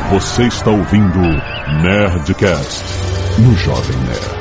Você está ouvindo Nerdcast no Jovem Nerd.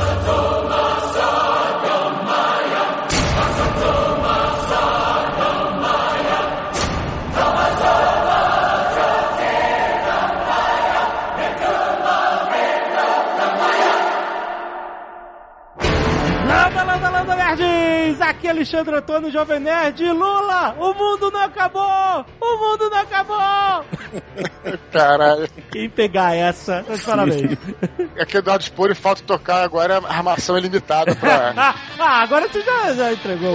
Aqui é Alexandre Antônio, Jovem Nerd. Lula, o mundo não acabou! O mundo não acabou! Caralho. Quem pegar essa, parabéns. É que o Eduardo Spor e falta tocar agora, a armação é limitada pra... Agora tu já entregou.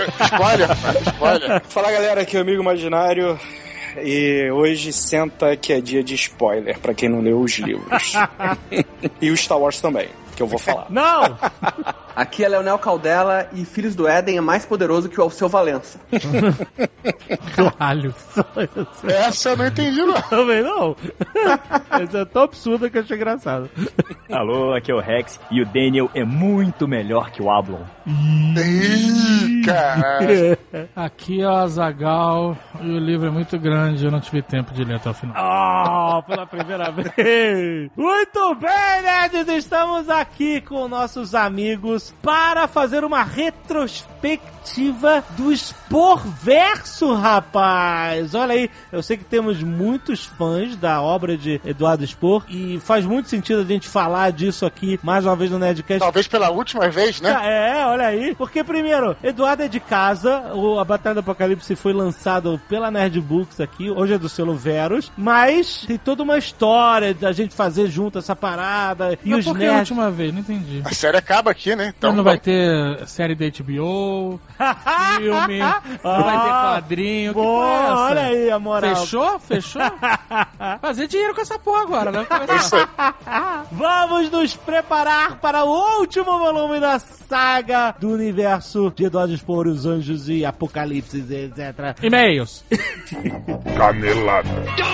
Spoiler. Fala galera, aqui é o Amigo Imaginário. E hoje senta que é dia de spoiler, pra quem não leu os livros. E o Star Wars também, que eu vou falar. Não! Aqui é Leonel Caldela e Filhos do Éden é mais poderoso que o Alceu Valença. Caralho. Essa eu não entendi, não. Também não. Essa é tão absurda que eu achei engraçado. Alô, aqui é o Rex e o Daniel é muito melhor que o Ablon. Ih, caralho. Aqui é o Azaghal e o livro é muito grande, eu não tive tempo de ler até o final. Pela primeira vez. Muito bem, nerds, estamos aqui com nossos amigos para fazer uma retrospectiva do Sporverso, rapaz. Olha aí, eu sei que temos muitos fãs da obra de Eduardo Spor e faz muito sentido a gente falar disso aqui mais uma vez no Nerdcast. Talvez pela última vez, né? É, olha aí. Porque, primeiro, Eduardo é de casa, a Batalha do Apocalipse foi lançado pela Nerd Books aqui, hoje é do selo Verus, mas tem toda uma história da gente fazer junto essa parada. E os por que a última vez? Não entendi. A série acaba aqui, né? Então não vai ter série da HBO, filme, não vai ter quadrinho. Boa, que porra é essa? Olha aí a moral. Fechou? Fazer dinheiro com essa porra agora, né? Vamos nos preparar para o último volume da saga do universo de Eduardo Spor, os Anjos e Apocalipse, etc. E-mails. Canelada.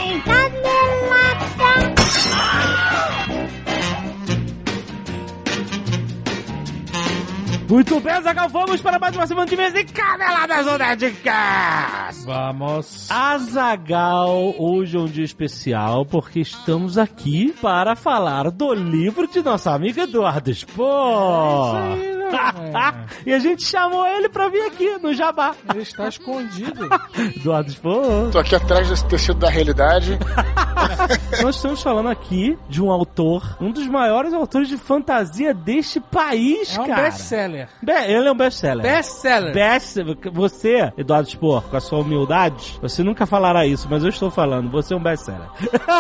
Muito bem, Azaghal, vamos para mais uma semana de mês e Caneladas do Nerdcast! Vamos. Azaghal, hoje é um dia especial porque estamos aqui para falar do livro de nossa amiga Eduardo Spor. É isso aí, né? E a gente chamou ele pra vir aqui no Jabá. Ele está escondido. Eduardo Spor. Tô aqui atrás desse tecido da realidade. Nós estamos falando aqui de um autor, um dos maiores autores de fantasia deste país, É um cara. best-seller. Ele é um best-seller. Best-seller. Você, Eduardo Spor, com a sua humildade, você nunca falará isso, mas eu estou falando, você é um best-seller.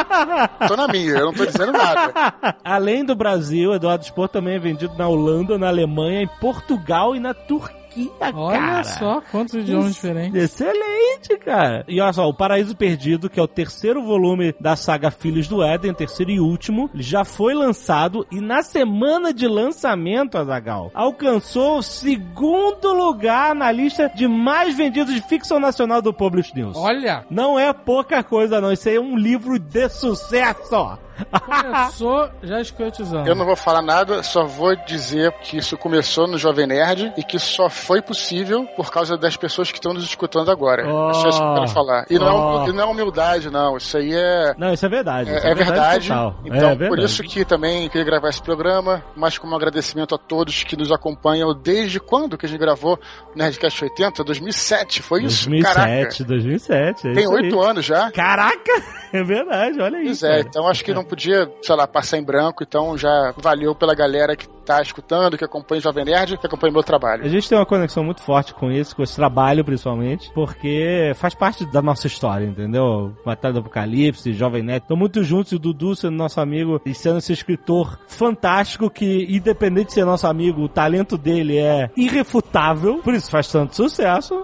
Tô na minha, eu não tô dizendo nada. Além do Brasil, Eduardo Spor também é vendido na Holanda, na Alemanha, em Portugal e na Turquia. Olha cara. só, quantos idiomas diferentes. Excelente, cara. E olha só, o Paraíso Perdido, que é o terceiro volume da saga Filhos do Éden, terceiro e último, ele já foi lançado e na semana de lançamento, Azaghal, alcançou o segundo lugar na lista de mais vendidos de ficção nacional do Publish News. Olha! Não é pouca coisa, não. Isso aí é um livro de sucesso. Começou já escrotizando. Eu não vou falar nada, só vou dizer que isso começou no Jovem Nerd e que só foi possível por causa das pessoas que estão nos escutando agora. É só isso que eu quero falar. E não é humildade, não. Isso aí é... Não, isso é verdade. É verdade. Total. Então, verdade. por isso que também queria gravar esse programa, mas como agradecimento a todos que nos acompanham desde quando que a gente gravou o Nerdcast 80? 2007, foi isso? 2007. Tem 8 anos já. Caraca! É verdade, olha Pois isso. é, então acho que não podia, sei lá, passar em branco, então já valeu pela galera que tá escutando, que acompanha o Jovem Nerd, que acompanha o meu trabalho. A gente tem uma conexão muito forte com isso, com esse trabalho principalmente, porque faz parte da nossa história, entendeu? Batalha do Apocalipse, Jovem Nerd, estão muito juntos, e o Dudu sendo nosso amigo e sendo esse escritor fantástico que, independente de ser nosso amigo, o talento dele é irrefutável, por isso faz tanto sucesso.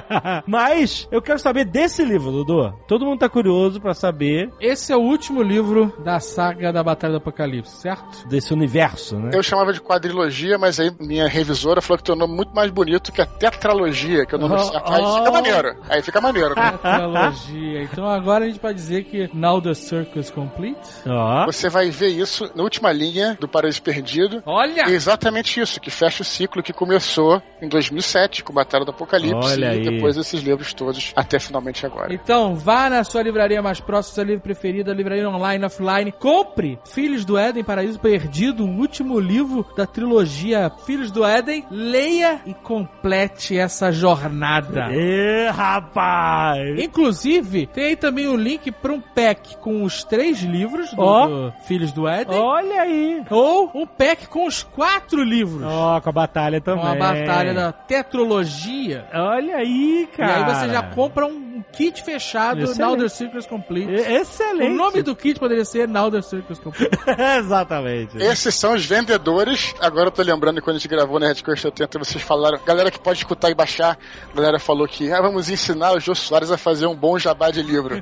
Mas eu quero saber desse livro, Dudu. Todo mundo tá curioso pra saber. Esse é o último livro da saga da Batalha do Apocalipse, certo? Desse universo, né? Eu chamava de quadrilogia, mas aí minha revisora falou que tem um nome muito mais bonito que a tetralogia, que é o nome certo. Aí fica maneiro. Aí fica maneiro, né? Tetralogia. Então agora a gente pode dizer que Now the Circle is Complete. Você vai ver isso na última linha do Paraíso Perdido. Olha! É exatamente isso, que fecha o ciclo que começou em 2007 com Batalha do Apocalipse. Olha e aí. depois esses livros todos até finalmente agora. Então vá na sua livraria mais próxima Negócios, seu livro preferido, a livraria online, offline. Compre Filhos do Éden, Paraíso Perdido, o último livro da trilogia Filhos do Éden. Leia e complete essa jornada. Rapaz! Inclusive, tem aí também o link para um pack com os 3 livros do Filhos do Éden. Olha aí! Ou um pack com os 4 livros. Com a batalha também. Com a batalha da tetralogia. Olha aí, cara. E aí você já compra um kit fechado, Now The Circus Complete. Excelente. O nome do kit poderia ser Now The Circus Complete. Exatamente. Esses são os vendedores. Agora eu tô lembrando que quando a gente gravou na Redcast 80, vocês falaram, galera que pode escutar e baixar, a galera falou que vamos ensinar o Jô Soares a fazer um bom jabá de livro.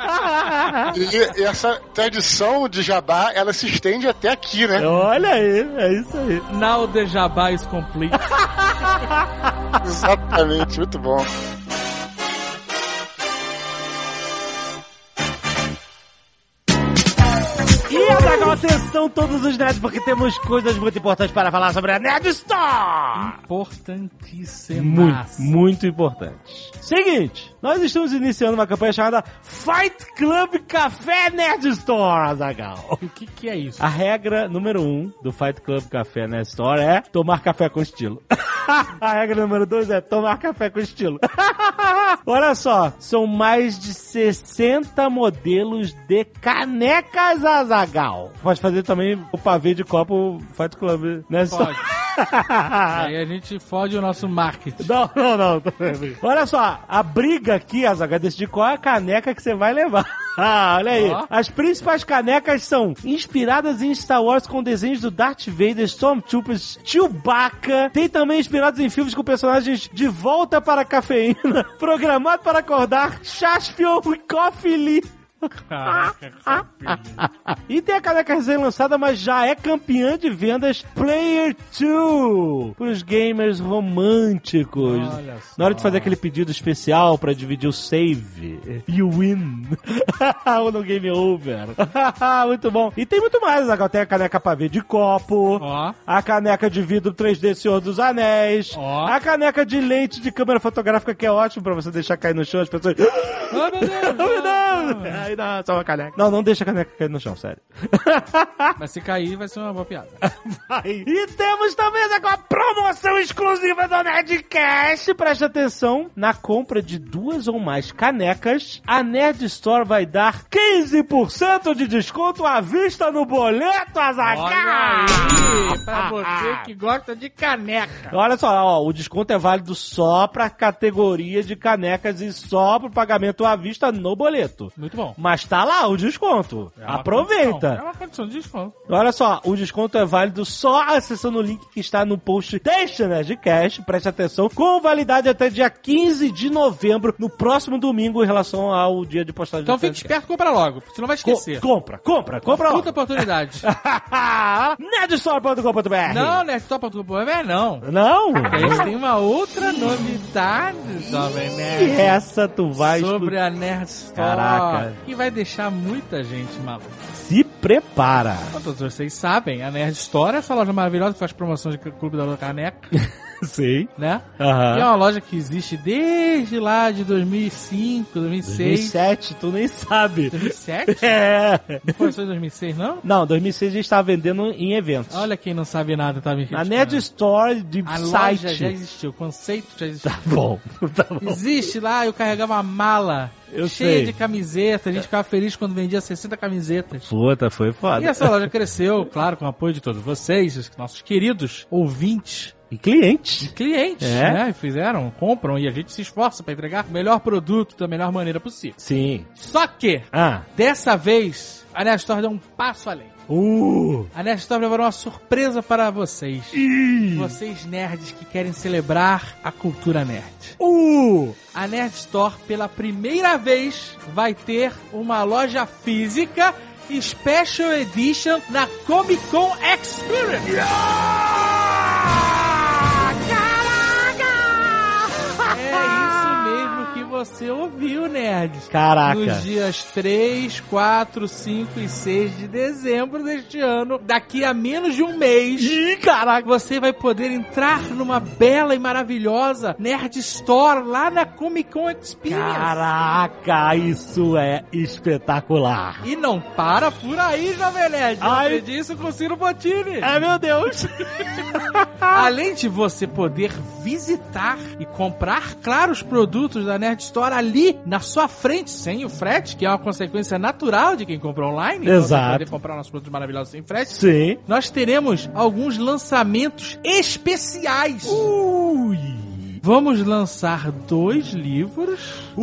E essa tradição de jabá, ela se estende até aqui, né? Olha aí, é isso aí. Now The Jabá is complete. Exatamente, muito bom. E agora, atenção todos os nerds, porque temos coisas muito importantes para falar sobre a Nerd Store! Importantíssimas. Muito importantes. Seguinte, nós estamos iniciando uma campanha chamada Fight Club Café Nerd Store, Azaghal. O que é isso? A regra número 1 do Fight Club Café Nerd Store é tomar café com estilo. A regra número 2 é tomar café com estilo. Olha só, são mais de 60 modelos de canecas, Azaghal. Pode fazer também o pavê de copo Fight Club Nerd Store. Aí a gente fode o nosso marketing. Não. Olha só, a briga aqui, Azaghal, é decidir qual é a caneca que você vai levar. Olha aí. As principais canecas são inspiradas em Star Wars com desenhos do Darth Vader, Stormtroopers, Chewbacca. Tem também inspirados em filmes com personagens de Volta para a Cafeína, Programado para Acordar, Shaspion e Coffee Lee. E tem a caneca recém-lançada, mas já é campeã de vendas Player 2 pros gamers românticos. Na hora de fazer aquele pedido especial pra dividir o save, you win. Ou no game over. Muito bom. E tem muito mais. Agora tem a caneca pavê de copo, a caneca de vidro 3D Senhor dos Anéis, a caneca de lente de câmera fotográfica, que é ótimo pra você deixar cair no chão, as pessoas... Oh, meu Deus! Oh, meu Deus! Não, só uma caneca. Não deixa a caneca cair no chão, sério. Mas se cair, vai ser uma boa piada. Vai. E temos também agora a promoção exclusiva do Nerdcast. Preste atenção. Na compra de 2 ou mais canecas, a Nerd Store vai dar 15% de desconto à vista no boleto, Azaghal. Olha aí, pra você que gosta de caneca. Olha só, o desconto é válido só pra categoria de canecas e só pro pagamento à vista no boleto. Muito bom. Mas tá lá o desconto. Aproveita. É uma condição de desconto. Olha só, o desconto é válido só acessando o link que está no post deste Nerdcast. Preste atenção. Com validade até dia 15 de novembro, no próximo domingo, em relação ao dia de postagem. Então fique esperto e compra logo, porque senão vai esquecer. Compra logo. Puta oportunidade. Nerdstore.com.br. Não, nerdstore.com.br não. Não? Eles têm uma outra novidade, Jovem Nerd. E essa tu vai... Sobre a Nerd Store. Caraca. Que vai deixar muita gente maluca. Se prepara. Todos vocês sabem, a Nerd Store é essa loja maravilhosa que faz promoção de Clube da Caneca. Sim. Né? Aham. E é uma loja que existe desde lá de 2005, 2006. 2007, tu nem sabe. 2007? É. Não começou em 2006, não? Não, 2006 a gente tava vendendo em eventos. Olha quem não sabe nada, tá me A Nerd Store de a site. loja já existiu, o conceito já existiu. Tá bom. Existe lá, eu carregava uma mala cheia de camiseta, a gente ficava feliz quando vendia 60 camisetas. Puta, foi foda. E essa loja cresceu, claro, com o apoio de todos vocês, os nossos queridos ouvintes. E clientes. Né? Compram e a gente se esforça pra entregar o melhor produto da melhor maneira possível. Sim. Só que, dessa vez, a Nerd Store deu um passo além. A Nerd Store preparou uma surpresa para vocês. Vocês nerds que querem celebrar a cultura nerd. A Nerd Store, pela primeira vez, vai ter uma loja física Special Edition na Comic Con Experience. você ouviu, nerds. Caraca. Nos dias 3, 4, 5 e 6 de dezembro deste ano, daqui a menos de um mês. Ih, caraca. Você vai poder entrar numa bela e maravilhosa Nerd Store lá na Comic Con Experience. Caraca, isso é espetacular. E não para por aí, Jovem Nerd. Eu aprendi isso com o Ciro Bottini. Ai, meu Deus. Além de você poder visitar e comprar, claro, os produtos da Nerd Store ali na sua frente, sem o frete, que é uma consequência natural de quem compra online. Exato. Então você poder comprar nossos produtos maravilhosos sem frete. Sim. Nós teremos alguns lançamentos especiais. Ui. Vamos lançar 2 livros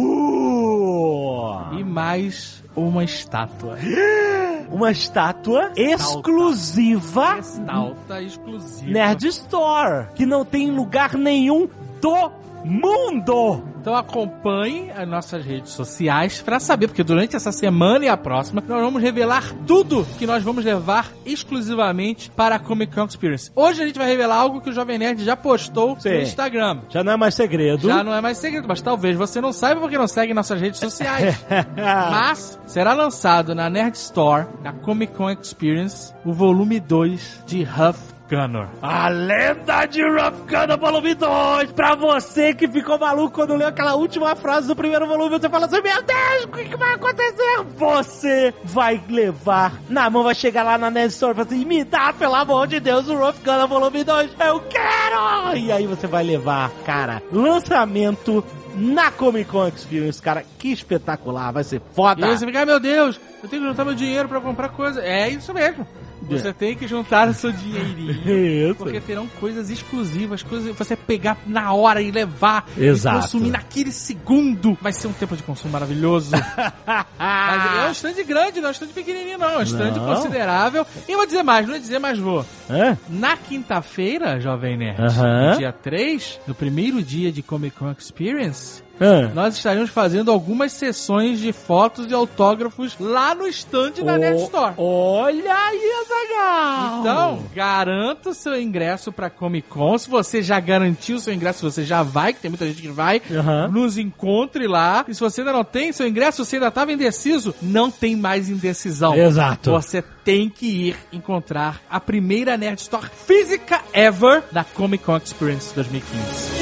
e mais uma estátua. Uma estátua exclusiva. Estátua exclusiva. Nerd Store, que não tem lugar nenhum do mundo. Então acompanhe as nossas redes sociais pra saber, porque durante essa semana e a próxima nós vamos revelar tudo que nós vamos levar exclusivamente para a Comic Con Experience. Hoje a gente vai revelar algo que o Jovem Nerd já postou no Instagram. Já não é mais segredo. Já não é mais segredo, mas talvez você não saiba porque não segue nossas redes sociais. Mas será lançado na Nerd Store, na Comic Con Experience, o volume 2 de Huff Gunner. A lenda de Ruff Gunner volume 2. Pra você que ficou maluco quando leu aquela última frase do primeiro volume, você fala assim, meu Deus, o que vai acontecer? Você vai levar na mão, vai chegar lá na Nerd Store e falar assim, me dá, pelo amor de Deus, o Ruff Gunner volume 2. Eu quero! E aí você vai levar, cara, lançamento na Comic Con Experience, cara, que espetacular, vai ser foda. E aí você fica, meu Deus, eu tenho que juntar meu dinheiro pra comprar coisa. É isso mesmo. Você tem que juntar o seu dinheirinho. Isso. Porque terão coisas exclusivas, coisas que você pegar na hora e levar. Exato. E consumir naquele segundo. Vai ser um tempo de consumo maravilhoso. Mas é um stand grande, não é um stand pequenininho, não. É um stand considerável. E eu vou dizer mais, não vou dizer mais, vou. Na quinta-feira, Jovem Nerd, no dia 3, no primeiro dia de Comic Con Experience, nós estaremos fazendo algumas sessões de fotos e autógrafos lá no stand da Nerd Store. Olha aí, Azaghal! Então, garanta o seu ingresso pra Comic Con. Se você já garantiu o seu ingresso, você já vai, que tem muita gente que vai, nos encontre lá. E se você ainda não tem seu ingresso, se você ainda estava indeciso, não tem mais indecisão. Exato. Você tem que ir encontrar a primeira Nerd Store física ever da Comic Con Experience 2015.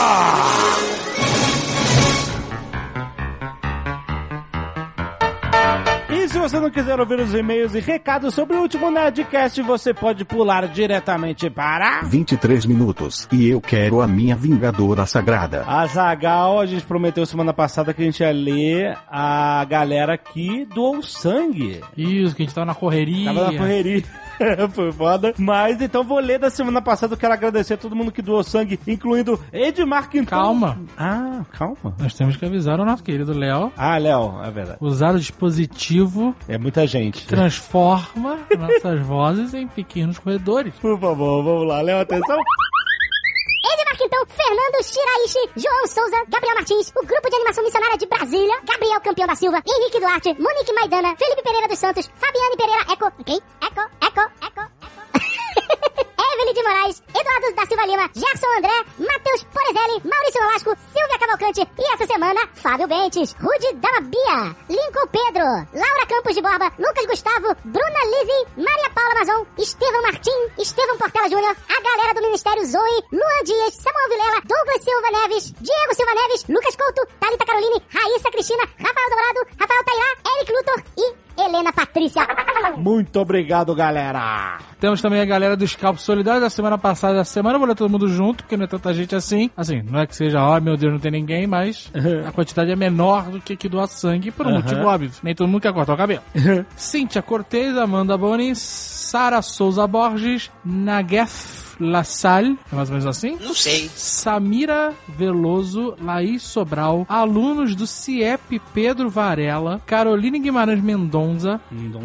E se você não quiser ouvir os e-mails e recados sobre o último Nerdcast, você pode pular diretamente para 23 minutos, e eu quero a minha Vingadora Sagrada. Azaghal, a gente prometeu semana passada que a gente ia ler a galera que doou sangue. Isso, que a gente tava na correria. Tava na correria. Foi foda. Mas então vou ler da semana passada. Eu quero agradecer a todo mundo que doou sangue, incluindo Edmar Quintão. Calma. Ah, calma. Nós temos que avisar o nosso querido Léo. Ah, Léo, é verdade. Usar o dispositivo é muita gente. Transforma nossas vozes em pequenos roedores. Por favor, vamos lá. Léo, atenção. Edmar Quintão, Fernando Shiraishi, João Souza, Gabriel Martins, o Grupo de Animação Missionária de Brasília, Gabriel Campeão da Silva, Henrique Duarte, Monique Maidana, Felipe Pereira dos Santos, Fabiane Pereira Eco, quem? Eco. Evelyn de Moraes, Eduardo da Silva Lima, Gerson André, Matheus Porezelli, Maurício Nolasco, Silvia Cavalcante e essa semana, Fábio Bentes, Rude Dalabia, Lincoln Pedro, Laura Campos de Borba, Lucas Gustavo, Bruna Lizzy, Maria Paula Mazon, Estevão Martim, Estevão Portela Júnior, a galera do Ministério Zoe, Luan Dias, Samuel Vilela, Douglas Silva Neves, Diego Silva Neves, Lucas Couto, Thalita Caroline, Raíssa Cristina, Rafael Dourado, Rafael Tairá, Eric Luthor e Helena Patrícia. Muito obrigado, galera. Temos também a galera do Scalpo Solidário da semana passada e da semana. Eu vou ler todo mundo junto, porque não é tanta gente assim. Assim, não é que seja, meu Deus, não tem ninguém, mas a quantidade é menor do que doar sangue, por um motivo óbvio. Nem todo mundo quer cortar o cabelo. Cíntia Cortez, Amanda Bonis, Sara Souza Borges, Naguef LaSalle, é mais ou menos assim? Não sei. Samira Veloso, Laís Sobral, alunos do CIEP Pedro Varela, Carolina Guimarães Mendonça,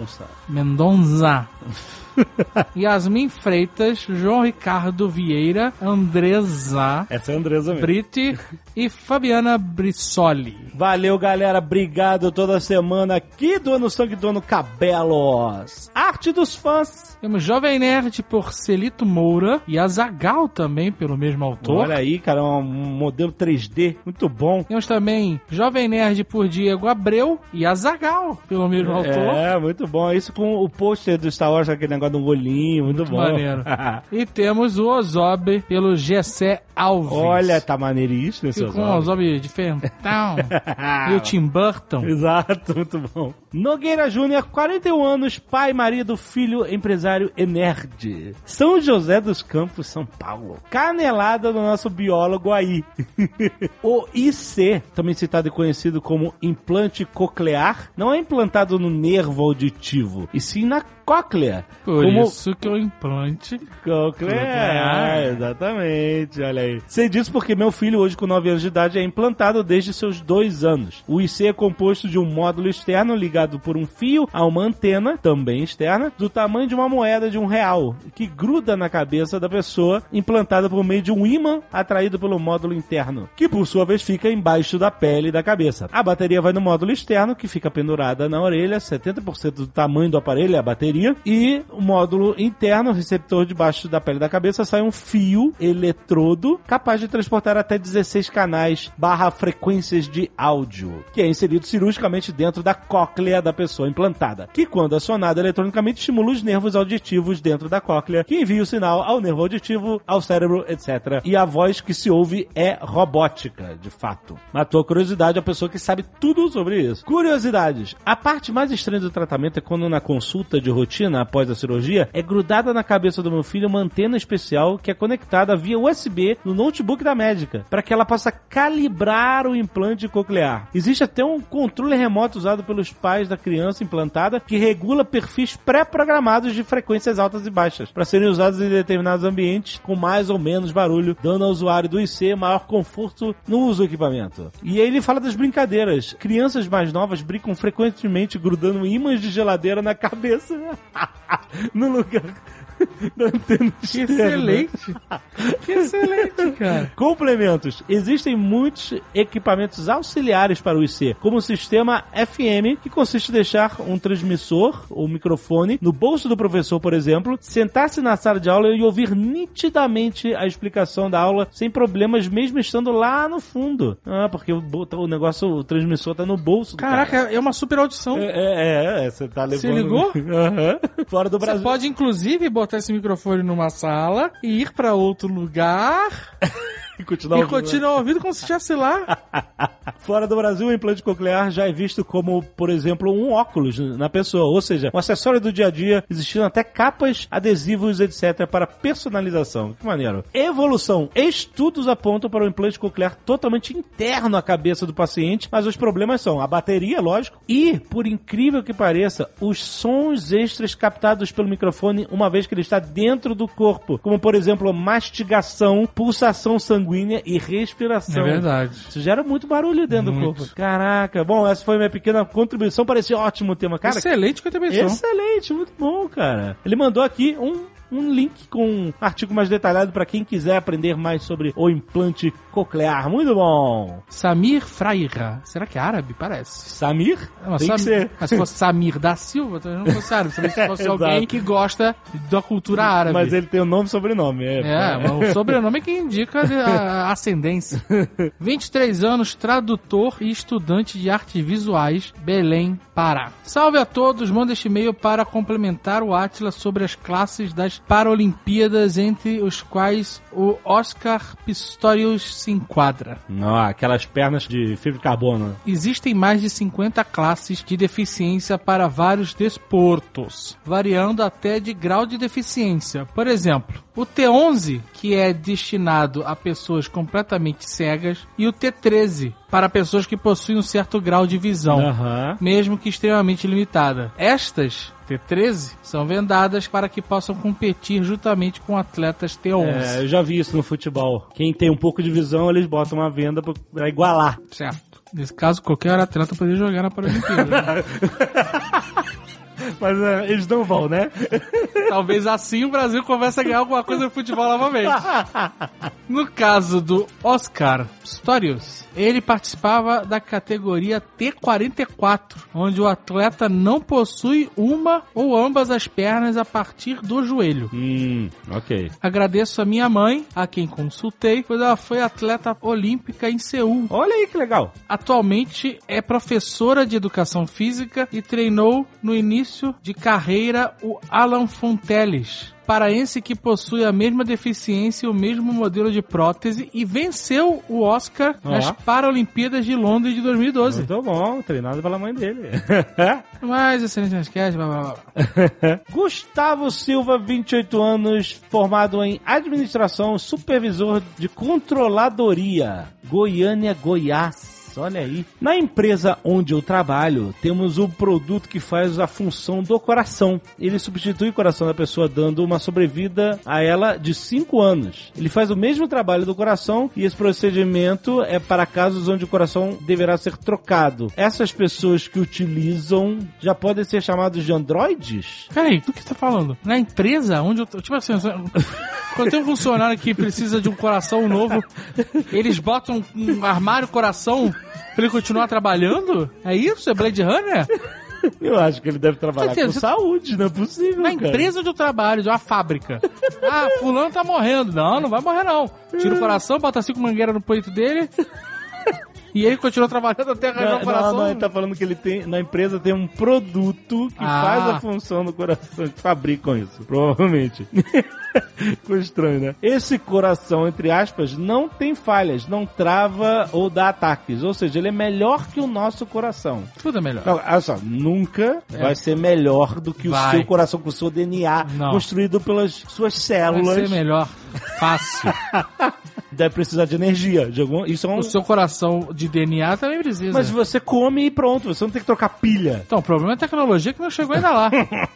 Yasmin Freitas, João Ricardo Vieira, Andresa, essa é a Andresa mesmo, Brite e Fabiana Brissoli. Valeu, galera, obrigado toda semana aqui doando sangue, doando cabelos. Arte dos fãs. Temos Jovem Nerd por Celito Moura, e Azaghal também, pelo mesmo autor. Olha aí, cara, um modelo 3D muito bom. Temos também Jovem Nerd por Diego Abreu e Azaghal, pelo mesmo autor. É, muito bom. Isso com o pôster do Star Wars, aquele negócio do olhinho, muito bom. Maneiro. E temos o Ozob pelo Gessé Alves. Olha, tá maneiríssimo esse Ozob. Com o Ozob diferentão. E o Tim Burton. Exato, muito bom. Nogueira Júnior, 41 anos, pai, marido, filho, empresário e nerd. São José dos Campos, São Paulo. Canelada do nosso biólogo aí. O IC, também citado e conhecido como implante coclear, não é implantado no nervo auditivo, e sim na cóclea. Por isso que o implante coclear, exatamente, olha aí. Sei disso porque meu filho, hoje com 9 anos de idade, é implantado desde seus 2 anos. O IC é composto de um módulo externo ligado por um fio a uma antena, também externa, do tamanho de uma moeda de R$1, que gruda na cabeça da pessoa, implantada por meio de um ímã atraído pelo módulo interno, que por sua vez fica embaixo da pele da cabeça. A bateria vai no módulo externo, que fica pendurada na orelha, 70% do tamanho do aparelho é a bateria, e o módulo interno, o receptor debaixo da pele da cabeça, sai um fio eletrodo capaz de transportar até 16 canais / frequências de áudio, que é inserido cirurgicamente dentro da cóclea da pessoa implantada, que quando acionado eletronicamente estimula os nervos auditivos dentro da cóclea, que envia o sinal ao nervo auditivo, ao cérebro, etc. E a voz que se ouve é robótica, de fato. Matou a curiosidade a pessoa que sabe tudo sobre isso. Curiosidades. A parte mais estranha do tratamento é quando na consulta de rotina após a cirurgia é grudada na cabeça do meu filho uma antena especial que é conectada via USB no notebook da médica, para que ela possa calibrar o implante coclear. Existe até um controle remoto usado pelos pais da criança implantada que regula perfis pré-programados de frequências altas e baixas, para serem usados em determinados ambientes com mais ou menos barulho, dando ao usuário do IC maior conforto no uso do equipamento. E aí ele fala das brincadeiras. Crianças mais novas brincam frequentemente grudando ímãs de geladeira na cabeça no lugar da antena externa. Excelente. Que excelente, cara. Complementos. Existem muitos equipamentos auxiliares para o IC, como o sistema FM, que consiste em deixar um transmissor ou microfone no bolso do professor, por exemplo, sentar-se na sala de aula e ouvir nitidamente a explicação da aula sem problemas, mesmo estando lá no fundo. Ah, porque o negócio, o transmissor tá no bolso do Caraca, cara. É uma super audição. Você tá levando... Você ligou? Fora do Brasil. Você pode, inclusive, botar esse microfone numa sala e ir pra outro lugar e continuar ouvindo como se estivesse lá. Fora do Brasil, o implante coclear já é visto como, por exemplo, um óculos na pessoa, ou seja, um acessório do dia a dia, existindo até capas, adesivos, etc. para personalização. Que maneiro. Evolução. Estudos apontam para o implante coclear totalmente interno à cabeça do paciente, mas os problemas são a bateria, lógico, e, por incrível que pareça, os sons extras captados pelo microfone uma vez que ele está dentro do corpo, como, por exemplo, mastigação, pulsação sanguínea e respiração. É verdade. Isso gera muito barulho dentro do corpo. Caraca. Bom, essa foi minha pequena contribuição para esse ótimo tema. Cara, excelente contribuição. Excelente, muito bom, cara. Ele mandou aqui um link com um artigo mais detalhado para quem quiser aprender mais sobre o implante coclear. Muito bom. Samir Fraira. Será que é árabe? Parece. Samir? Tem que ser. Mas se fosse Samir da Silva, talvez não fosse árabe. Se fosse alguém que gosta da cultura árabe. Mas ele tem o nome e sobrenome. Mas o sobrenome é que indica a ascendência. 23 anos, tradutor e estudante de artes visuais, Belém, Pará. Salve a todos, manda este e-mail para complementar o Átila sobre as classes das Paralimpíadas, entre os quais o Oscar Pistorius se enquadra. Aquelas pernas de fibra de carbono. Existem mais de 50 classes de deficiência para vários desportos, variando até de grau de deficiência. Por exemplo, o T11, que é destinado a pessoas completamente cegas, e o T13, para pessoas que possuem um certo grau de visão, mesmo que extremamente limitada. Estas T13 são vendadas para que possam competir juntamente com atletas T11. Eu já vi isso no futebol. Quem tem um pouco de visão, eles botam uma venda para igualar. Certo. Nesse caso, qualquer atleta poderia jogar na Paralimpíada. Né? Mas eles não vão, né? Talvez assim o Brasil comece a ganhar alguma coisa no futebol novamente. No caso do Oscar Pistorius, ele participava da categoria T44, onde o atleta não possui uma ou ambas as pernas a partir do joelho. Ok. Agradeço a minha mãe, a quem consultei, pois ela foi atleta olímpica em Seul. Olha aí que legal. Atualmente é professora de educação física e treinou no início de carreira o Alan Fonteles, paraense que possui a mesma deficiência e o mesmo modelo de prótese e venceu o Oscar nas Paralimpíadas de Londres de 2012. Muito bom, treinado pela mãe dele. Mais excelente basquete, blá blá blá. Gustavo Silva, 28 anos, formado em administração, supervisor de controladoria, Goiânia, Goiás. Olha aí. Na empresa onde eu trabalho, temos um produto que faz a função do coração. Ele substitui o coração da pessoa, dando uma sobrevida a ela de 5 anos. Ele faz o mesmo trabalho do coração e esse procedimento é para casos onde o coração deverá ser trocado. Essas pessoas que utilizam já podem ser chamadas de androides? Peraí, do que você tá falando? Na empresa onde eu tô... Tipo assim, quando tem um funcionário que precisa de um coração novo, eles botam um armário coração pra ele continuar trabalhando? É isso? É Blade Runner? Eu acho que ele deve trabalhar com saúde, não é possível, na empresa onde eu trabalho, de uma fábrica. Ah, fulano tá morrendo. Não vai morrer não. Tira o coração, bota 5 mangueiras no peito dele... E ele continua trabalhando até arranjar o coração? Não, ele tá falando que ele tem, na empresa tem um produto que faz a função do coração. Eles fabricam isso, provavelmente. Ficou estranho, né? Esse coração, entre aspas, não tem falhas, não trava ou dá ataques. Ou seja, ele é melhor que o nosso coração. Tudo é melhor. Não, olha só, nunca vai ser melhor do que o seu coração com o seu DNA construído pelas suas células. Vai ser melhor. Fácil. Deve precisar de energia. Isso é um... O seu coração de DNA também precisa. Mas você come e pronto, você não tem que trocar pilha. Então, o problema é a tecnologia que não chegou ainda lá.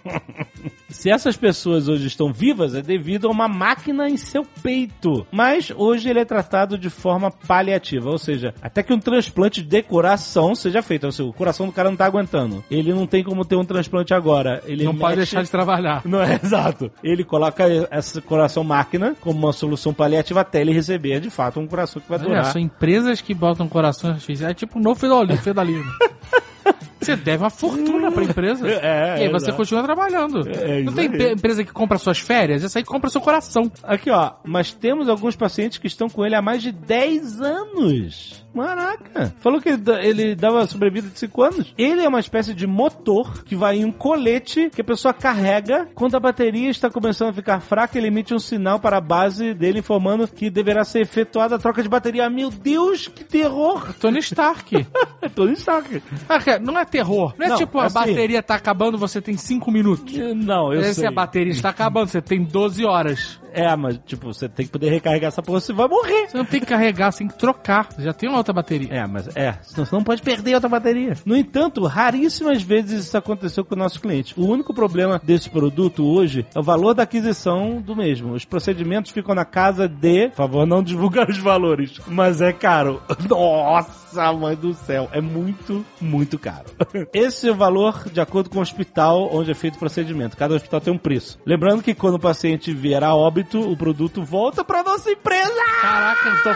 Se essas pessoas hoje estão vivas, é devido a uma máquina em seu peito. Mas hoje ele é tratado de forma paliativa, ou seja, até que um transplante de coração seja feito. Ou seja, o coração do cara não tá aguentando. Ele não tem como ter um transplante agora. Ele não pode deixar de trabalhar. Não é exato. Ele coloca esse coração máquina como uma solução paliativa até ele receber, de fato, um coração que vai durar. São empresas que botam corações artificiais, é tipo no feudalismo. Você deve uma fortuna pra empresa. E aí você continua trabalhando. Não tem empresa que compra suas férias? Essa aí compra seu coração. Aqui, ó. Mas temos alguns pacientes que estão com ele há mais de 10 anos. Caraca. Falou que ele dava sobrevida de 5 anos. Ele é uma espécie de motor que vai em um colete que a pessoa carrega. Quando a bateria está começando a ficar fraca, ele emite um sinal para a base dele informando que deverá ser efetuada a troca de bateria. Meu Deus, que terror. Tony Stark. Tony Stark. Não é terror. Não é tipo a bateria tá acabando, você tem 5 minutos. Não, eu sei. Se a bateria está acabando, você tem 12 horas. Mas tipo, você tem que poder recarregar essa porra, você vai morrer. Você não tem que carregar, você tem que trocar. Você já tem uma outra bateria. Senão você não pode perder outra bateria. No entanto, raríssimas vezes isso aconteceu com o nosso cliente. O único problema desse produto hoje é o valor da aquisição do mesmo. Os procedimentos ficam na casa de... Por favor, não divulgar os valores. Mas é caro. Nossa, mãe do céu. É muito, muito caro. Esse é o valor de acordo com o hospital onde é feito o procedimento. Cada hospital tem um preço. Lembrando que quando o paciente vier a óbito, o produto volta pra nossa empresa. Caraca, eu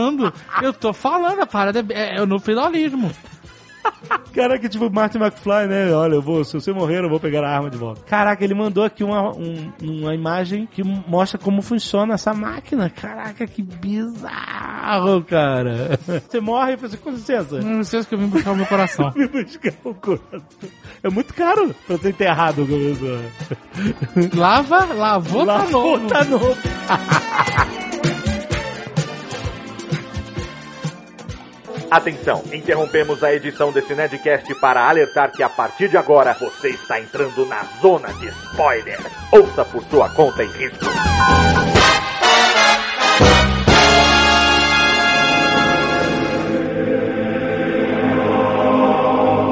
tô falando, a parada é no feudalismo. Caraca, tipo Marty McFly, né? Olha, se você morrer, eu vou pegar a arma de volta. Caraca, ele mandou aqui uma imagem que mostra como funciona essa máquina. Caraca, que bizarro, cara. Você morre e fala assim, com licença. Com licença que eu vim buscar o meu coração. Vim buscar o coração. É muito caro pra ser enterrado com isso. Lavou, tá novo. Atenção, interrompemos a edição desse Nerdcast para alertar que a partir de agora você está entrando na zona de spoiler. Ouça por sua conta e risco.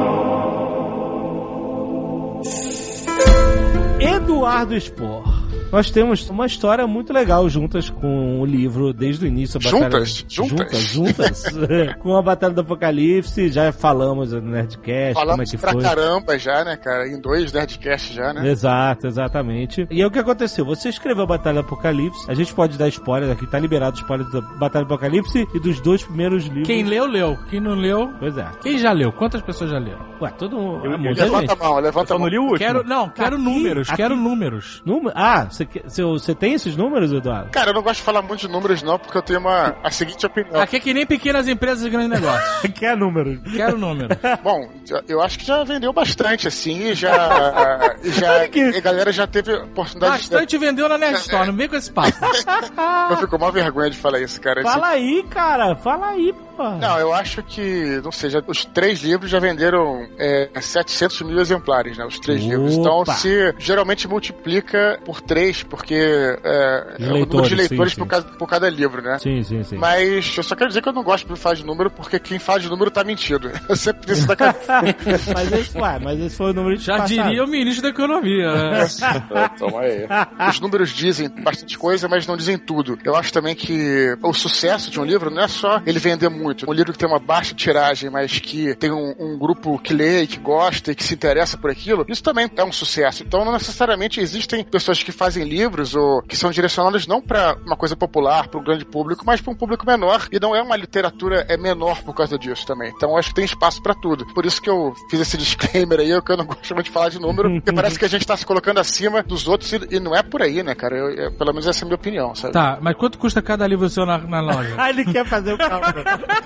Eduardo Spor. nós temos uma história muito legal juntas com o livro, desde o início. Juntas. Com a Batalha do Apocalipse, já falamos no Nerdcast, falamos como é que foi. Caramba já, né, cara? Em 2 Nerdcasts já, né? Exato, exatamente. E aí o que aconteceu? Você escreveu a Batalha do Apocalipse, a gente pode dar spoiler aqui, tá liberado spoiler da Batalha do Apocalipse e dos 2 primeiros livros. Quem leu, leu. Quem não leu... Pois é. Quem já leu? Quantas pessoas já leram? Ué, todo mundo. Levanta a mão, levanta a mão. Quero números, quero números. Ah, você tem esses números, Eduardo? Cara, eu não gosto de falar muito de números, não, porque eu tenho a seguinte opinião. Aqui é que nem pequenas empresas e grandes negócios. Quer números? Quero números. Bom, eu acho que já vendeu bastante, assim, e já a galera já teve oportunidade bastante vendeu na Nerd Store, não vem com esse papo. Eu fico com uma vergonha de falar isso, cara. Fala aí, cara, pô. Não, eu acho que, não sei, os 3 livros já venderam 700 mil exemplares, né? Os 3 livros. Então, se geralmente multiplica por 3, porque é o número de leitores por cada livro, né? Sim. Mas eu só quero dizer que eu não gosto de falar de número, porque quem fala de número tá mentindo. Eu sempre disse da cabeça. mas esse foi o número de já passado. Diria o ministro da Economia, né? Toma aí. Os números dizem bastante coisa, mas não dizem tudo. Eu acho também que o sucesso de um livro não é só ele vender muito. Um livro que tem uma baixa tiragem, mas que tem um grupo que lê, que gosta e que se interessa por aquilo, isso também é um sucesso. Então, não necessariamente existem pessoas que fazem livros ou que são direcionadas não para uma coisa popular, para um grande público, mas para um público menor. E não é uma literatura menor por causa disso também. Então, eu acho que tem espaço para tudo. Por isso que eu fiz esse disclaimer aí, que eu não gosto muito de falar de número, porque parece que a gente tá se colocando acima dos outros e não é por aí, né, cara? Pelo menos essa é a minha opinião, sabe? Tá, mas quanto custa cada livro seu na loja? Ele quer fazer o cálculo.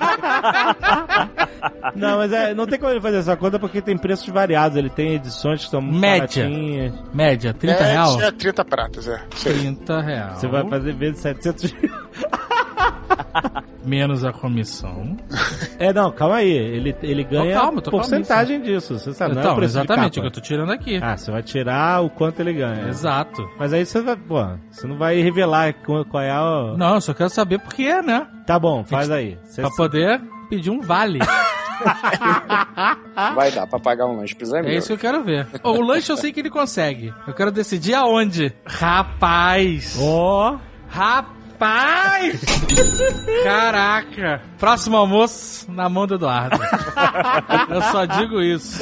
Não, mas não tem como ele fazer essa conta porque tem preços variados. Ele tem edições que são muito baratinhas. Média, 30 real? É 30 pratas, 30 real. Você vai fazer vezes 700 menos a comissão. Não, calma aí. Ele ganha porcentagem disso, você sabe, então, não é o preço exatamente, o que eu tô tirando aqui. Você vai tirar o quanto ele ganha. Exato. Mas aí você não vai revelar qual é o... Não, eu só quero saber por que né? Tá bom, faz aí. Pra poder pedir um vale. Vai dar pra pagar um lanche pros amigos. É isso que eu quero ver. O lanche eu sei que ele consegue. Eu quero decidir aonde. Rapaz! Rapaz! Caraca! Próximo almoço na mão do Eduardo. Eu só digo isso.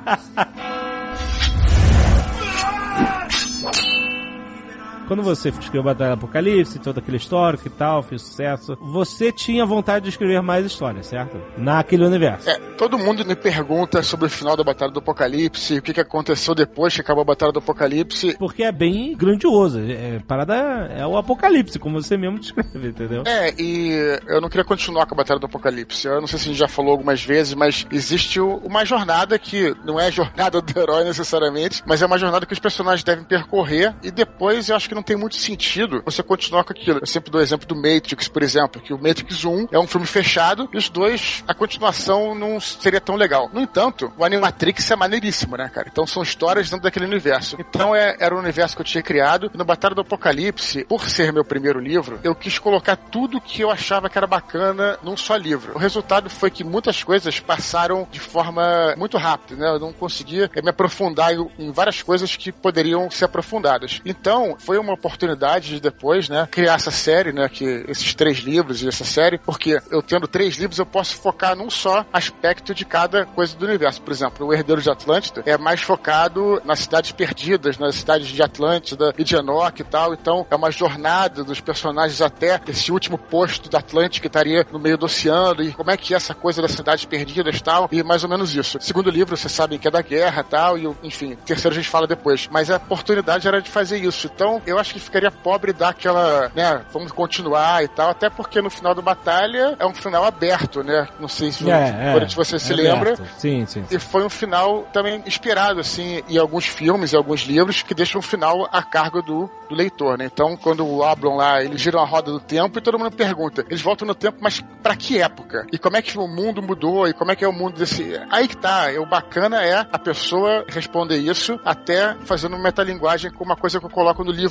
Quando você escreveu Batalha do Apocalipse, todo aquele histórico e tal, fez sucesso, você tinha vontade de escrever mais histórias, certo? Naquele universo. Todo mundo me pergunta sobre o final da Batalha do Apocalipse, o que aconteceu depois que acabou a Batalha do Apocalipse. Porque é bem grandioso. Parada é o Apocalipse, como você mesmo descreve, entendeu? E eu não queria continuar com a Batalha do Apocalipse. Eu não sei se a gente já falou algumas vezes, mas existe uma jornada que não é a jornada do herói necessariamente, mas é uma jornada que os personagens devem percorrer e depois eu acho que não tem muito sentido você continuar com aquilo. Eu sempre dou o exemplo do Matrix, por exemplo, que o Matrix 1 é um filme fechado e os dois, a continuação não seria tão legal. No entanto, o Animatrix é maneiríssimo, né, cara? Então são histórias dentro daquele universo. Então era um universo que eu tinha criado e no Batalha do Apocalipse, por ser meu primeiro livro, eu quis colocar tudo que eu achava que era bacana num só livro. O resultado foi que muitas coisas passaram de forma muito rápida, né? Eu não conseguia me aprofundar em várias coisas que poderiam ser aprofundadas. Então, foi uma oportunidade de depois, né, criar essa série, né, que esses 3 livros e essa série, porque eu tendo 3 livros eu posso focar num só aspecto de cada coisa do universo. Por exemplo, o Herdeiro de Atlântida é mais focado nas cidades perdidas, nas cidades de Atlântida e de Enoch e tal, então é uma jornada dos personagens até esse último posto da Atlântida que estaria no meio do oceano e como é que é essa coisa das cidades perdidas e tal, e mais ou menos isso. Segundo livro, vocês sabem que é da guerra e tal, e enfim, terceiro a gente fala depois, mas a oportunidade era de fazer isso. Então, eu acho que ficaria pobre dar aquela, né, vamos continuar e tal, até porque no final da batalha é um final aberto, né? Não sei se você se lembra. Sim. E foi um final também inspirado, assim, em alguns filmes e alguns livros que deixam o final a cargo do leitor, né? Então, quando o Ablon lá, eles giram a roda do tempo e todo mundo pergunta, eles voltam no tempo, mas pra que época? E como é que o mundo mudou? E como é que é o mundo desse... Aí que tá, o bacana é a pessoa responder isso até fazendo uma metalinguagem com uma coisa que eu coloco no livro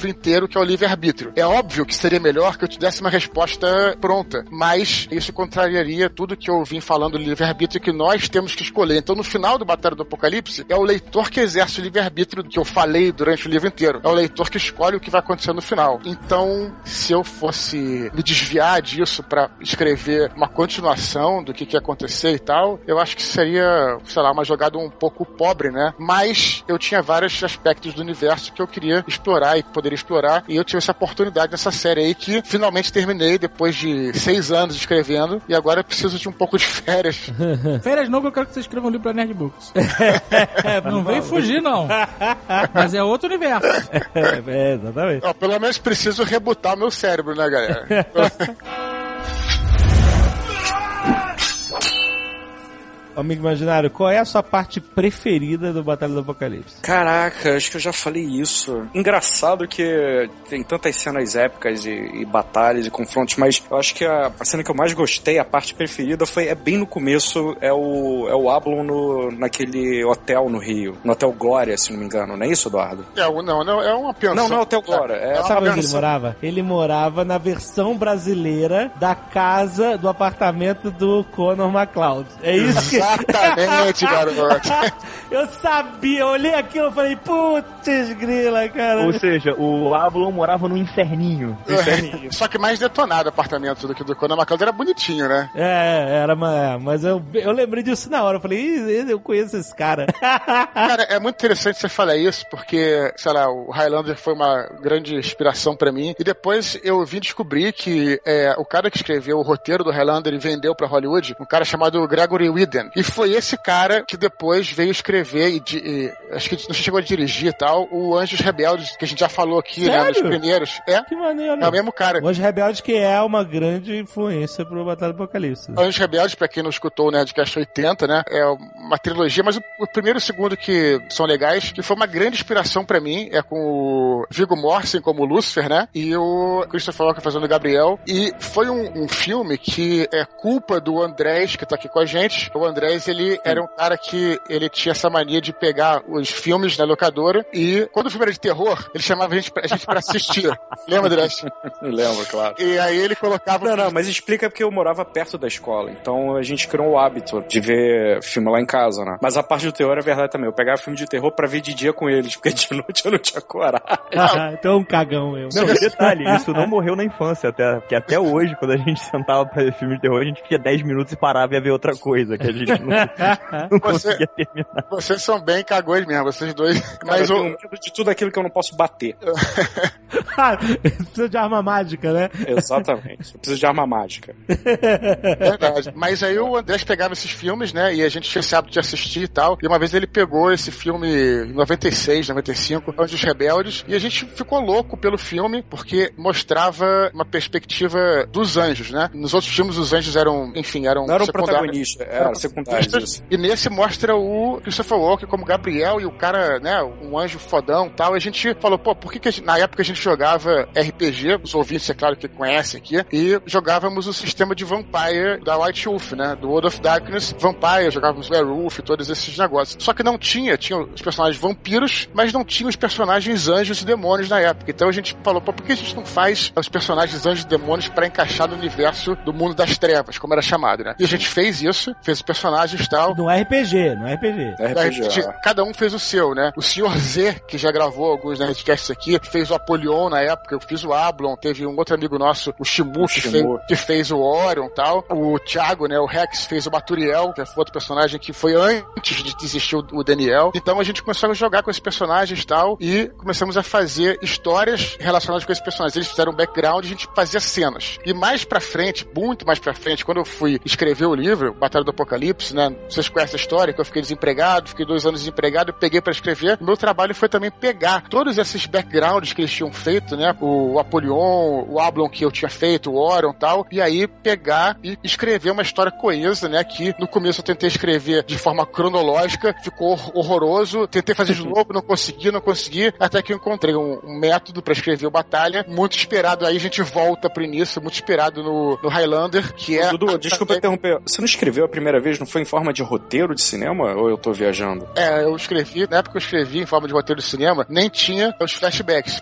inteiro, que é o livre-arbítrio. É óbvio que seria melhor que eu te desse uma resposta pronta, mas isso contrariaria tudo que eu vim falando do livre-arbítrio, que nós temos que escolher. Então, no final do Batalha do Apocalipse, é o leitor que exerce o livre-arbítrio que eu falei durante o livro inteiro. É o leitor que escolhe o que vai acontecer no final. Então, se eu fosse me desviar disso pra escrever uma continuação do que ia acontecer e tal, eu acho que seria, sei lá, uma jogada um pouco pobre, né? Mas eu tinha vários aspectos do universo que eu queria explorar e que poderia explorar, e eu tive essa oportunidade nessa série aí que finalmente terminei depois de 6 anos escrevendo, e agora eu preciso de um pouco de férias. Férias não, que eu quero que você escreva um livro pra Nerdbooks. Não vem fugir, não. Mas é outro universo. Exatamente. Ó, pelo menos preciso rebutar o meu cérebro, né, galera? Amigo imaginário, qual é a sua parte preferida do Batalha do Apocalipse? Caraca, acho que eu já falei isso. Engraçado que tem tantas cenas épicas e batalhas e confrontos, mas eu acho que a cena que eu mais gostei, a parte preferida, é bem no começo, é o Ablon naquele hotel no Rio, no Hotel Glória, se não me engano, não é isso, Eduardo? Não, é uma pensão. Não é Hotel Glória. Sabe onde ele morava? Ele morava na versão brasileira da casa, do apartamento do Connor MacLeod. É isso que... Exatamente, garoto. Eu sabia, eu olhei aquilo e falei, putz grila, cara. Ou seja, o Ablon morava no inferninho. Só que mais detonado o apartamento do que do Conan MacLeod, era bonitinho, né? Mas eu lembrei disso na hora, eu falei, eu conheço esse cara. Cara, é muito interessante você falar isso, porque, sei lá, o Highlander foi uma grande inspiração pra mim, e depois eu vim descobrir que o cara que escreveu o roteiro do Highlander e vendeu pra Hollywood, um cara chamado Gregory Whedon. E foi esse cara que depois veio escrever e acho que não chegou a dirigir e tal, o Anjos Rebeldes, que a gente já falou aqui, sério? Né, nos primeiros. Que maneiro. É o mesmo cara. O Anjos Rebeldes, que é uma grande influência pro Batalha do Apocalipse. Anjos Rebeldes, pra quem não escutou o Nerdcast 80, né, é uma trilogia, mas o primeiro e o segundo que são legais, que foi uma grande inspiração pra mim, é com o Viggo Mortensen como Lúcifer, né, e o Christopher Walken fazendo o Gabriel, e foi um filme que é culpa do Andrés, que tá aqui com a gente. O Andrés, ele era um cara que ele tinha essa mania de pegar os filmes na locadora e quando o filme era de terror, ele chamava a gente pra assistir. Lembra, Andrés? Lembro, claro. E aí ele colocava... Não, mas explica porque eu morava perto da escola, então a gente criou o hábito de ver filme lá em casa, né? Mas a parte do terror é verdade também. Eu pegava filme de terror pra ver de dia com eles, porque de noite eu não tinha coragem. Então é um cagão eu. Não, detalhe, isso não morreu na infância, porque até hoje, quando a gente sentava pra ver filme de terror, a gente via 10 minutos e parava e ia ver outra coisa, que a gente não conseguia terminar. Vocês são bem cagões mesmo, vocês dois. Mas eu tenho medo de tudo aquilo que eu não posso bater. Precisa de arma mágica, né? Exatamente. Eu preciso de arma mágica. Verdade. Mas aí o Andrés pegava esses filmes, né? E a gente tinha esse hábito de assistir e tal. E uma vez ele pegou esse filme em 96, 95, Anjos Rebeldes, e a gente ficou louco pelo filme, porque mostrava uma perspectiva dos anjos, né? Nos outros filmes os anjos eram, enfim, eram não eram protagonistas, eram secundários. E nesse mostra o Christopher Walken como Gabriel e o cara, né, um anjo fodão e tal. E a gente falou, por que na época a gente jogava RPG, os ouvintes, é claro, que conhecem aqui, e jogávamos o sistema de Vampire da White Wolf, né, do World of Darkness, Vampire, jogávamos Werewolf, todos esses negócios. Só que não tinha os personagens vampiros, mas não tinha os personagens anjos e demônios na época. Então a gente falou, por que a gente não faz os personagens anjos e demônios pra encaixar no universo do mundo das trevas, como era chamado, né? E a gente fez isso, fez os personagens e tal. No RPG. Cada um fez o seu, né? O Sr. Z, que já gravou alguns Nerdcasts aqui, fez o Apollyon na época, eu fiz o Ablon, teve um outro amigo nosso, o Shimu, que fez o Orion e tal. O Thiago, né, o Rex, fez o Baturiel, que foi outro personagem que foi antes de existir o Daniel. Então a gente começou a jogar com esses personagens e tal, e começamos a fazer histórias relacionadas com esses personagens. Eles fizeram um background e a gente fazia cenas. E mais pra frente, muito mais pra frente, quando eu fui escrever o livro, Batalha do Apocalipse, né, vocês conhecem a história, que eu fiquei desempregado, fiquei 2 anos desempregado, eu peguei pra escrever. O meu trabalho foi também pegar todos esses backgrounds que eles tinham feito, né, o Apollyon, o Ablon que eu tinha feito, o Orion e tal, e aí pegar e escrever uma história coesa, né, que no começo eu tentei escrever de forma cronológica, ficou horroroso, tentei fazer de novo, não consegui, até que eu encontrei um método pra escrever o Batalha, muito esperado, aí a gente volta pro início, muito esperado no Highlander, que é... Dudu, desculpa interromper, você não escreveu a primeira vez, não foi em forma de roteiro de cinema, ou eu tô viajando? Eu escrevi, na época eu escrevi em forma de roteiro de cinema, nem tinha os flashbacks, pra você ver como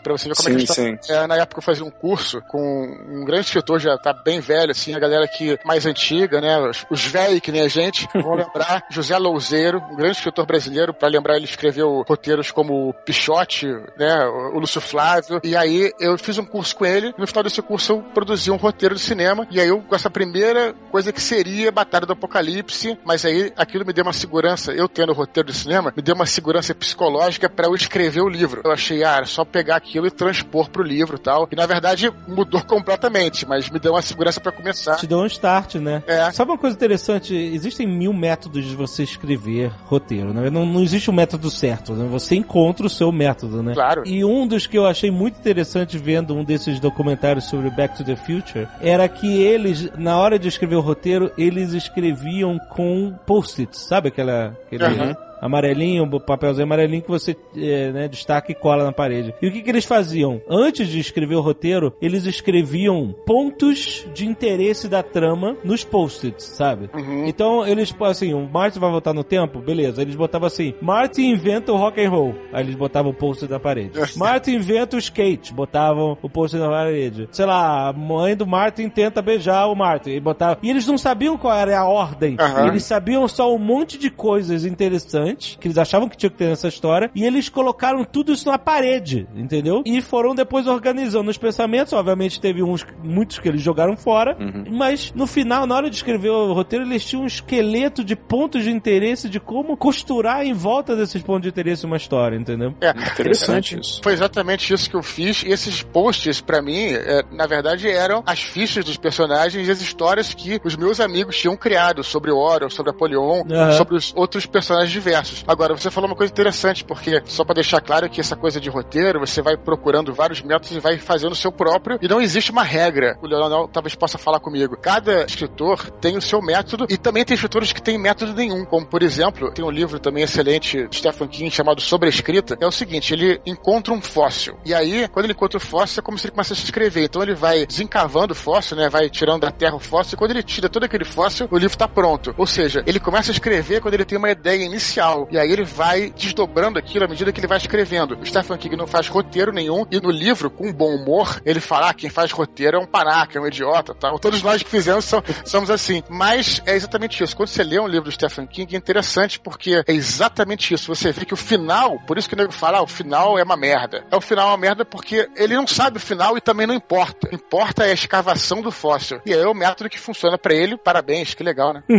Sim. Na época eu fazia um curso com um grande escritor, já tá bem velho, assim, a galera aqui mais antiga, né? Os velhos que nem a gente, vão lembrar José Louzeiro, um grande escritor brasileiro, pra lembrar, ele escreveu roteiros como Pichote, né? O Lúcio Flávio, e aí eu fiz um curso com ele, e no final desse curso eu produzi um roteiro de cinema, e aí eu, com essa primeira coisa que seria Batalha do Apocalipse, mas aí aquilo me deu uma segurança, eu tendo o roteiro de cinema, me deu uma segurança psicológica pra eu escrever o livro. Eu achei, era só pegar aquilo e transpor pro livro e tal, e na verdade mudou completamente, mas me deu uma segurança pra começar. Te deu um start, né? Sabe uma coisa interessante? Existem 1000 métodos de você escrever roteiro, né? Não existe um método certo, né? Você encontra o seu método, né? Claro. E um dos que eu achei muito interessante vendo um desses documentários sobre Back to the Future era que eles, na hora de escrever o roteiro, eles escreviam com post-its, sabe aquele amarelinho, papelzinho amarelinho que você destaca e cola na parede. E o que eles faziam? Antes de escrever o roteiro, eles escreviam pontos de interesse da trama nos post-its, sabe? Então, eles, assim, o Marty vai voltar no tempo? Beleza. Eles botavam assim, Marty inventa o rock and roll. Aí eles botavam o post-it na parede. Marty inventa o skate. Botavam o post-it na parede. Sei lá, a mãe do Martin tenta beijar o Marty. E eles não sabiam qual era a ordem. Eles sabiam só um monte de coisas interessantes que eles achavam que tinha que ter nessa história, e eles colocaram tudo isso na parede, entendeu? E foram depois organizando os pensamentos. Obviamente teve muitos que eles jogaram fora, mas no final, na hora de escrever o roteiro, eles tinham um esqueleto de pontos de interesse, de como costurar em volta desses pontos de interesse uma história, entendeu? Interessante isso. Foi exatamente isso que eu fiz, e esses posts, pra mim, na verdade, eram as fichas dos personagens e as histórias que os meus amigos tinham criado sobre o Orwell, sobre Napoleon, sobre os outros personagens diversos. Agora, você falou uma coisa interessante, porque só pra deixar claro que essa coisa de roteiro, você vai procurando vários métodos e vai fazendo o seu próprio, e não existe uma regra. O Leonel talvez possa falar comigo. Cada escritor tem o seu método, e também tem escritores que têm método nenhum, como, por exemplo, tem um livro também excelente de Stephen King chamado Sobre a Escrita. É o seguinte, ele encontra um fóssil, e aí, quando ele encontra o fóssil, é como se ele começasse a escrever. Então ele vai desencavando o fóssil, né, vai tirando da terra o fóssil, e quando ele tira todo aquele fóssil, o livro tá pronto. Ou seja, ele começa a escrever quando ele tem uma ideia inicial, e aí ele vai desdobrando aquilo à medida que ele vai escrevendo. O Stephen King não faz roteiro nenhum, e no livro, com bom humor, ele fala, quem faz roteiro é um panaca, é um idiota, tal. Todos nós que fizemos somos assim. Mas é exatamente isso. Quando você lê um livro do Stephen King, é interessante porque é exatamente isso. Você vê que o final, por isso que o nego fala, o final é uma merda. O final é uma merda porque ele não sabe o final e também não importa. Importa é a escavação do fóssil. E aí é o método que funciona pra ele. Parabéns, que legal, né?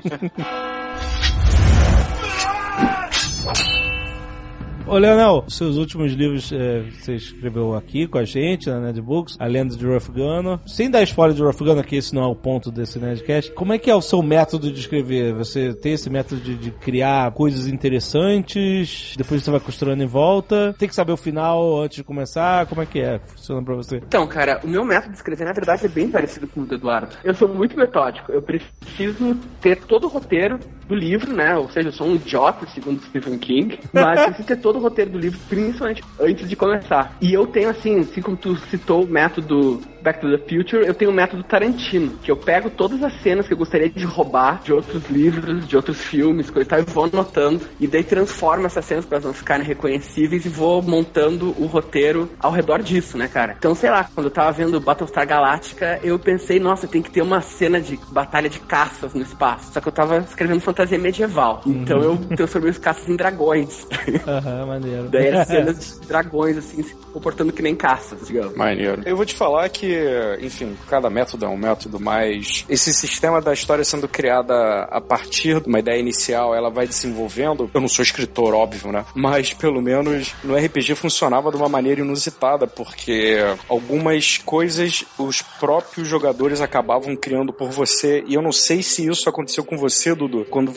Ô, Leonel, seus últimos livros você escreveu aqui com a gente, na Nerdbooks, A Lenda de Ruff Gunner. Sem dar spoiler de Ruff Gunner, que esse não é o ponto desse Nerdcast, como é que é o seu método de escrever? Você tem esse método de criar coisas interessantes, depois você vai costurando em volta, tem que saber o final antes de começar, como é que funciona pra você? Então, cara, o meu método de escrever, na verdade, é bem parecido com o do Eduardo. Eu sou muito metódico, eu preciso ter todo o roteiro do livro, né, ou seja, eu sou um idiota, segundo Stephen King, mas preciso ter todo o roteiro do livro, principalmente antes de começar. E eu tenho, assim como tu citou o método Back to the Future, eu tenho o método Tarantino, que eu pego todas as cenas que eu gostaria de roubar de outros livros, de outros filmes, coisa e tal, e vou anotando, e daí transformo essas cenas para elas não ficarem reconhecíveis e vou montando o roteiro ao redor disso, né, cara? Então, sei lá, quando eu tava vendo Battlestar Galactica, eu pensei, nossa, tem que ter uma cena de batalha de caças no espaço. Só que eu tava escrevendo fantasia medieval. Então eu transformei os caças em dragões. Maneiro. Daí as cenas de dragões, assim, se comportando que nem caças, digamos. Maneiro. Eu vou te falar que, enfim, cada método é um método, mas esse sistema da história sendo criada a partir de uma ideia inicial, ela vai desenvolvendo. Eu não sou escritor, óbvio, né? Mas, pelo menos, no RPG funcionava de uma maneira inusitada, porque algumas coisas os próprios jogadores acabavam criando por você, e eu não sei se isso aconteceu com você, Dudu, quando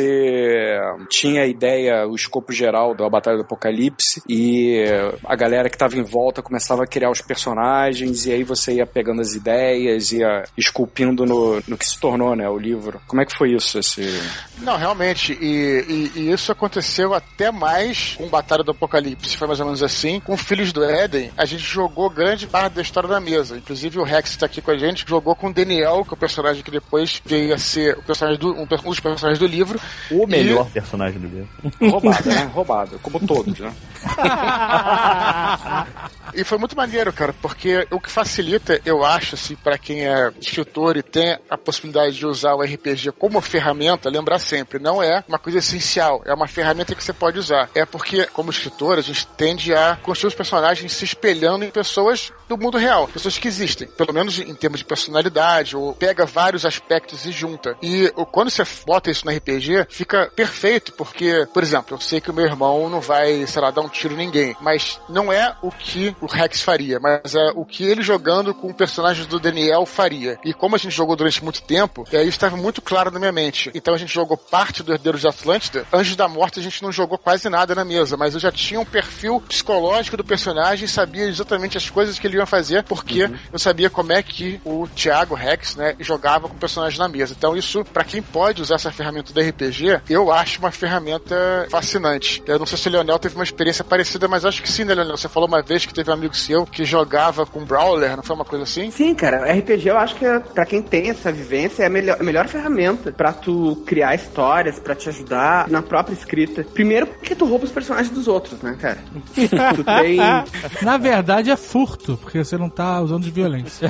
você tinha a ideia, o escopo geral da Batalha do Apocalipse, e a galera que tava em volta começava a criar os personagens, e aí você ia pegando as ideias, ia esculpindo no que se tornou, né, o livro. Como é que foi isso? Não, realmente, e isso aconteceu até mais com Batalha do Apocalipse, foi mais ou menos assim. Com Filhos do Éden, a gente jogou grande parte da história na mesa, inclusive o Rex tá aqui com a gente, jogou com o Daniel, que é o personagem que depois veio a ser o personagem um dos personagens do livro. O melhor personagem do livro. Roubado, né? Roubado, como todos, né? E foi muito maneiro, cara, porque o que facilita, eu acho, assim, pra quem é escritor e tem a possibilidade de usar o RPG como ferramenta, lembrar sempre, não é uma coisa essencial, é uma ferramenta que você pode usar. É porque, como escritor, a gente tende a construir os personagens se espelhando em pessoas do mundo real, pessoas que existem, pelo menos em termos de personalidade, ou pega vários aspectos e junta. E quando você bota isso no RPG, fica perfeito, porque, por exemplo, eu sei que o meu irmão não vai, sei lá, dar um tiro em ninguém, mas não é o que o Rex faria, mas é o que ele jogando com o personagem do Daniel faria. E como a gente jogou durante muito tempo, isso estava muito claro na minha mente. Então a gente jogou parte do Herdeiros de Atlântida. Anjos da Morte a gente não jogou quase nada na mesa, mas eu já tinha um perfil psicológico do personagem e sabia exatamente as coisas que ele ia fazer, porque eu sabia como é que o Thiago Rex, né, jogava com o personagem na mesa. Então isso, pra quem pode usar essa ferramenta do RPG, eu acho uma ferramenta fascinante. Eu não sei se o Leonel teve uma experiência parecida, mas acho que sim, né, Leonel? Você falou uma vez que teve um amigo seu que jogava com Brawler, não foi uma coisa assim? Sim, cara. RPG eu acho que pra quem tem essa vivência é a melhor ferramenta pra tu criar histórias, pra te ajudar na própria escrita. Primeiro porque tu rouba os personagens dos outros, né, cara? Tu tem... Na verdade é furto, porque você não tá usando de violência.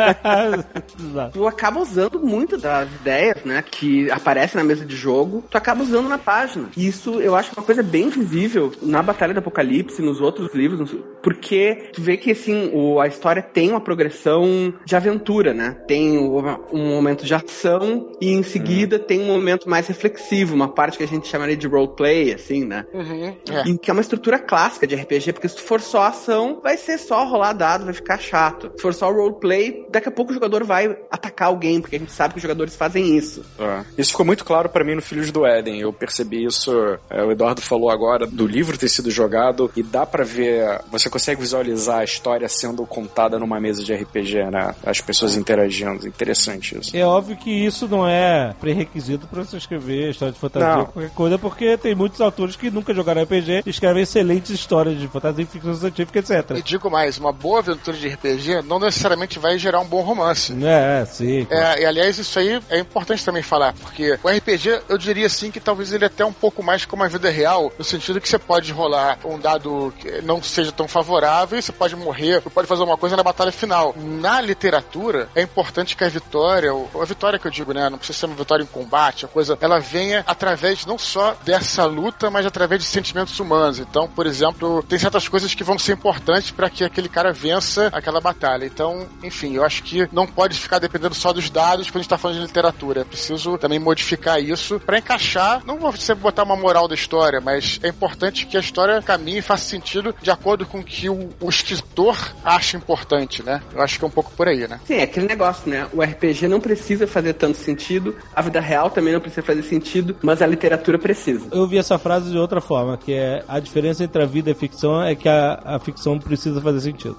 Tu acaba usando muito das ideias, né, que aparecem na mesa de jogo, tu acaba usando na página. E isso eu acho uma coisa bem visível na Batalha do Apocalipse, nos outros livros, porque tu vê que, assim, a história tem uma progressão de aventura, né? Tem um momento de ação e em seguida tem um momento mais reflexivo, uma parte que a gente chamaria de roleplay, assim, né? E que é uma estrutura clássica de RPG, porque se tu for só ação, vai ser só rolar dado, vai ficar chato. Se for só roleplay, daqui a pouco o jogador vai atacar alguém, porque a gente sabe que os jogadores fazem isso. Isso ficou muito claro pra mim no Filhos do Éden. Eu percebi isso, o Eduardo falou agora do livro ter sido jogado, e dá pra ver, você consegue visualizar a história sendo contada numa mesa de RPG, né? As pessoas interagindo. Interessante isso. É óbvio que isso não é pré-requisito pra você escrever história de fantasia ou qualquer coisa, porque tem muitos autores que nunca jogaram RPG e escrevem excelentes histórias de fantasia, ficção científica, etc. E digo mais, uma boa aventura de RPG não necessariamente vai gerar um bom romance. Sim. E aliás, isso aí é importante também falar, porque o RPG, eu diria assim que talvez ele é até um pouco mais como a vida real, no sentido que você pode rolar um dado que não seja tão favorável e você pode morrer, ou pode fazer uma coisa na batalha final. Na literatura, é importante que a vitória, a vitória que eu digo, né, não precisa ser uma vitória em combate, a coisa, ela venha através não só dessa luta, mas através de sentimentos humanos. Então, por exemplo, tem certas coisas que vão ser importantes para que aquele cara vença aquela batalha. Então, enfim, eu acho que não pode ficar dependendo só dos dados quando a gente tá falando de literatura. É preciso também modificar isso para encaixar, não vou sempre botar uma moral da história, mas é importante que a história caminhe e faça sentido de acordo com o que o escritor acha importante, né? Eu acho que é um pouco por aí, né? Sim, é aquele negócio, né? O RPG não precisa fazer tanto sentido, a vida real também não precisa fazer sentido, mas a literatura precisa. Eu vi essa frase de outra forma, que é a diferença entre a vida e a ficção é que a ficção precisa fazer sentido.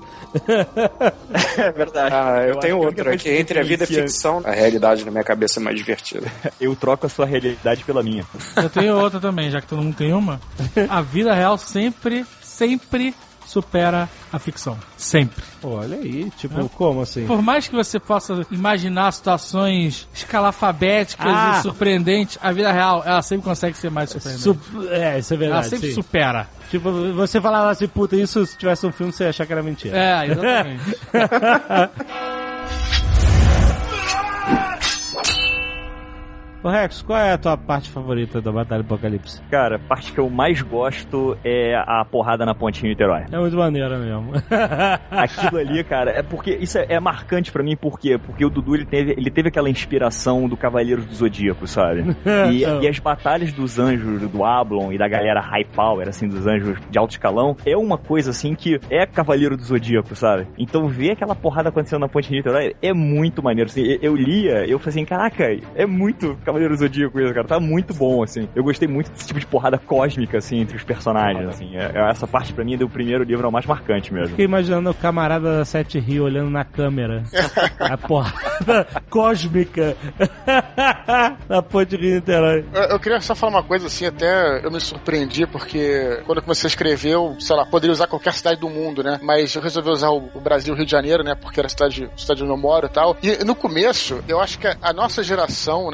É verdade. Eu tenho outra, que entre a vida e a ficção, a realidade na minha cabeça é mais divertida. Eu troco a sua realidade pela minha. Eu tenho outra também, já que todo mundo tem uma. A vida real sempre supera a ficção. Sempre. Olha aí, tipo, como assim? Por mais que você possa imaginar situações escalafabéticas e surpreendentes, a vida real, ela sempre consegue ser mais surpreendente. Isso é verdade. Ela sempre supera. Tipo, você falava assim, puta, isso se tivesse um filme, você ia achar que era mentira. É, exatamente. Ô Rex, qual é a tua parte favorita da Batalha do Apocalipse? Cara, a parte que eu mais gosto é a porrada na ponte em Niterói. É muito maneiro mesmo. Aquilo ali, cara, é porque isso é marcante pra mim, por quê? Porque o Dudu, ele teve aquela inspiração do Cavaleiros do Zodíaco, sabe? E as batalhas dos anjos do Ablon e da galera high power, assim, dos anjos de alto escalão, é uma coisa, assim, que é Cavaleiro do Zodíaco, sabe? Então ver aquela porrada acontecendo na ponte de Niterói é muito maneiro, assim. Eu lia, eu falei assim, caraca, é muito Cavaleiro do Zodíaco isso, cara. Tá muito bom, assim. Eu gostei muito desse tipo de porrada cósmica, assim, entre os personagens, assim. Essa parte, pra mim, do primeiro livro é o mais marcante mesmo. Fiquei imaginando o camarada da Sete Rio olhando na câmera. A porrada cósmica na ponte de Niterói. Eu queria só falar uma coisa, assim, até eu me surpreendi, porque quando eu comecei a escrever, eu, sei lá, poderia usar qualquer cidade do mundo, né? Mas eu resolvi usar o Brasil, Rio de Janeiro, né? Porque era a cidade onde eu moro e tal. E no começo, eu acho que a nossa geração, né? Assim,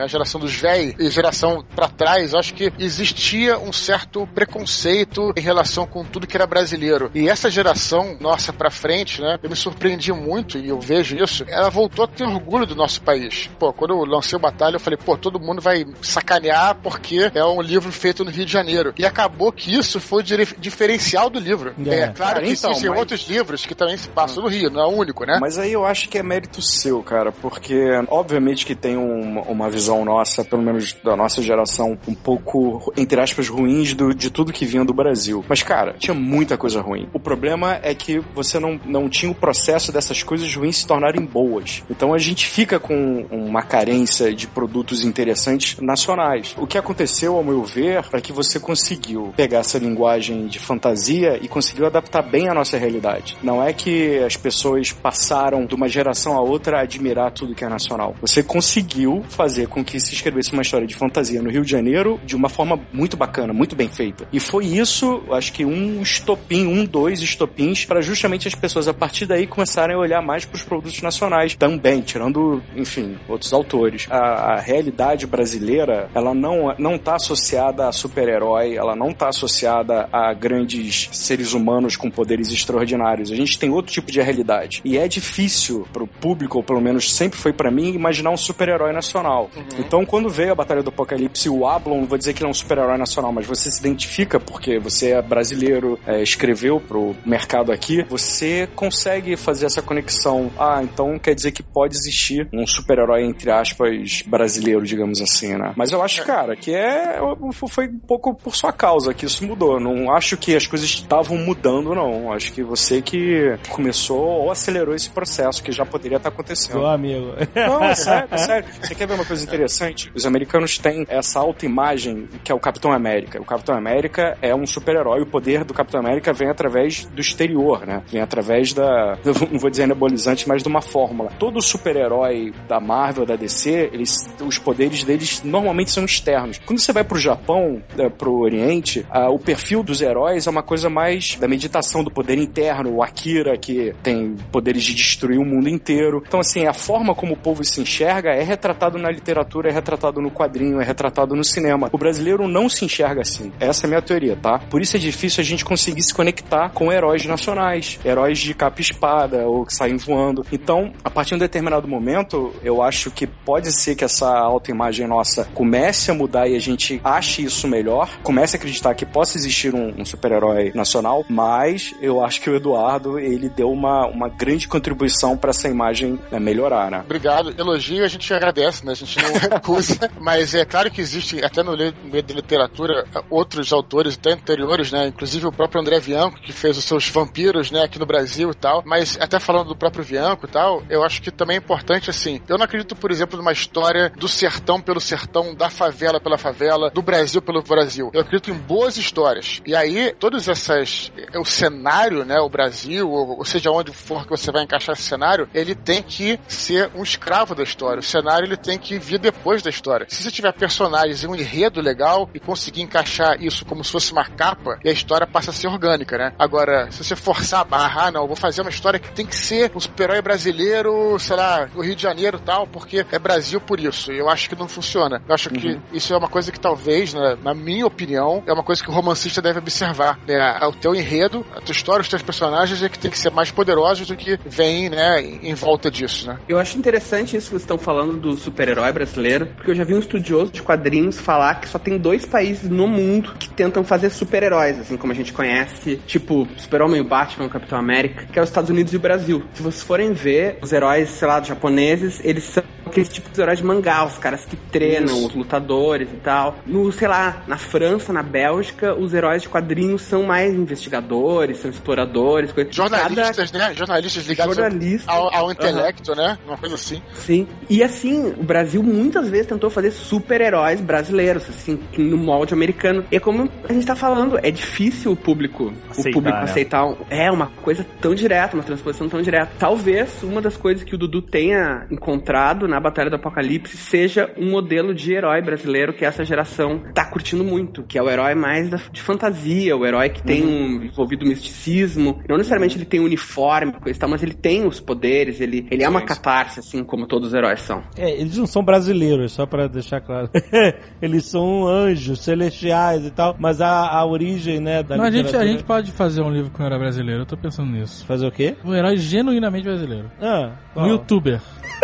a geração dos véi e geração pra trás, eu acho que existia um certo preconceito em relação com tudo que era brasileiro. E essa geração nossa pra frente, né, eu me surpreendi muito, e eu vejo isso, ela voltou a ter orgulho do nosso país. Pô, quando eu lancei o Batalha, eu falei, pô, todo mundo vai sacanear porque é um livro feito no Rio de Janeiro. E acabou que isso foi o diferencial do livro. É claro que existem outros livros que também se passam no Rio, não é o único, né? Mas aí eu acho que é mérito seu, cara, porque obviamente que tem uma visão nossa, pelo menos da nossa geração, um pouco, entre aspas, ruins de tudo que vinha do Brasil. Mas, cara, tinha muita coisa ruim. O problema é que você não tinha o processo dessas coisas ruins se tornarem boas. Então a gente fica com uma carência de produtos interessantes nacionais. O que aconteceu, ao meu ver, é que você conseguiu pegar essa linguagem de fantasia e conseguiu adaptar bem a nossa realidade. Não é que as pessoas passaram de uma geração a outra a admirar tudo que é nacional. Você conseguiu fazer com que se escrevesse uma história de fantasia no Rio de Janeiro de uma forma muito bacana, muito bem feita. E foi isso, acho que dois estopins para justamente as pessoas a partir daí começarem a olhar mais para os produtos nacionais também, tirando, enfim, outros autores. A realidade brasileira, ela não tá associada a super-herói, ela não tá associada a grandes seres humanos com poderes extraordinários. A gente tem outro tipo de realidade. E é difícil pro público, ou pelo menos sempre foi pra mim, imaginar um super-herói nacional. Então, quando veio a Batalha do Apocalipse, o Ablon, não vou dizer que ele é um super-herói nacional, mas você se identifica porque você é brasileiro, escreveu pro mercado aqui, você consegue fazer essa conexão. Então quer dizer que pode existir um super-herói, entre aspas, brasileiro, digamos assim, né? Mas eu acho, cara, que foi um pouco por sua causa que isso mudou. Não acho que as coisas estavam mudando, não. Acho que você que começou ou acelerou esse processo que já poderia estar acontecendo. Meu amigo. Não, é sério. Você quer ver uma coisa interessante? Os americanos têm essa autoimagem que é o Capitão América. O Capitão América é um super-herói. O poder do Capitão América vem através do exterior, né? Vem através não vou dizer anabolizante, mas de uma fórmula. Todo super-herói da Marvel, da DC, os poderes deles normalmente são externos. Quando você vai pro Japão, pro Oriente, o perfil dos heróis é uma coisa mais da meditação do poder interno, o Akira, que tem poderes de destruir o mundo inteiro. Então, assim, a forma como o povo se enxerga é retratado na literatura, é retratado no quadrinho, é retratado no cinema. O brasileiro não se enxerga assim. Essa é a minha teoria, tá? Por isso é difícil a gente conseguir se conectar com heróis nacionais, heróis de capa e espada, ou que saem voando. Então, a partir de um determinado momento, eu acho que pode ser que essa autoimagem nossa comece a mudar e a gente ache isso melhor, comece a acreditar que possa existir um super-herói nacional, mas eu acho que o Eduardo, ele deu uma grande contribuição para essa imagem melhorar, né? Obrigado. Elogio a gente agradece, né? A gente não recusa, mas é claro que existe, até no meio da literatura, outros autores até anteriores, né? Inclusive o próprio André Bianco, que fez os seus vampiros, né? Aqui no Brasil e tal, mas até falando do próprio Bianco e tal, eu acho que também é importante, assim, eu não acredito, por exemplo, numa história do sertão pelo sertão, da favela pela favela, do Brasil pelo Brasil. Eu acredito em boas histórias. E aí, todas essas... O cenário, né? O Brasil, ou seja, onde for que você vai encaixar esse cenário, ele tem que ser um escravo da história. O cenário, ele tem que vir depois da história. Se você tiver personagens e um enredo legal e conseguir encaixar isso como se fosse uma capa, e a história passa a ser orgânica, né? Agora, se você forçar a barra, não, eu vou fazer uma história que tem que ser um super-herói brasileiro, sei lá, do Rio de Janeiro e tal, porque é Brasil por isso. Eu acho que não funciona. Eu acho que isso é uma coisa que talvez, na minha opinião, é uma coisa que o romancista deve observar. O teu enredo, a tua história, os teus personagens é que tem que ser mais poderosos do que vem, né, em volta disso, né? Eu acho interessante isso que vocês estão falando do super-herói brasileiro, porque eu já vi um estudioso de quadrinhos falar que só tem 2 países no mundo que tentam fazer super-heróis, assim como a gente conhece, tipo Super-Homem, o Batman, o Capitão América, que é os Estados Unidos e o Brasil. Se vocês forem ver, os heróis, sei lá, japoneses, eles são aqueles tipos de heróis de mangá, os caras que treinam, os lutadores e tal. Sei lá, na França, na Bélgica, os heróis de quadrinhos são mais investigadores, são exploradores, coisa. Jornalistas, né? Jornalistas ligados ao intelecto, né? Uma coisa assim. Sim. E assim, o Brasil muitas vezes tentou fazer super-heróis brasileiros, assim, no molde americano. E como a gente tá falando, é difícil o público aceitar. É uma coisa tão direta, uma transposição tão direta. Talvez uma das coisas que o Dudu tenha encontrado na Batalha do Apocalipse seja um modelo de herói brasileiro que essa geração tá curtindo muito, que é o herói mais de fantasia, o herói que tem envolvido misticismo. Não necessariamente ele tem um uniforme, coisa e tal, mas ele tem os poderes, ele é uma catarse, assim como todos os heróis são. Eles não são brasileiros, só pra deixar claro. Eles são anjos, celestiais e tal, mas a origem, né, da literatura... A gente pode fazer um livro com um herói brasileiro, eu tô pensando nisso. Fazer o quê? Um herói genuinamente brasileiro. Um youtuber.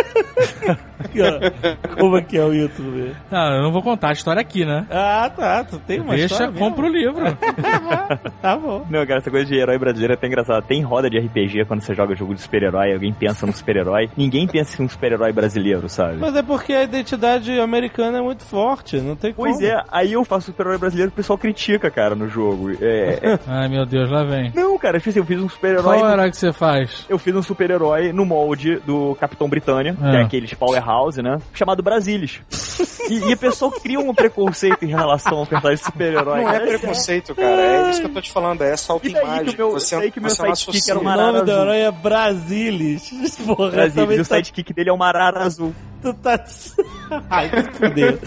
Como é que é o youtuber? Eu não vou contar a história aqui, né? Tá, tu tem uma história mesmo? Compra o livro. Tá bom. Não, cara, essa coisa de herói brasileiro é até engraçada. Tem roda de RPG quando você joga jogo de super-herói, alguém pensa no super-herói. Ninguém pensa em um super-herói brasileiro, sabe? Mas é porque a identidade americana é muito forte, não tem como. Pois é, aí eu faço super-herói brasileiro e o pessoal critica, cara, no jogo. Ai, meu Deus, lá vem. Não, cara, eu fiz um super-herói... Qual herói que você faz? Eu fiz um super-herói no molde do Capitão Britânia, que é aqueles powerhouse, né? Chamado Brasilis. E a pessoa cria um preconceito em relação ao personagem super-herói. Não é preconceito, cara. É isso que eu tô te falando. É essa autoimagem. Você que meu sidekick era uma O arara nome do azul. herói é Brasilis. Porra, Brasilis, o sidekick dele é uma arara azul. Tu tá... Ai, que fudeu.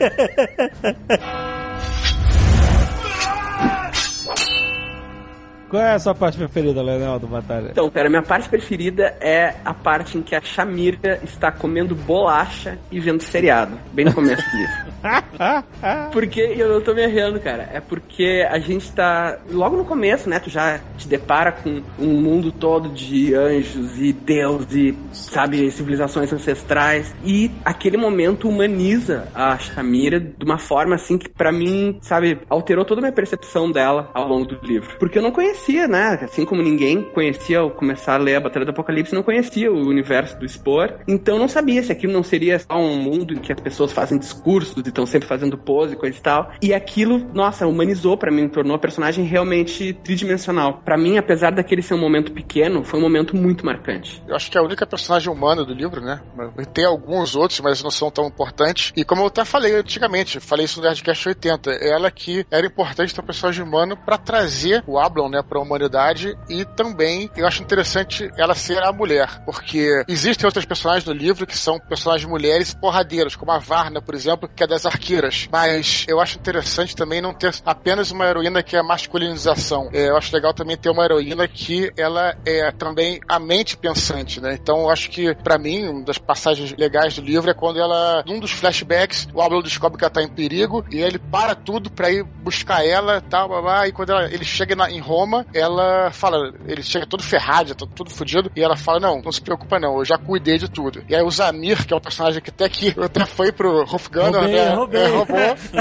Qual é a sua parte preferida, Leonel, do Batalha? Então, pera, minha parte preferida é a parte em que a Shamira está comendo bolacha e vendo seriado. Bem no começo do livro. Porque, eu não tô me arreando, cara, é porque a gente tá... Logo no começo, né, tu já te depara com um mundo todo de anjos e Deus e, sabe, civilizações ancestrais. E aquele momento humaniza a Shamira de uma forma, assim, que pra mim, sabe, alterou toda a minha percepção dela ao longo do livro. Porque eu não conhecia, né, assim como ninguém conhecia ao começar a ler a Batalha do Apocalipse, não conhecia o universo do Spore. Então não sabia se aquilo não seria só um mundo em que as pessoas fazem discursos e estão sempre fazendo pose e coisa e tal. E aquilo, nossa, humanizou pra mim, tornou a personagem realmente tridimensional. Pra mim, apesar daquele ser um momento pequeno, foi um momento muito marcante. Eu acho que é a única personagem humana do livro, né? Tem alguns outros, mas não são tão importantes. E como eu até falei antigamente, falei isso no Nerdcast 80, ela que era importante ter um personagem humano pra trazer o Ablon, né, pra humanidade. E também, eu acho interessante ela ser a mulher, porque existem outras personagens no livro que são personagens mulheres porradeiras, como a Varna, por exemplo, que é das arqueiras. Mas eu acho interessante também não ter apenas uma heroína que é a masculinização. Eu acho legal também ter uma heroína que ela é também a mente pensante, né? Então eu acho que, pra mim, uma das passagens legais do livro é quando ela, num dos flashbacks, o Ablon descobre que ela tá em perigo e ele para tudo pra ir buscar ela, tal, e quando ele chega em Roma, ela fala, ele chega todo ferrado, já tá tudo fodido, e ela fala, não se preocupa não, eu já cuidei de tudo. E aí o Zamir, que é um personagem que até foi pro Hofgunner, né? Roubou.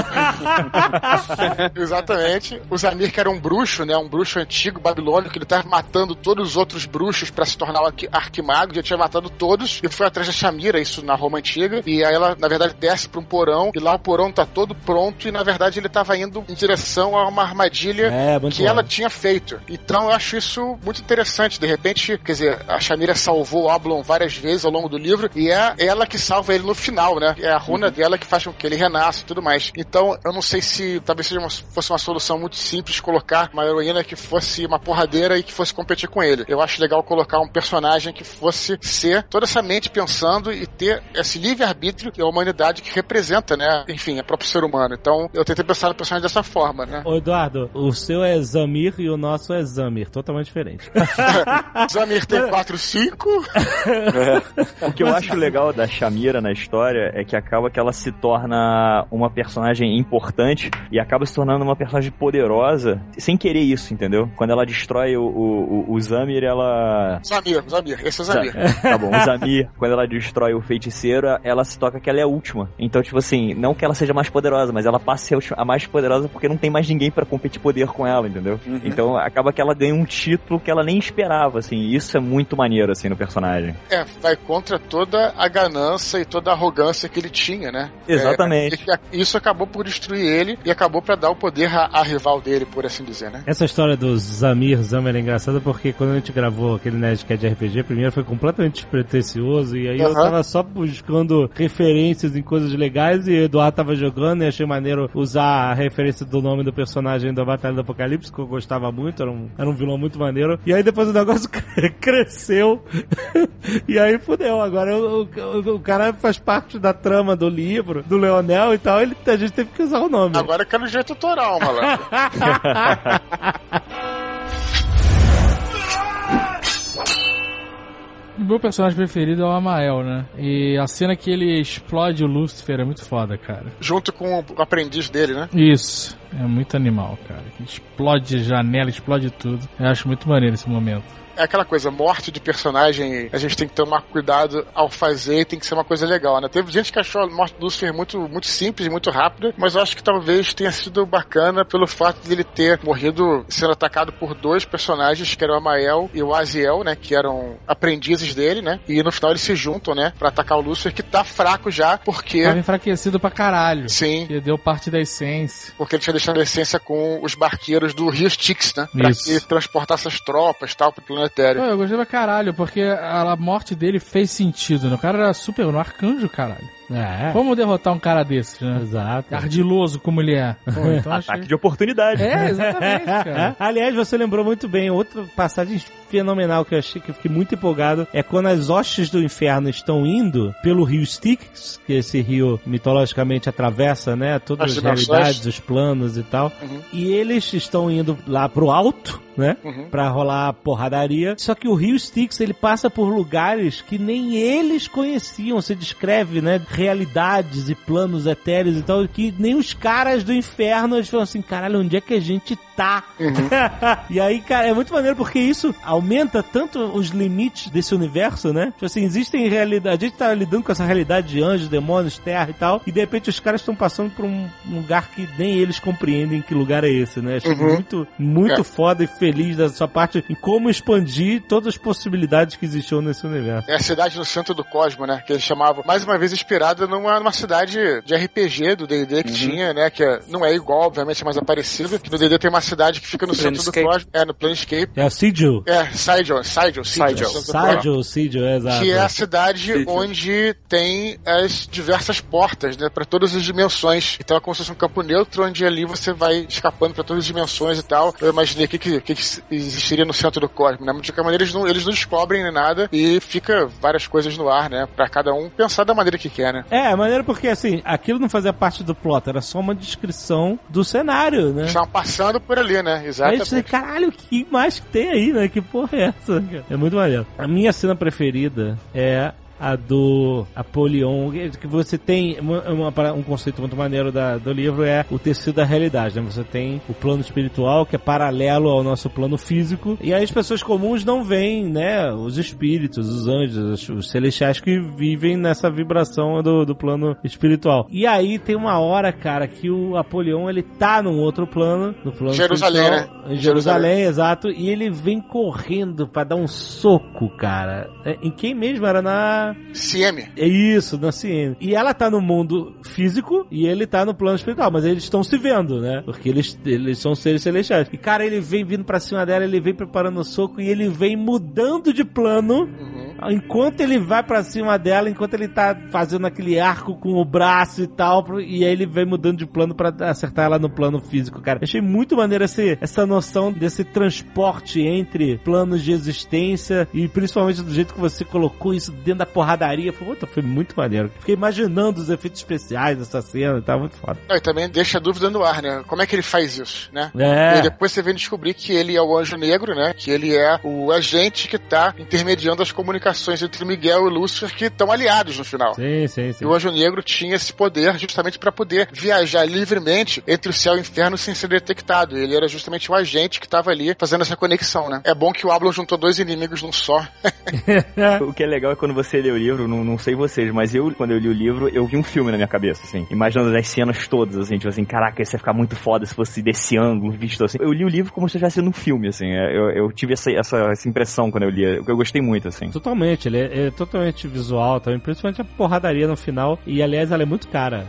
Exatamente. O Zamir, que era um bruxo, né? Um bruxo antigo, babilônico, que ele tava matando todos os outros bruxos pra se tornar o arquimago, já tinha matado todos, e foi atrás da Shamira, isso na Roma Antiga, e aí ela, na verdade, desce pra um porão, e lá o porão tá todo pronto, e na verdade ele tava indo em direção a uma armadilha que ela tinha feito. Então eu acho isso muito interessante. De repente, quer dizer, a Shamira salvou o Ablon várias vezes ao longo do livro, e é ela que salva ele no final, né? É a runa dela que faz com que ele renasça e tudo mais. Então, eu não sei se talvez fosse uma solução muito simples colocar uma heroína que fosse uma porradeira e que fosse competir com ele. Eu acho legal colocar um personagem que fosse ser toda essa mente pensando e ter esse livre-arbítrio e a humanidade que representa, né? Enfim, o próprio ser humano. Então, eu tentei pensar no personagem dessa forma, né? Ô, Eduardo, o seu é Zamir e o nosso é Zamir. Totalmente diferente. Zamir tem 4, 5. O que eu acho legal da Shamira na história é que acaba que ela se torna uma personagem importante e acaba se tornando uma personagem poderosa sem querer isso, entendeu? Quando ela destrói o Zamir, ela... Zamir, esse é o Zamir. Tá bom, o Zamir, quando ela destrói o feiticeiro, ela se toca que ela é a última. Então, tipo assim, não que ela seja mais poderosa, mas ela passa a ser a mais poderosa porque não tem mais ninguém pra competir poder com ela, entendeu? Uhum. Então, acaba que ela ganha um título que ela nem esperava, assim. Isso é muito maneiro, assim, no personagem. Vai contra toda a ganância e toda a arrogância que ele tinha, né? Exatamente. Isso acabou por destruir ele e acabou pra dar o poder à rival dele, por assim dizer, né? Essa história do Zamir é engraçada porque quando a gente gravou aquele Nerdcast de RPG, primeiro foi completamente despretensioso e aí eu tava só buscando referências em coisas legais e o Eduardo tava jogando e achei maneiro usar a referência do nome do personagem da Batalha do Apocalipse, que eu gostava muito. muito, era um vilão muito maneiro. E aí depois o negócio cresceu. E aí fudeu. Agora o cara faz parte da trama do livro, do Leonel e tal, a gente teve que usar o nome. Agora eu quero jeito autoral, malandro. O meu personagem preferido é o Amael, né? E a cena que ele explode o Lúcifer é muito foda, cara. Junto com o aprendiz dele, né? Isso. É muito animal, cara. Explode janela, explode tudo. Eu acho muito maneiro esse momento. É aquela coisa, morte de personagem, a gente tem que tomar cuidado ao fazer e tem que ser uma coisa legal, né? Teve gente que achou a morte do Lucifer muito, muito simples e muito rápida, mas eu acho que talvez tenha sido bacana pelo fato de ele ter morrido sendo atacado por dois personagens, que eram o Amael e o Aziel, né? Que eram aprendizes dele, né? E no final eles se juntam, né? Pra atacar o Lucifer, que tá fraco já, porque... Tava enfraquecido pra caralho. Sim. Que deu parte da essência. Porque ele tinha deixado a essência com os barqueiros do Rio Styx, né? Pra que transportasse as tropas e tal, pro planeta. Eu gostei pra caralho, porque a morte dele fez sentido, né? O cara era super, um arcanjo, caralho. Como derrotar um cara desse, né? Exato. Ardiloso como ele é. Pô, então Ataque de oportunidade. Exatamente, cara. Aliás, você lembrou muito bem, outra passagem fenomenal que eu achei, que eu fiquei muito empolgado, é quando as hostes do inferno estão indo pelo rio Styx, que esse rio mitologicamente atravessa, né, todas as realidades, os planos e tal, e eles estão indo lá pro alto, né, pra rolar porradaria, só que o rio Styx, ele passa por lugares que nem eles conheciam, você descreve, né, realidades e planos etéreos e tal, que nem os caras do inferno, eles falam assim, caralho, onde é que a gente tá? E aí, cara, é muito maneiro porque isso aumenta tanto os limites desse universo, né? Tipo assim, existem realidades, a gente tá lidando com essa realidade de anjos, demônios, terra e tal, e de repente os caras estão passando por um lugar que nem eles compreendem que lugar é esse, né? Acho muito foda e feliz da sua parte em como expandir todas as possibilidades que existiam nesse universo. É a cidade no centro do cosmos, né? Que eles chamavam, mais uma vez, inspirada numa cidade de RPG do D&D que tinha, né? Que não é igual, obviamente, é mais parecida. Que no D&D tem uma cidade que fica no centro do cosmos. É, no Planescape. É a Sigil. Sigil, exato. Que é a cidade onde tem as diversas portas, né? Pra todas as dimensões. Então é como se fosse um campo neutro, onde ali você vai escapando pra todas as dimensões e tal. Eu imaginei o que existiria no centro do cosmos, né? Mas de qualquer maneira eles não descobrem nem nada e fica várias coisas no ar, né? Pra cada um pensar da maneira que quer, né? É maneiro porque, assim, aquilo não fazia parte do plot, era só uma descrição do cenário, né? Estavam passando por ali, né? Exatamente. Aí você, caralho, o que mais que tem aí, né? Que porra é essa? É muito maneiro. A minha cena preferida é a do Apolion, que você tem um conceito muito maneiro do livro, é o tecido da realidade, né? Você tem o plano espiritual, que é paralelo ao nosso plano físico, e aí as pessoas comuns não veem, né, os espíritos, os anjos, os celestiais que vivem nessa vibração do plano espiritual. E aí tem uma hora, cara, que o Apolion, ele tá num outro plano, no plano Jerusalém, espiritual, né? Em Jerusalém, exato, e ele vem correndo pra dar um soco, cara. Em quem mesmo? Era na CM. É isso, na CM. E ela tá no mundo físico e ele tá no plano espiritual, mas eles estão se vendo, né? Porque eles são seres celestiais. E, cara, ele vem vindo pra cima dela, ele vem preparando o soco e ele vem mudando de plano enquanto ele vai pra cima dela, enquanto ele tá fazendo aquele arco com o braço e tal, e aí ele vem mudando de plano pra acertar ela no plano físico, cara. Eu achei muito maneiro essa noção desse transporte entre planos de existência e principalmente do jeito que você colocou isso dentro da porradaria. Foi muito maneiro. Fiquei imaginando os efeitos especiais dessa cena, tá muito foda. E também deixa a dúvida no ar, né? Como é que ele faz isso, né? É. E depois você vem descobrir que ele é o Anjo Negro, né? Que ele é o agente que tá intermediando as comunicações entre Miguel e Lúcifer, que estão aliados no final. Sim. E o Anjo Negro tinha esse poder justamente para poder viajar livremente entre o céu e o inferno sem ser detectado. Ele era justamente o agente que tava ali fazendo essa conexão, né? É bom que o Ablon juntou dois inimigos num só. O que é legal é quando você lê o livro, não sei vocês, mas quando eu li o livro, eu vi um filme na minha cabeça, assim, imaginando as cenas todas, assim, tipo assim, caraca, isso ia ficar muito foda se fosse desse ângulo, visto assim. Eu li o livro como se eu estivesse vendo um filme, assim, eu tive essa impressão quando eu li, eu gostei muito, assim. Totalmente. Totalmente, ele é totalmente visual também, principalmente a porradaria no final, e aliás ela é muito cara.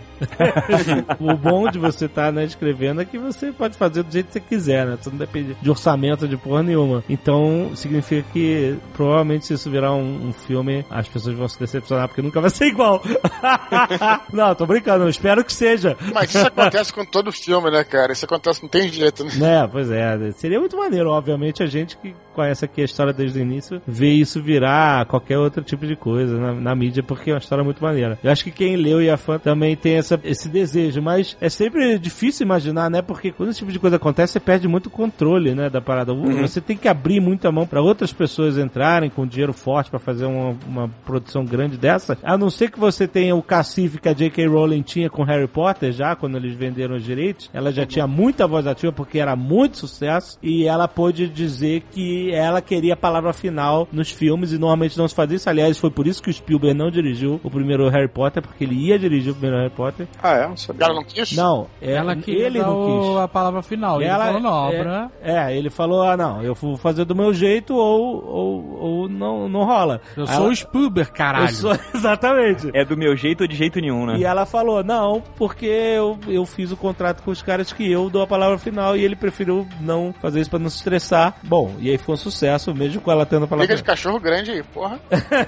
O bom de você estar, né, escrevendo é que você pode fazer do jeito que você quiser, né? Você não depende de orçamento de porra nenhuma. Então significa que provavelmente se isso virar um filme, as pessoas vão se decepcionar porque nunca vai ser igual. Não, tô brincando, eu espero que seja. Mas isso acontece com todo filme, né, cara? Isso acontece, não tem jeito, né? Pois é. Seria muito maneiro, obviamente, a gente que conhece aqui a história desde o início, ver isso virar qualquer outro tipo de coisa na mídia, porque é uma história muito maneira. Eu acho que quem leu e é fã também tem esse desejo, mas é sempre difícil imaginar, né? Porque quando esse tipo de coisa acontece, você perde muito controle, né, da parada. Você tem que abrir muita mão pra outras pessoas entrarem com dinheiro forte pra fazer uma produção grande dessa, a não ser que você tenha o cacife que a J.K. Rowling tinha com Harry Potter já, quando eles venderam os direitos. Ela já tinha muita voz ativa porque era muito sucesso, e ela pôde dizer que ela queria a palavra final nos filmes, e normalmente não se fazia isso. Aliás, foi por isso que o Spielberg não dirigiu o primeiro Harry Potter, porque ele ia dirigir o primeiro Harry Potter. Não sabia. Ela não quis? Não, ela queria ele não quis a palavra final. Ele falou na obra. Ele falou, não, eu vou fazer do meu jeito ou não rola. Eu sou o Spielberg, caralho. Exatamente. É do meu jeito ou de jeito nenhum, né? E ela falou, não, porque eu fiz o contrato com os caras que eu dou a palavra final, e ele preferiu não fazer isso pra não se estressar. Bom, e aí foi um sucesso, mesmo com ela tendo a palavra final. Liga de cachorro grande aí, porra.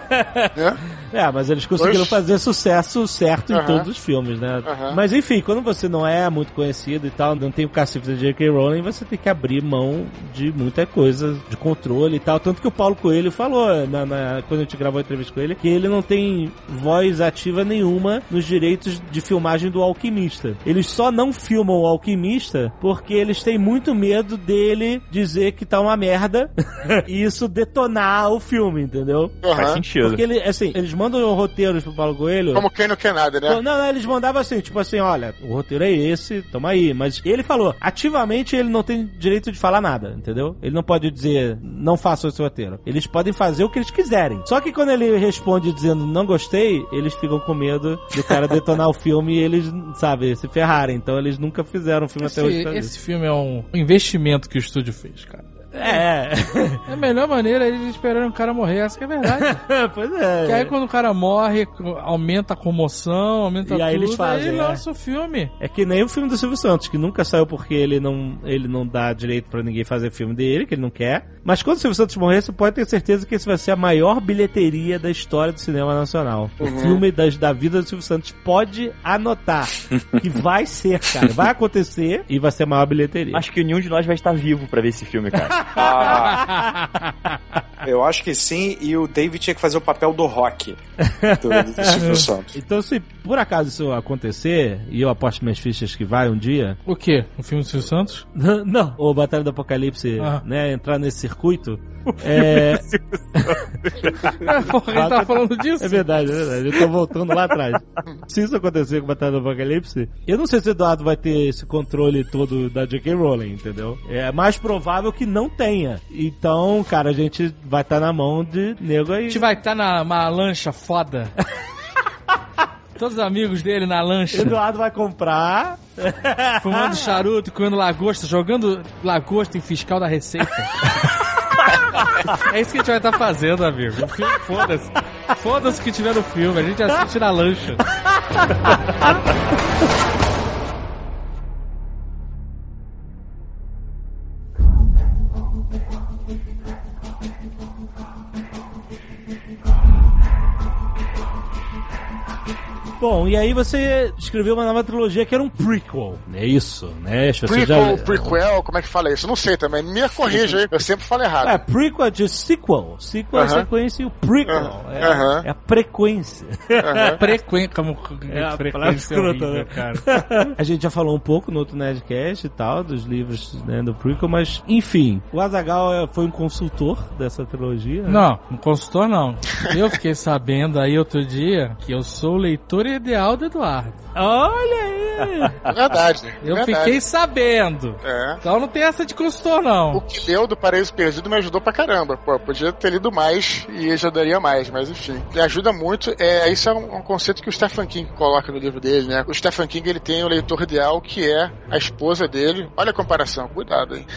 Mas eles conseguiram fazer sucesso certo em todos os filmes, né? Mas enfim, quando você não é muito conhecido e tal, não tem o cacife da J.K. Rowling, você tem que abrir mão de muita coisa, de controle e tal. Tanto que o Paulo Coelho falou, quando a gente gravou a entrevista com ele, que ele não tem voz ativa nenhuma nos direitos de filmagem do Alquimista. Eles só não filmam o Alquimista porque eles têm muito medo dele dizer que tá uma merda e isso detonar o filme, entendeu? Faz sentido. Porque eles mandam roteiros pro Paulo Coelho. Como quem não quer nada, né? Não, eles mandavam assim, tipo assim, olha, o roteiro é esse, toma aí. Mas ele falou, ativamente ele não tem direito de falar nada, entendeu? Ele não pode dizer, não faça esse roteiro. Eles podem fazer o que eles quiserem. Só que quando ele responde dizendo, não gostei, eles ficam com medo do cara detonar o filme e eles, sabe, se ferrarem. Então eles nunca fizeram um filme até hoje. Esse filme é um investimento que o estúdio fez, cara. A melhor maneira é eles esperarem o cara morrer, essa que é a verdade. Pois é. Que aí quando o cara morre, aumenta a comoção, aumenta tudo, eles fazem, aí lança o filme. É que nem o filme do Silvio Santos, que nunca saiu porque ele não dá direito pra ninguém fazer filme dele, que ele não quer. Mas quando o Silvio Santos morrer, você pode ter certeza que esse vai ser a maior bilheteria da história do cinema nacional. O filme da vida do Silvio Santos, pode anotar que vai ser, cara. Vai acontecer e vai ser a maior bilheteria. Acho que nenhum de nós vai estar vivo pra ver esse filme, cara. Eu acho que sim, e o David tinha que fazer o papel do Rock do Silvio Santos. Então, se por acaso isso acontecer, e eu aposto minhas fichas que vai um dia... O quê? O filme do Silvio Santos? Não, o Batalha do Apocalipse, né, entrar nesse circuito... Porra, ele tava falando disso? É verdade. Eu tô voltando lá atrás. Se isso acontecer com o Batalha do Apocalipse, eu não sei se o Eduardo vai ter esse controle todo da J.K. Rowling, entendeu? É mais provável que não tenha. Então, cara, a gente vai estar na mão de nego aí. A gente vai estar numa lancha foda. Todos os amigos dele na lancha. Eduardo vai comprar. Fumando charuto, comendo lagosta, jogando lagosta em fiscal da Receita. É isso que a gente vai estar fazendo, amigo. O filme, foda-se. Foda-se o que tiver no filme. A gente assiste na lancha. Bom, e aí você escreveu uma nova trilogia que era um prequel, é isso, né? Prequel, como é que fala isso? Eu não sei também, me corrija aí, eu sempre falo errado. Prequel é de sequel, sequel é a sequência e o prequel é a frequência. Frequência, como frequência horrível, cara. A gente já falou um pouco no outro Nerdcast e tal, dos livros, né, do prequel, mas, enfim, o Azaghal foi um consultor dessa trilogia? Não, um consultor não. Eu fiquei sabendo aí outro dia que eu sou leitor leitor ideal do Eduardo. Olha aí! Verdade. Eu fiquei sabendo. Então não tem essa de consultor, não. O que leu do Paraíso Perdido me ajudou pra caramba. Pô, podia ter lido mais e ajudaria mais, mas enfim. Me ajuda muito. Isso é um conceito que o Stephen King coloca no livro dele, né? O Stephen King, ele tem o leitor ideal, que é a esposa dele. Olha a comparação, cuidado, hein?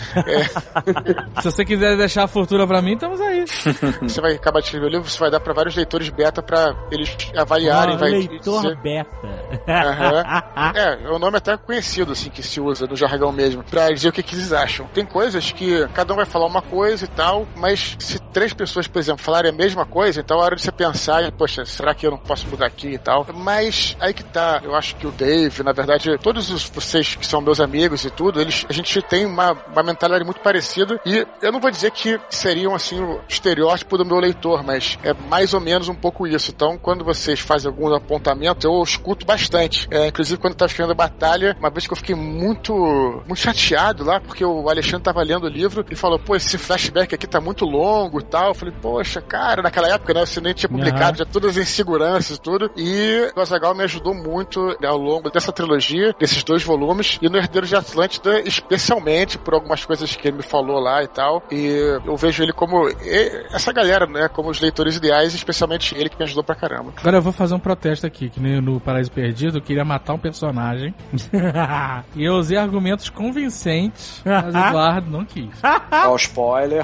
Se você quiser deixar a fortuna pra mim, estamos aí. Você vai acabar de escrever o livro, você vai dar pra vários leitores beta pra eles avaliarem. Leitor dizer... beta. É um nome até conhecido, assim, que se usa no jargão mesmo, pra dizer o que eles acham. Tem coisas que cada um vai falar uma coisa e tal, mas se 3 pessoas, por exemplo, falarem a mesma coisa, então é hora de você pensar em, poxa, será que eu não posso mudar aqui e tal? Mas aí que tá, eu acho que o Dave, na verdade, todos vocês que são meus amigos e tudo, a gente tem uma mentalidade muito parecida, e eu não vou dizer que seriam, assim, o estereótipo do meu leitor, mas é mais ou menos um pouco isso. Então, quando vocês fazem algum apontamento, eu escuto bastante. Inclusive, quando eu tava escrevendo a Batalha, uma vez que eu fiquei muito chateado lá, porque o Alexandre tava lendo o livro e falou, pô, esse flashback aqui tá muito longo e tal. Eu falei, poxa, cara, naquela época, né, você nem tinha publicado, já todas as inseguranças e tudo. E o Azaghal me ajudou muito, né, ao longo dessa trilogia, desses 2 volumes, e no Herdeiro de Atlântida, especialmente por algumas coisas que ele me falou lá e tal. E eu vejo ele como essa galera, né, como os leitores ideais, especialmente ele que me ajudou pra caramba. Agora eu vou fazer um protesto aqui, que nem no Paraíso Perdido, eu queria matar um personagem e eu usei argumentos convincentes, mas o Eduardo não quis. Ó, spoiler.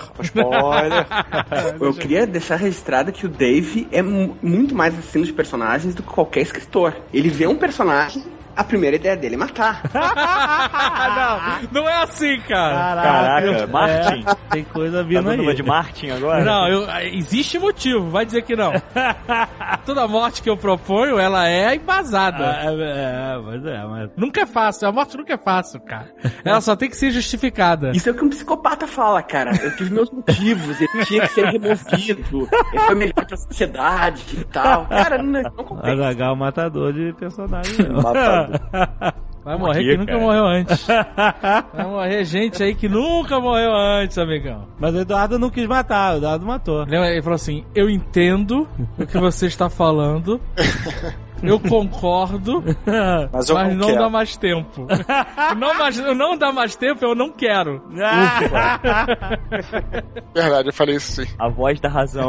Eu queria deixar registrado que o Dave é muito mais assim nos personagens do que qualquer escritor. Ele vê um personagem, a primeira ideia dele é matar. Não é assim, cara. Caraca, Martin? Tem coisa vindo aí. Tá de Martin agora? Não, existe motivo, vai dizer que não. Toda morte que eu proponho, ela é embasada. Mas... Nunca é fácil, a morte nunca é fácil, cara. Ela só tem que ser justificada. Isso é o que um psicopata fala, cara. Eu tive meus motivos, ele tinha que ser removido, ele foi melhor pra sociedade e tal. Cara, não compensa. Azaghal é um matador de personagem. Vai morrer quem nunca morreu antes. Vai morrer gente aí que nunca morreu antes, amigão. Mas o Eduardo não quis matar, o Eduardo matou. Ele falou assim, eu entendo o que você está falando, eu concordo, mas não dá mais tempo. Não dá mais tempo, eu não quero. Verdade, eu falei isso sim. A voz da razão.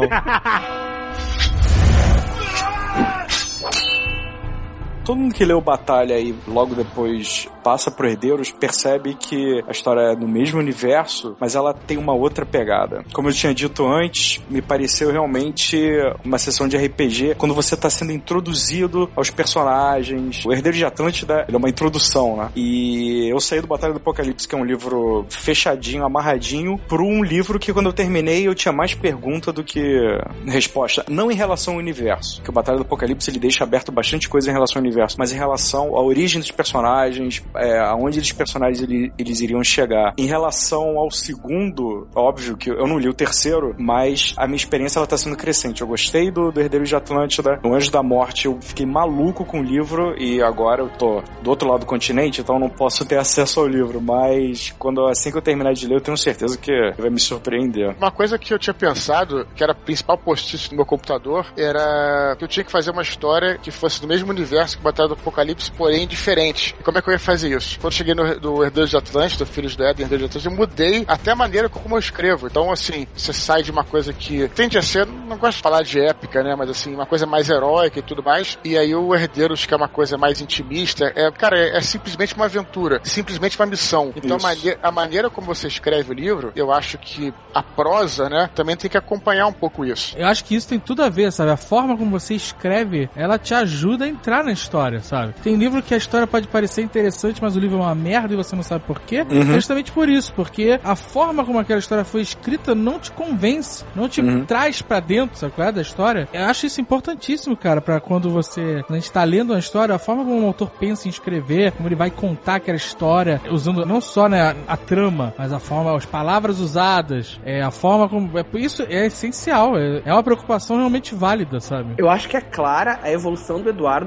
Todo mundo que leu Batalha e logo depois passa pro Herdeiros percebe que a história é no mesmo universo, mas ela tem uma outra pegada. Como eu tinha dito antes, me pareceu realmente uma sessão de RPG quando você tá sendo introduzido aos personagens. O Herdeiro de Atlântida, ele é uma introdução, né? E eu saí do Batalha do Apocalipse, que é um livro fechadinho, amarradinho, por um livro que quando eu terminei eu tinha mais pergunta do que resposta. Não em relação ao universo, que o Batalha do Apocalipse ele deixa aberto bastante coisa em relação ao universo, mas em relação à origem dos personagens, aonde os personagens eles iriam chegar. Em relação ao segundo, óbvio que eu não li o terceiro, mas a minha experiência ela tá sendo crescente. Eu gostei do Herdeiro de Atlântida, no Anjo da Morte eu fiquei maluco com o livro e agora eu tô do outro lado do continente, então eu não posso ter acesso ao livro, mas assim que eu terminar de ler eu tenho certeza que vai me surpreender. Uma coisa que eu tinha pensado, que era a principal post-it no meu computador, era que eu tinha que fazer uma história que fosse do mesmo universo que Batalha do Apocalipse, porém diferente. E como é que eu ia fazer isso? Quando eu cheguei do Herdeiros de Atlântida, Filhos do Éden, Herdeiros de Atlântida, eu mudei até a maneira como eu escrevo. Então, assim, você sai de uma coisa que tende a ser, não gosto de falar de épica, né, mas assim, uma coisa mais heróica e tudo mais, e aí o Herdeiros, que é uma coisa mais intimista, é simplesmente uma aventura, simplesmente uma missão. Então, a maneira como você escreve o livro, eu acho que a prosa, né, também tem que acompanhar um pouco isso. Eu acho que isso tem tudo a ver, sabe? A forma como você escreve, ela te ajuda a entrar na história, sabe? Tem livro que a história pode parecer interessante, mas o livro é uma merda e você não sabe por quê. É justamente por isso, porque a forma como aquela história foi escrita não te convence, não te traz pra dentro, sabe qual é, da história. Eu acho isso importantíssimo, cara, pra quando a gente tá lendo uma história, a forma como o autor pensa em escrever, como ele vai contar aquela história, usando não só, né, a trama, mas a forma, as palavras usadas, a forma como... Isso é essencial, é uma preocupação realmente válida, sabe? Eu acho que é clara a evolução do Eduardo como escritor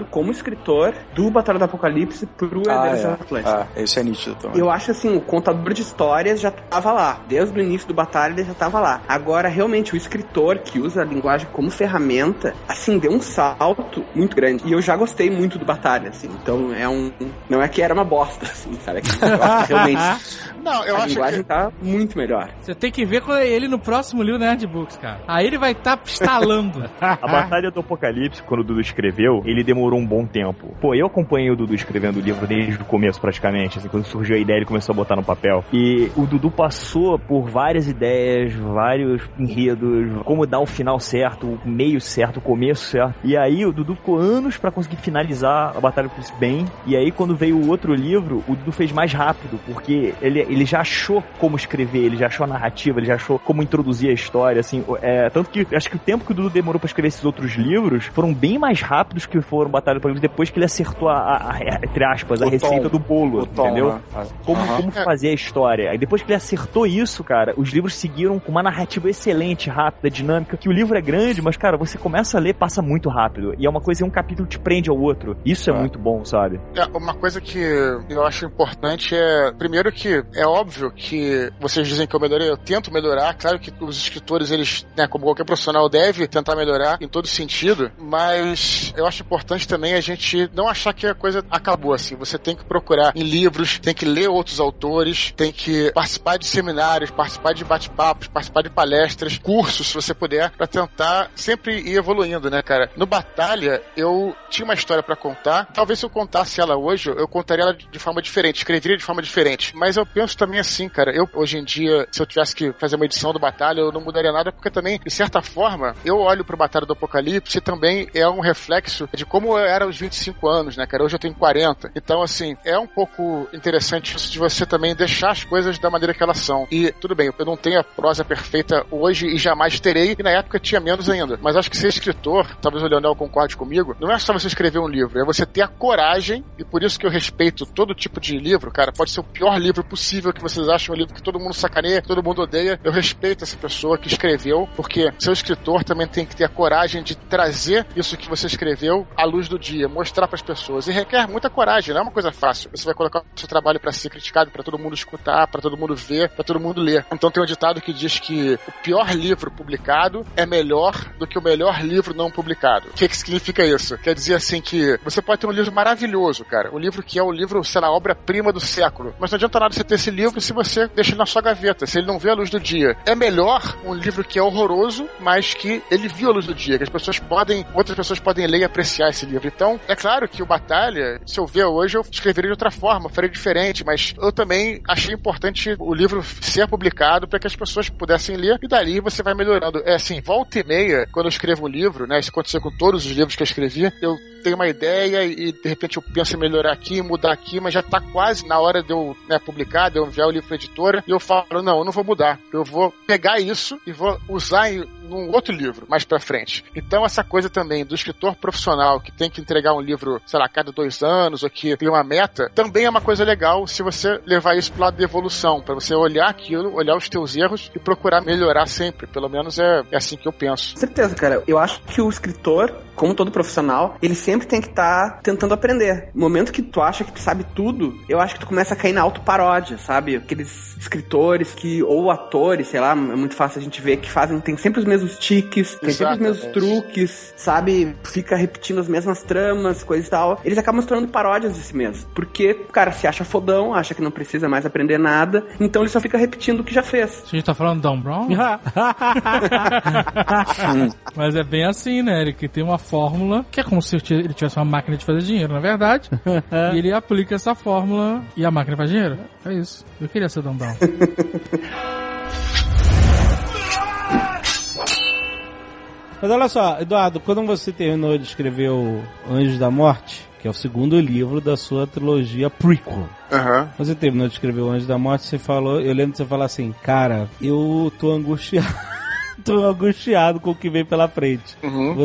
escritor do Batalha do Apocalipse pro Herdeiros da Atlântida. Esse é nítido também. Eu acho assim, o contador de histórias já tava lá. Desde o início do Batalha ele já tava lá. Agora, realmente, o escritor que usa a linguagem como ferramenta, assim, deu um salto muito grande. E eu já gostei muito do Batalha, assim. Então, não é que era uma bosta, assim, sabe? É que eu acho que realmente... Não, eu a acho linguagem que... tá muito melhor. Você tem que ver com ele no próximo livro Nerd Books, cara. Aí ele vai estar estalando. A Batalha do Apocalipse, quando o Dudu escreveu, ele demorou um bom tempo. Pô, eu acompanhei o Dudu escrevendo o livro desde o começo, praticamente. Assim, quando surgiu a ideia, ele começou a botar no papel. E o Dudu passou por várias ideias, vários enredos, como dar o final certo, o meio certo, o começo certo. E aí o Dudu ficou anos pra conseguir finalizar a Batalha do Apocalipse bem. E aí quando veio o outro livro, o Dudu fez mais rápido, porque ele já achou como escrever, ele já achou a narrativa, ele já achou como introduzir a história, assim. Tanto que acho que o tempo que o Dudu demorou pra escrever esses outros livros foram bem mais rápidos que foram Batalha do Apocalipse depois que ele acertou entre aspas, a receita do bolo, entendeu? Né? Como fazer a história. Aí depois que ele acertou isso, cara, os livros seguiram com uma narrativa excelente, rápida, dinâmica, que o livro é grande, mas, cara, você começa a ler, passa muito rápido. E é uma coisa, um capítulo te prende ao outro. Isso é muito bom, sabe? Uma coisa que eu acho importante primeiro que é óbvio que vocês dizem que eu melhorei, eu tento melhorar. Claro que os escritores, eles, né, como qualquer profissional, deve tentar melhorar em todo sentido, mas eu acho importante também a gente não achar que a coisa acabou assim. Você tem que procurar em livros, tem que ler outros autores, tem que participar de seminários, participar de bate-papos, participar de palestras, cursos, se você puder, pra tentar sempre ir evoluindo, né, cara? No Batalha, eu tinha uma história pra contar. Talvez se eu contasse ela hoje, eu contaria ela de forma diferente, escreveria de forma diferente. Mas eu penso também assim, cara, hoje em dia, se eu tivesse que fazer uma edição do Batalha, eu não mudaria nada, porque também, de certa forma, eu olho pro Batalha do Apocalipse e também é um reflexo de como eu era aos 25 anos, né, cara? Hoje eu tenho 40. Então, assim, é um pouco interessante isso de você também deixar as coisas da maneira que elas são. E, tudo bem, eu não tenho a prosa perfeita hoje e jamais terei, e na época tinha menos ainda. Mas acho que ser escritor, talvez o Leonel concorde comigo, não é só você escrever um livro, é você ter a coragem, e por isso que eu respeito todo tipo de livro, cara, pode ser o pior livro possível que vocês acham, um livro que todo mundo sacaneia, que todo mundo odeia, eu respeito essa pessoa que escreveu, porque seu escritor também tem que ter a coragem de trazer isso que você escreveu à luz do dia, mostrar pras pessoas, e requer muita coragem, não é uma coisa fácil. Você vai colocar o seu trabalho pra ser criticado, pra todo mundo escutar, pra todo mundo ver, pra todo mundo ler. Então tem um ditado que diz que o pior livro publicado é melhor do que o melhor livro não publicado. O que significa isso? Quer dizer assim que você pode ter um livro maravilhoso, cara, um livro que é o livro, sei lá, obra-prima do século, mas não adianta nada você ter esse livro se você deixa ele na sua gaveta, se ele não vê a luz do dia. É melhor um livro que é horroroso, mas que ele viu a luz do dia, que outras pessoas podem ler e apreciar esse livro. Então, é claro que o Batalha, se eu ver hoje, eu escreveria de outra forma, faria diferente, mas eu também achei importante o livro ser publicado para que as pessoas pudessem ler, e dali você vai melhorando. É assim, volta e meia, quando eu escrevo um livro, né, isso aconteceu com todos os livros que eu escrevi, eu tenho uma ideia e de repente eu penso em melhorar aqui, mudar aqui, mas já tá quase na hora de eu, né, publicar, de eu enviar o livro pra editora, e eu falo, não, eu não vou mudar, eu vou pegar isso e vou usar num outro livro, mais pra frente. Então essa coisa também do escritor profissional que tem que entregar um livro, sei lá, a cada 2 anos, ou que tem uma meta, também é uma coisa legal se você levar isso pro lado de evolução, pra você olhar aquilo, olhar os teus erros e procurar melhorar sempre. Pelo menos é assim que eu penso. Com certeza, cara. Eu acho que o escritor, como todo profissional, ele sempre tem que estar tentando aprender. No momento que tu acha que tu sabe tudo, eu acho que tu começa a cair na autoparódia, sabe? Aqueles escritores ou atores, sei lá, é muito fácil a gente ver que tem sempre os mesmos tiques, tem sempre os mesmos truques, sabe? Fica repetindo as mesmas tramas, coisas e tal. Eles acabam se tornando paródias de si mesmo. Porque o cara se acha fodão, acha que não precisa mais aprender nada, então ele só fica repetindo o que já fez. A gente tá falando do Dan Brown? Mas é bem assim, né? Ele que tem uma fórmula que é como se ele tivesse uma máquina de fazer dinheiro, na verdade. E ele aplica essa fórmula e a máquina faz dinheiro. É isso. Eu queria ser Dan Brown. Mas olha só, Eduardo, quando você terminou de escrever o Anjos da Morte, que é o segundo livro da sua trilogia prequel. Uhum. Você terminou de escrever o Anjos da Morte, você falou, eu lembro de você falar assim, cara, eu tô angustiado. Tô angustiado com o que vem pela frente. Uhum. Você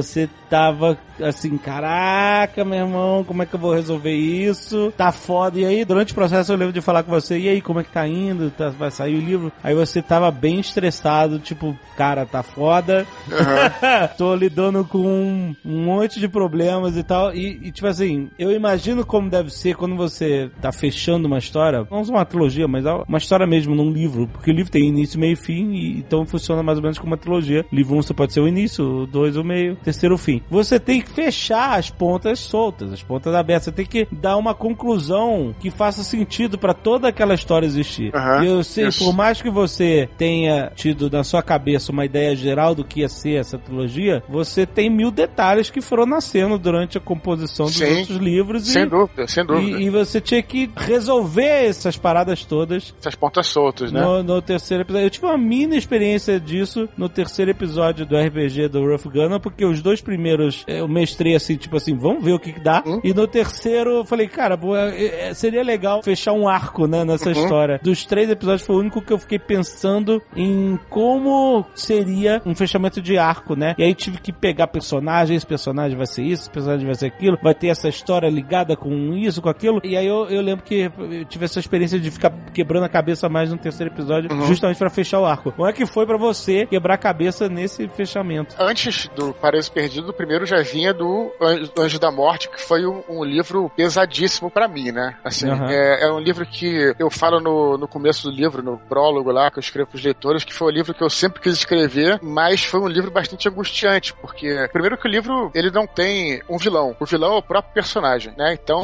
tava assim, caraca, meu irmão, como é que eu vou resolver isso? Tá foda. E aí, durante o processo, eu lembro de falar com você, e aí, como é que tá indo? Vai sair o livro? Aí você tava bem estressado, tipo, cara, tá foda. Tô lidando com um monte de problemas e tal. E tipo assim, eu imagino como deve ser quando você tá fechando uma história, não uma trilogia, mas uma história mesmo num livro, porque o livro tem início, meio e fim, e então funciona mais ou menos como uma trilogia. Livro 1 você pode ser o início, o 2 o meio, o terceiro o fim. Você tem que fechar as pontas soltas, as pontas abertas. Você tem que dar uma conclusão que faça sentido pra toda aquela história existir. E eu sei, por mais que você tenha tido na sua cabeça uma ideia geral do que ia ser essa trilogia, você tem 1000 detalhes que foram nascendo durante a composição dos outros livros. Sem dúvida. E você tinha que resolver essas paradas todas. Essas pontas soltas, né? No terceiro episódio. Eu tive uma mini experiência disso no terceiro episódio do RPG do Rough Gunner, porque os 2 primeiros eu mestrei assim, tipo assim, vamos ver o que dá. E no terceiro eu falei, cara, seria legal fechar um arco, né, nessa história. Dos 3 episódios foi o único que eu fiquei pensando em como seria um fechamento de arco, né? E aí tive que pegar personagens, esse personagem vai ser isso, esse personagem vai ser aquilo, vai ter essa história ligada com isso, com aquilo. E aí eu lembro que eu tive essa experiência de ficar quebrando a cabeça mais no terceiro episódio, justamente pra fechar o arco. Como é que foi pra você quebrar a cabeça nesse fechamento? Antes do Paraíso Perdido, o primeiro já vinha do Anjo da Morte, que foi um livro pesadíssimo pra mim, né? Assim, é um livro que eu falo no começo do livro, no prólogo lá, que eu escrevo pros leitores, que foi um livro que eu sempre quis escrever, mas foi um livro bastante angustiante, porque primeiro que o livro, ele não tem um vilão. O vilão é o próprio personagem, né? Então,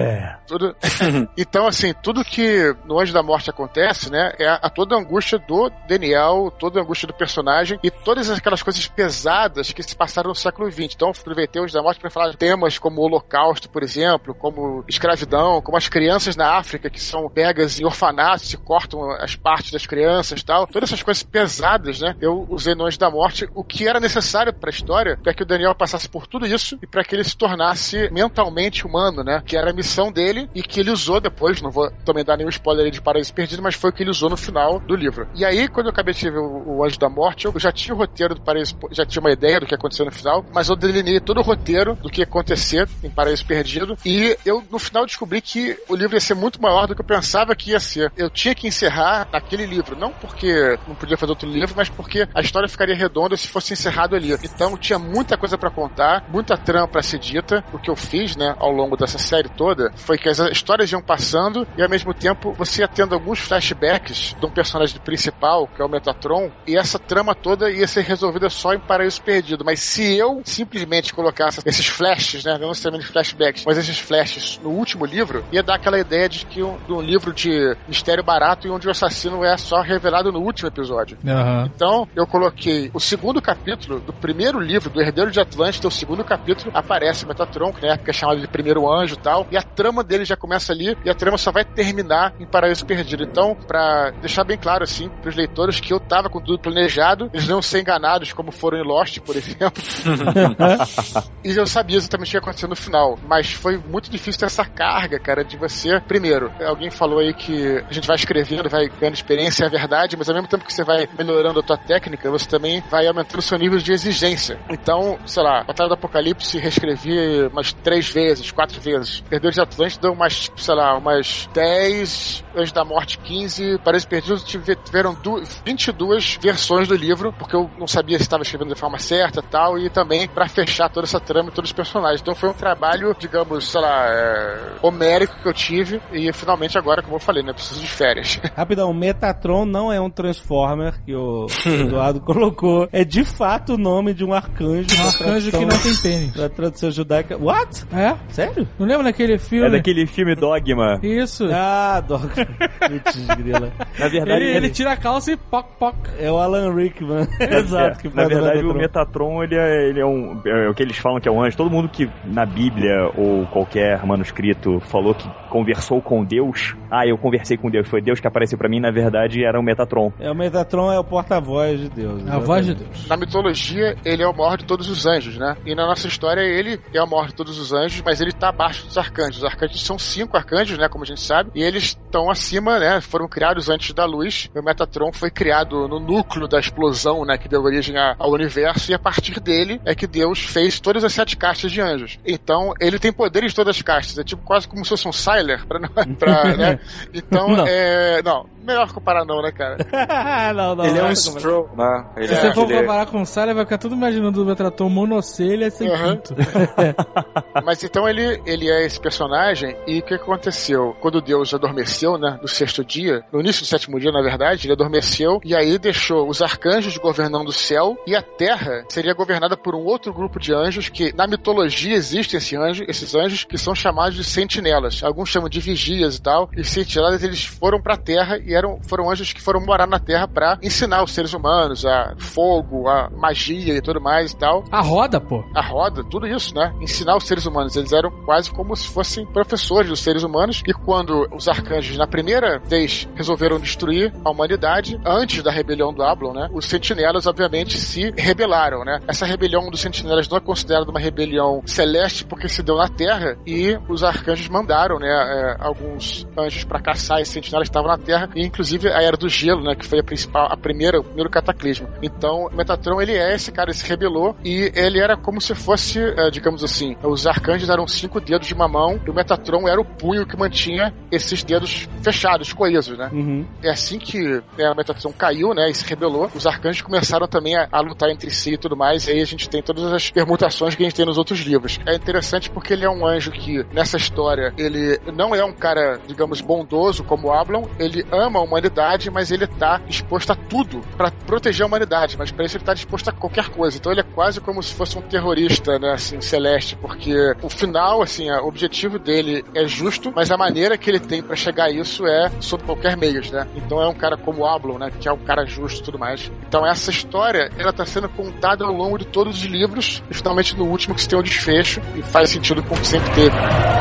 então, assim, tudo que no Anjo da Morte acontece, né, é toda a angústia do Daniel, toda a angústia do personagem e todas aquelas coisas pesadas que se passaram no século XX. Então, eu aproveitei o Anjo da Morte para falar de temas como o Holocausto, por exemplo, como escravidão, como as crianças na África que são pegas em orfanatos e cortam as partes das crianças e tal. Todas essas coisas pesadas, né, eu usei no Anjo da Morte, o que era necessário para a história, para que o Daniel passasse por tudo isso e para que ele se tornasse mentalmente humano, né, que era a missão dele e que ele usou depois, não vou também dar nenhum spoiler aí de Paraíso Perdido, mas foi o que ele usou no final do livro. E aí, quando eu acabei de ver o Anjo da Morte, eu já tinha o roteiro do Paraíso, já tinha uma ideia do que ia acontecer no final, mas eu delineei todo o roteiro do que ia acontecer em Paraíso Perdido, e eu, no final, descobri que o livro ia ser muito maior do que eu pensava que ia ser. Eu tinha que encerrar naquele livro, não porque não podia fazer outro livro, mas porque a história ficaria redonda se fosse encerrado ali. Então, tinha muita coisa pra contar, muita trama pra ser dita. O que eu fiz, né, ao longo dessa série toda, foi que as histórias iam passando e, ao mesmo tempo, você ia tendo alguns flashbacks de um personagem principal, que é o Metatron, e essa trama toda ia ser resolvida só em Paraíso Perdido. Mas se eu simplesmente colocasse esses flashes, né, não necessariamente flashbacks, mas esses flashes no último livro, ia dar aquela ideia de que de um livro de mistério barato e onde o assassino é só revelado no último episódio. Então, eu coloquei o segundo capítulo do primeiro livro, do Herdeiro de Atlântida, o segundo capítulo, aparece o Metatron, que na época é chamado de Primeiro Anjo e tal, e a trama dele já começa ali, e a trama só vai terminar em Paraíso Perdido. Então, pra deixar bem claro, assim, pros leitores que eu tava com tudo planejado, eles não ser enganados como foram em Lost, por exemplo. E eu sabia exatamente o que ia acontecer no final, mas foi muito difícil ter essa carga, cara, de você... Primeiro, alguém falou aí que a gente vai escrevendo, vai ganhando experiência, é verdade, mas ao mesmo tempo que você vai melhorando a tua técnica, você também vai aumentando o seu nível de exigência. Então, sei lá, Batalha do Apocalipse reescrevi umas 3 vezes, 4 vezes. Herdeiro de Atlântida umas, sei lá, umas 10, Anjo da Morte 15, Paraíso Perdido tiveram 22 versões do livro, porque eu não sabia se estava escrevendo de forma certa e tal, e também pra fechar toda essa trama e todos os personagens. Então foi um trabalho, digamos, sei lá, homérico que eu tive, e finalmente agora, como eu falei, né, preciso de férias. Rapidão, Metatron não é um Transformer que o Eduardo colocou, é de fato o nome de um arcanjo. Um arcanjo que não tem pênis. Da tradução judaica. What? É? Sério? Não lembra daquele filme? É daquele filme Dogma. Isso. Ah, Dogma. Na verdade, ele tira a calça e poc, poc. É o Alan Rickman. Exato. Que na verdade, o Metatron, ele é o que eles falam que é um anjo. Todo mundo que na Bíblia ou qualquer manuscrito falou que conversou com Deus, eu conversei com Deus, foi Deus que apareceu pra mim, na verdade era o Metatron. O Metatron é o porta-voz de Deus. A voz de Deus. Na mitologia, ele é o maior de todos os anjos, né? E na nossa história, ele é o maior de todos os anjos, mas ele tá abaixo dos arcanjos. Os arcanjos são 5 arcanjos, né? Como a gente sabe, e eles estão acima, né? Foram criados antes da luz. O Metatron foi criado no núcleo da explosão, né? Que deu origem ao universo, e a partir dele é que Deus fez todas as 7 castas de anjos. Então, ele tem poderes de todas as castas. É tipo quase como se fosse um Sylar, né? Então, não, melhor comparar não, né, cara? não. Ele é um Stroll, né? Se você for comparar com o Sylar, vai ficar tudo imaginando o Metatron monocelha sem pinto. Mas então ele é esse personagem, e o que aconteceu? Quando Deus adormeceu, né, no 6º dia, no início do 7º dia, na verdade, ele adormeceu, e aí deixou os arcanjos governando o céu, e a terra seria governada por um outro grupo de anjos, que na mitologia existem esses anjos, que são chamados de sentinelas. Alguns chamam de vigias e tal, e sentinelas, eles foram pra terra, e foram anjos que foram morar na terra pra ensinar os seres humanos a fogo, a magia e tudo mais e tal. A roda, pô. A roda, tudo isso, né? Ensinar os seres humanos. Eles eram quase como se fossem professores dos seres humanos, e quando os arcanjos, na primeira vez, resolveram destruir a humanidade, antes da rebelião do Ablon, né? Os sentinelas, obviamente, se rebelaram, né? Essa rebelião dos sentinelas não é considerada uma rebelião celeste, porque se deu na Terra, e os arcanjos mandaram, né, alguns anjos pra caçar esses sentinelas que estavam na Terra, e inclusive a Era do Gelo, né, que foi o primeiro cataclismo. Então, o Metatron, ele é esse cara, ele se rebelou, e ele era como se fosse, digamos assim, os arcanjos eram 5 dedos de uma mão, e o Metatron era o punho que mantinha esses dedos fechados, coesos, né? Uhum. É assim que o Metatron caiu, né, e se rebelou, os arcanjos começaram também a lutar entre si e tudo mais, e aí a gente tem todas as permutações que a gente tem nos outros livros. É interessante porque ele é um anjo que, nessa história, ele não é um cara, digamos, bondoso como o Ablon, ele ama a humanidade, mas ele tá disposto a tudo pra proteger a humanidade, mas pra isso ele tá disposto a qualquer coisa. Então ele é quase como se fosse um terrorista, né, assim, celeste, porque o final, assim, o objetivo dele é justo, mas a maneira que ele tem pra chegar a isso é sob qualquer meios, né? Então é um cara como o Ablon, né, que é um cara justo e tudo mais. Então essa história, ela tá sendo contada ao longo de todos os livros, e finalmente no último que se tem um desfecho, e faz sentido com o que sempre teve.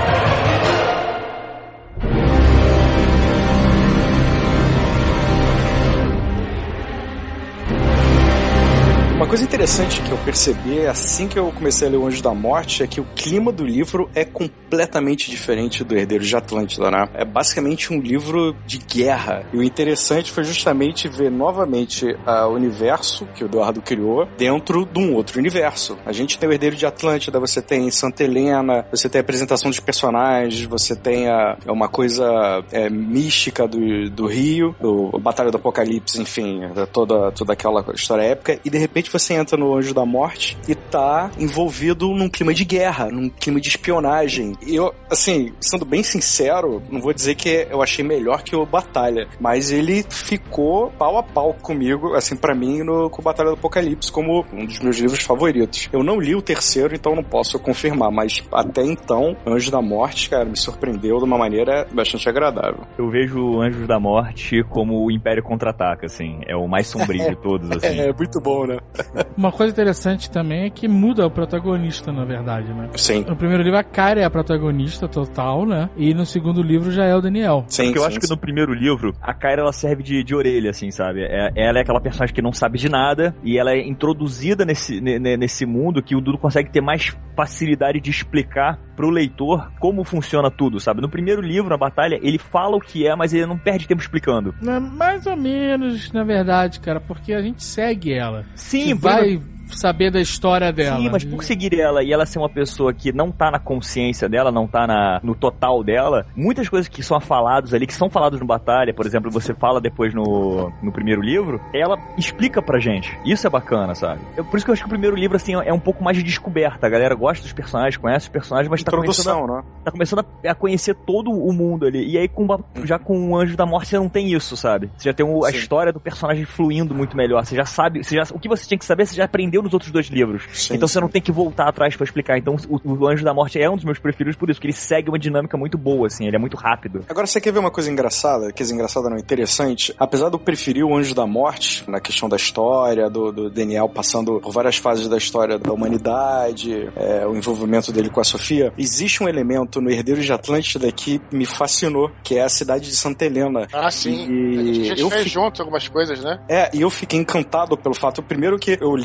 Uma coisa interessante que eu percebi assim que eu comecei a ler O Anjo da Morte é que o clima do livro é completamente diferente do Herdeiros de Atlântida, né? É basicamente um livro de guerra. E o interessante foi justamente ver novamente o universo que o Eduardo criou dentro de um outro universo. A gente tem o Herdeiro de Atlântida, você tem Santa Helena, você tem a apresentação dos personagens, você tem uma coisa mística do Rio, a Batalha do Apocalipse, enfim, toda aquela história épica, e de repente você entra no Anjo da Morte e tá envolvido num clima de guerra, num clima de espionagem. E eu, assim, sendo bem sincero, não vou dizer que eu achei melhor que o Batalha, mas ele ficou pau a pau comigo, assim, pra mim, com Batalha do Apocalipse, como um dos meus livros favoritos. Eu não li o terceiro, então não posso confirmar, mas até então, Anjo da Morte, cara, me surpreendeu de uma maneira bastante agradável. Eu vejo Anjos da Morte como o Império Contra-Ataca, assim, é o mais sombrio de todos, assim. É muito bom, né? Uma coisa interessante também é que muda o protagonista, na verdade, né? Sim. No primeiro livro, a Kyra é a protagonista total, né? E no segundo livro já é o Daniel. Sim, porque eu acho que no primeiro livro, a Kyra, ela serve de orelha, assim, sabe? Ela é aquela personagem que não sabe de nada e ela é introduzida nesse mundo que o Dudu consegue ter mais facilidade de explicar pro leitor como funciona tudo, sabe? No primeiro livro, na batalha, ele fala o que é, mas ele não perde tempo explicando. Mais ou menos, na verdade, cara, porque a gente segue ela. Sim, vai saber da história dela. Sim, mas por seguir ela e ela ser uma pessoa que não tá na consciência dela, não tá no total dela, muitas coisas que são faladas ali, que são faladas no Batalha, por exemplo, você fala depois no primeiro livro, ela explica pra gente. Isso é bacana, sabe? Por isso que eu acho que o primeiro livro, assim, é um pouco mais de descoberta. A galera gosta dos personagens, conhece os personagens, mas tá começando a conhecer todo o mundo ali. E aí, já com o Anjo da Morte, você não tem isso, sabe? Você já tem a história do personagem fluindo muito melhor. Você já sabe, o que você tinha que saber, você já aprendeu nos outros 2 livros. Sim, então você não tem que voltar atrás pra explicar. Então o Anjo da Morte é um dos meus preferidos por isso, porque ele segue uma dinâmica muito boa, assim, ele é muito rápido. Agora você quer ver uma coisa engraçada, não, interessante? Apesar de eu preferir o Anjo da Morte, na questão da história, do Daniel passando por várias fases da história da humanidade, o envolvimento dele com a Sofia, existe um elemento no Herdeiros de Atlântida que me fascinou, que é a cidade de Santa Helena. Ah, sim. A gente fez junto algumas coisas, né? E eu fiquei encantado pelo fato, primeiro que eu li algumas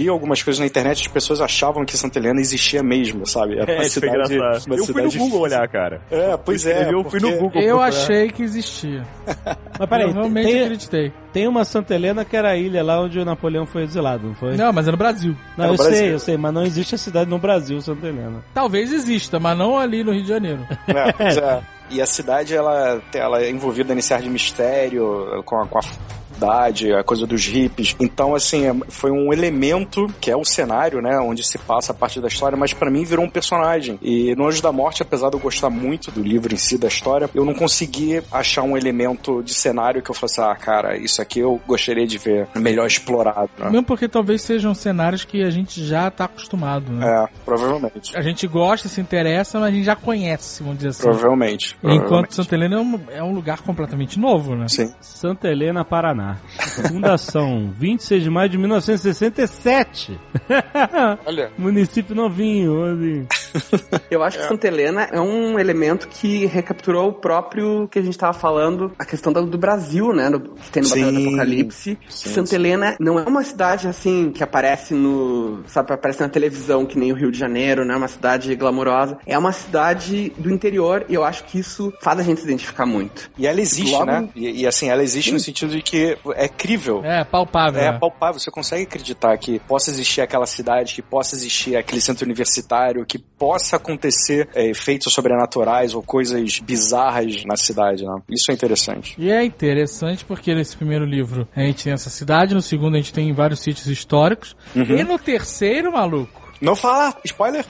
umas coisas na internet, as pessoas achavam que Santa Helena existia mesmo, sabe? Era uma cidade, eu fui no Google olhar, cara. Pois é. Eu fui no Google. Eu achei que existia. Mas peraí, eu realmente acreditei. Tem uma Santa Helena que era a ilha lá onde o Napoleão foi exilado, não foi? Não, mas é no Brasil. Não, eu sei, mas não existe a cidade no Brasil, Santa Helena. Talvez exista, mas não ali no Rio de Janeiro. Pois é. E a cidade, ela é envolvida nesse ar de mistério, com a a coisa dos hippies. Então, assim, foi um elemento que é o cenário, né, onde se passa a parte da história, mas pra mim virou um personagem. E no Anjo da Morte, apesar de eu gostar muito do livro em si, da história, eu não consegui achar um elemento de cenário que eu fosse, cara, isso aqui eu gostaria de ver melhor explorado, né? Mesmo porque talvez sejam cenários que a gente já tá acostumado, né? Provavelmente. A gente gosta, se interessa, mas a gente já conhece, vamos dizer assim. Provavelmente. Enquanto Santa Helena é um lugar completamente novo, né? Sim. Santa Helena, Paraná. Fundação, 26 de maio de 1967. Olha. Município novinho. Eu acho que Santa Helena é um elemento que recapturou o próprio que a gente estava falando, a questão do Brasil, né? Que tem no Batalha do Apocalipse. Santa Helena não é uma cidade assim que aparece aparece na televisão, que nem o Rio de Janeiro, né? Uma cidade glamurosa. É uma cidade do interior e eu acho que isso faz a gente se identificar muito. E ela existe, né? E assim, ela existe no sentido de que é crível. É palpável. É palpável. Você consegue acreditar que possa existir aquela cidade, que possa existir aquele centro universitário, que possa acontecer efeitos sobrenaturais ou coisas bizarras na cidade, né? Isso é interessante. E é interessante porque nesse primeiro livro a gente tem essa cidade, no segundo a gente tem vários sítios históricos, e no terceiro, maluco... Não fala! Spoiler!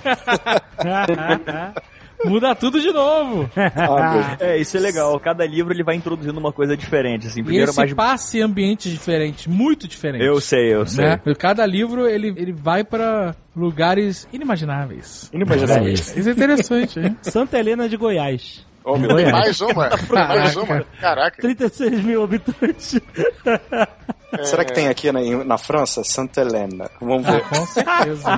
Muda tudo de novo. Isso é legal. Cada livro ele vai introduzindo uma coisa diferente. Assim, primeiro passa em ambientes diferentes, muito diferentes. Eu sei. Né? Cada livro ele vai pra lugares inimagináveis. Isso é interessante, hein? Santa Helena de Goiás. Oh, meu Deus. Mais uma? Caraca. 36 mil habitantes. Será que tem aqui na França? Santa Helena. Vamos ver. Com certeza.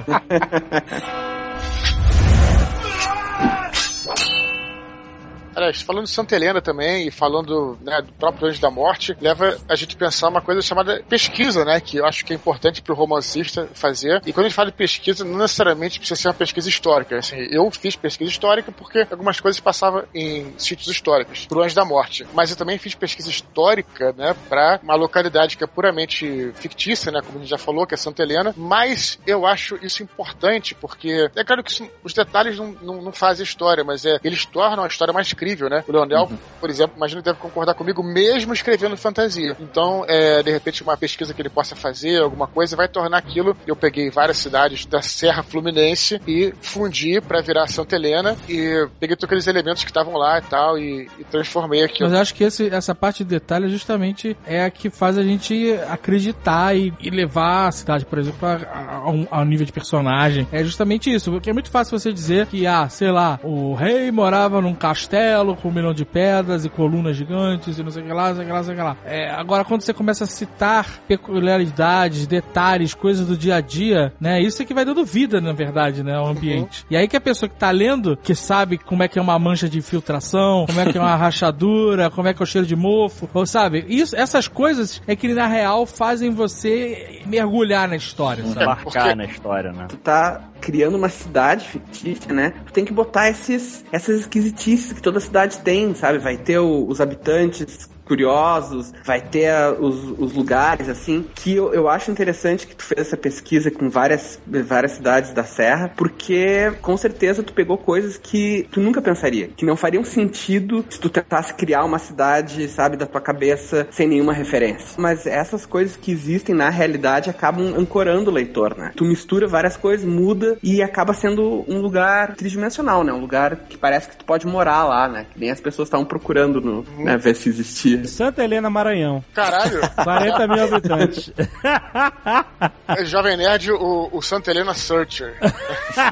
Aliás, falando de Santa Helena também, e falando, né, do próprio Anjo da Morte, leva a gente a pensar uma coisa chamada pesquisa, né, que eu acho que é importante pro romancista fazer. E quando a gente fala de pesquisa, não necessariamente precisa ser uma pesquisa histórica. Assim, eu fiz pesquisa histórica porque algumas coisas passavam em sítios históricos, pro Anjo da Morte. Mas eu também fiz pesquisa histórica, né, pra uma localidade que é puramente fictícia, né, como a gente já falou, que é Santa Helena. Mas eu acho isso importante porque, é claro que os detalhes não fazem história, mas eles tornam a história mais crível, né? O Leonel, por exemplo, imagino que deve concordar comigo, mesmo escrevendo fantasia. Então, de repente, uma pesquisa que ele possa fazer, alguma coisa, vai tornar aquilo. Eu peguei várias cidades da Serra Fluminense e fundi pra virar Santa Helena e peguei todos aqueles elementos que estavam lá e tal e transformei aquilo. Mas eu acho que essa parte de detalhe justamente é a que faz a gente acreditar e levar a cidade, por exemplo, ao nível de personagem. É justamente isso, porque é muito fácil você dizer que, sei lá, o rei morava num castelo com 1 milhão de pedras e colunas gigantes e não sei o que lá. Agora, quando você começa a citar peculiaridades, detalhes, coisas do dia a dia, né? Isso é que vai dando vida, na verdade, né? Ao ambiente. E aí que a pessoa que tá lendo, que sabe como é que é uma mancha de infiltração, como é que é uma rachadura, como é que é o cheiro de mofo, ou sabe? Essas coisas é que, na real, fazem você mergulhar na história, sabe? Embarcar na história, né? Tu tá criando uma cidade fictícia, né? Tu tem que botar essas esquisitices que toda cidade tem, sabe? Vai ter os habitantes curiosos, vai ter os lugares, assim, que eu acho interessante que tu fez essa pesquisa com várias cidades da Serra, porque com certeza tu pegou coisas que tu nunca pensaria, que não fariam sentido se tu tentasse criar uma cidade, sabe, da tua cabeça, sem nenhuma referência. Mas essas coisas que existem na realidade acabam ancorando o leitor, né? Tu mistura várias coisas, muda e acaba sendo um lugar tridimensional, né? Um lugar que parece que tu pode morar lá, né? Que nem as pessoas estavam procurando né, ver se existia. Santa Helena, Maranhão. Caralho! 40 mil habitantes. Jovem Nerd, o Santa Helena Searcher.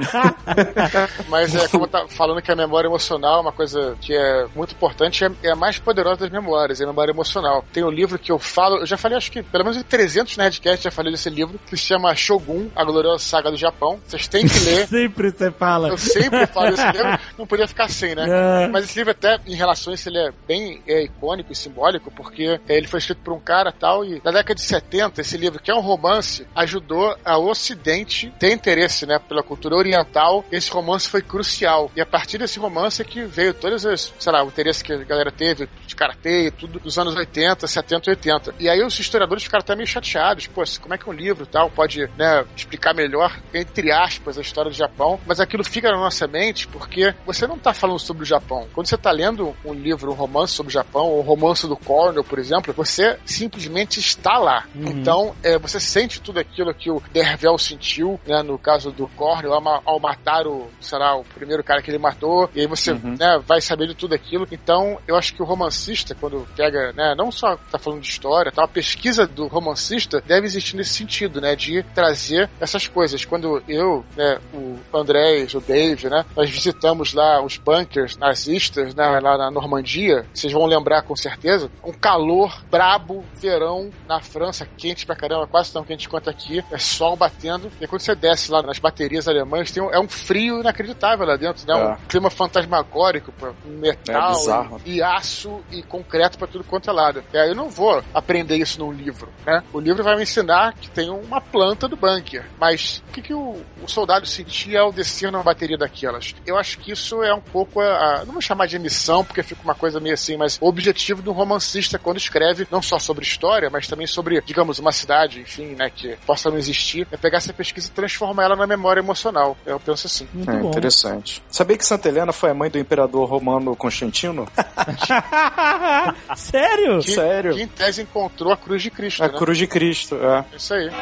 Mas como tá falando que a memória emocional é uma coisa que é muito importante, é a mais poderosa das memórias, é a memória emocional. Tem um livro que eu já falei, acho que pelo menos em 300 Nerdcasts já falei desse livro, que se chama Shogun, a gloriosa saga do Japão. Vocês têm que ler. Sempre você fala. Eu sempre falo desse livro, não podia ficar sem, né? Mas esse livro até, em relação a isso, ele é bem icônico e simbólico, porque ele foi escrito por um cara tal, e na década de 70, esse livro, que é um romance, ajudou ao Ocidente ter interesse, né, pela cultura oriental. Esse romance foi crucial. E a partir desse romance é que veio todas as, sei lá, o interesse que a galera teve de karatê e tudo dos anos 80, 70 e 80. E aí os historiadores ficaram até meio chateados. Pô, como é que um livro tal pode, né, explicar melhor, entre aspas, a história do Japão? Mas aquilo fica na nossa mente porque você não tá falando sobre o Japão. Quando você tá lendo um livro, um romance sobre o Japão, ou um romance do Cornell, por exemplo, você simplesmente está lá. Então, você sente tudo aquilo que o Dervel sentiu, né, no caso do Cornell, ao matar o primeiro cara que ele matou, e aí você, né, vai saber de tudo aquilo. Então, eu acho que o romancista, quando pega, né, não só tá falando de história, tá, a pesquisa do romancista deve existir nesse sentido, né, de trazer essas coisas. Quando eu, né, o Andrés, o Dave, né, nós visitamos lá os bunkers nazistas, né, lá na Normandia, vocês vão lembrar com certeza, um calor brabo, verão na França, quente pra caramba, quase tão quente quanto aqui, é sol batendo, e quando você desce lá nas baterias alemãs, é um frio inacreditável lá dentro, né, um clima fantasmagórico, metal, e aço e concreto pra tudo quanto é lado. E aí eu não vou aprender isso num livro, né? O livro vai me ensinar que tem uma planta do bunker, mas o que o soldado sentia ao descer numa bateria daquelas? Eu acho que isso é um pouco não vou chamar de missão, porque fica uma coisa meio assim, mas o objetivo do romancista quando escreve, não só sobre história, mas também sobre, digamos, uma cidade, enfim, né, que possa não existir, é pegar essa pesquisa e transformar ela na memória emocional. Eu penso assim. Muito bom. Interessante. Sabia que Santa Helena foi a mãe do imperador romano Constantino? Sério? Sério. Que em tese encontrou a cruz de Cristo, A cruz de Cristo, Isso aí.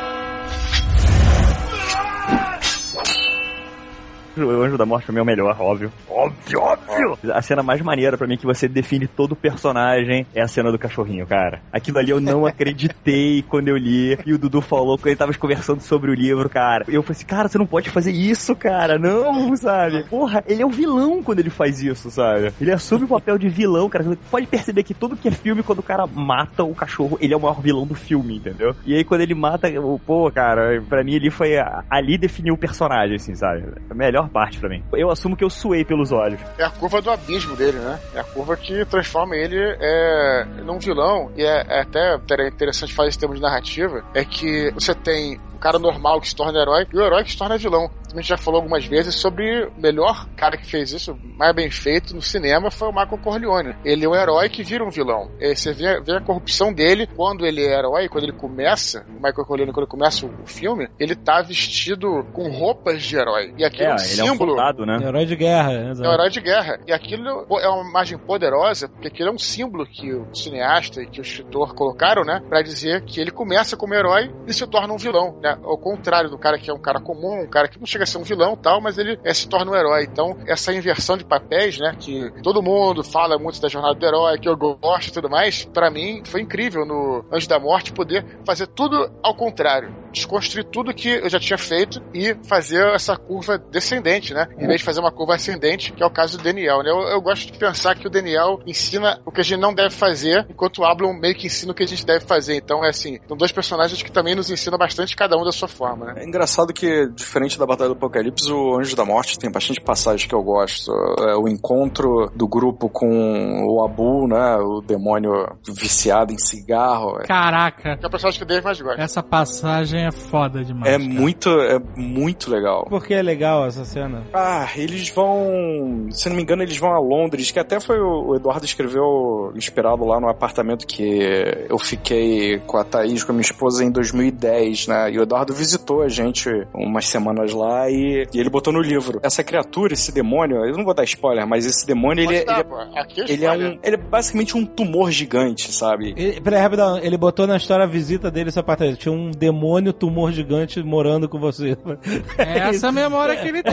O Anjo da Morte pra mim é o melhor, óbvio. Óbvio! A cena mais maneira pra mim que você define todo o personagem é a cena do cachorrinho, cara. Aquilo ali eu não acreditei quando eu li. E o Dudu falou quando ele tava conversando sobre o livro, cara. Eu falei assim, cara, você não pode fazer isso, cara. Não, sabe? Porra, ele é o vilão quando ele faz isso, sabe? Ele assume o papel de vilão, cara. Você pode perceber que tudo que é filme, quando o cara mata o cachorro, ele é o maior vilão do filme, entendeu? E aí quando ele mata, pô, cara, pra mim ele foi... Ali definiu o personagem, assim, sabe? A melhor parte pra mim. Eu assumo que eu suei pelos olhos. É a curva do abismo dele, né? É a curva que transforma ele num vilão. E é até interessante falar esse termo de narrativa, é que você tem o cara normal que se torna herói e o herói que se torna vilão. A gente já falou algumas vezes sobre o melhor cara que fez isso, mais bem feito no cinema, foi o Michael Corleone. Ele é um herói que vira um vilão. Você vê a corrupção dele quando ele é herói, quando ele começa, o Michael Corleone, quando começa o filme, ele tá vestido com roupas de herói. E aquilo é um símbolo. É um soldado, né? Herói de guerra. É um herói de guerra. E aquilo é uma imagem poderosa, porque aquilo é um símbolo que o cineasta e que o escritor colocaram, né? Pra dizer que ele começa como herói e se torna um vilão, né? Ao contrário do cara que é um cara comum, um cara que não chega a ser um vilão e tal, mas ele se torna um herói. Então, essa inversão de papéis, né? Que todo mundo fala muito da jornada do herói, que eu gosto e tudo mais, pra mim foi incrível no Anjo da Morte poder fazer tudo ao contrário. Desconstruir tudo que eu já tinha feito e fazer essa curva descendente, né? Em vez de fazer uma curva ascendente, que é o caso do Daniel, né? Eu gosto de pensar que o Daniel ensina o que a gente não deve fazer, enquanto o Ablon meio que ensina o que a gente deve fazer. Então, são dois personagens que também nos ensinam bastante, cada um da sua forma, né? É engraçado que, diferente da Batalha do Apocalipse, o Anjo da Morte tem bastante passagens que eu gosto. O encontro do grupo com o Abu, né? O demônio viciado em cigarro. Caraca. Que é o personagem que o Dave mais gosta. Essa passagem é foda demais. É muito legal. Por que é legal essa cena? Eles vão... Se não me engano, eles vão a Londres, que até foi o Eduardo escreveu inspirado lá no apartamento que eu fiquei com a Thaís, com a minha esposa, em 2010, né? E o Eduardo visitou a gente umas semanas lá e ele botou no livro. Essa criatura, esse demônio, eu não vou dar spoiler, mas esse demônio, ele é basicamente um tumor gigante, sabe? Peraí, rapidão, ele botou na história a visita dele, seu apartamento. Tinha um demônio tumor gigante morando com você. É essa memória que ele tem.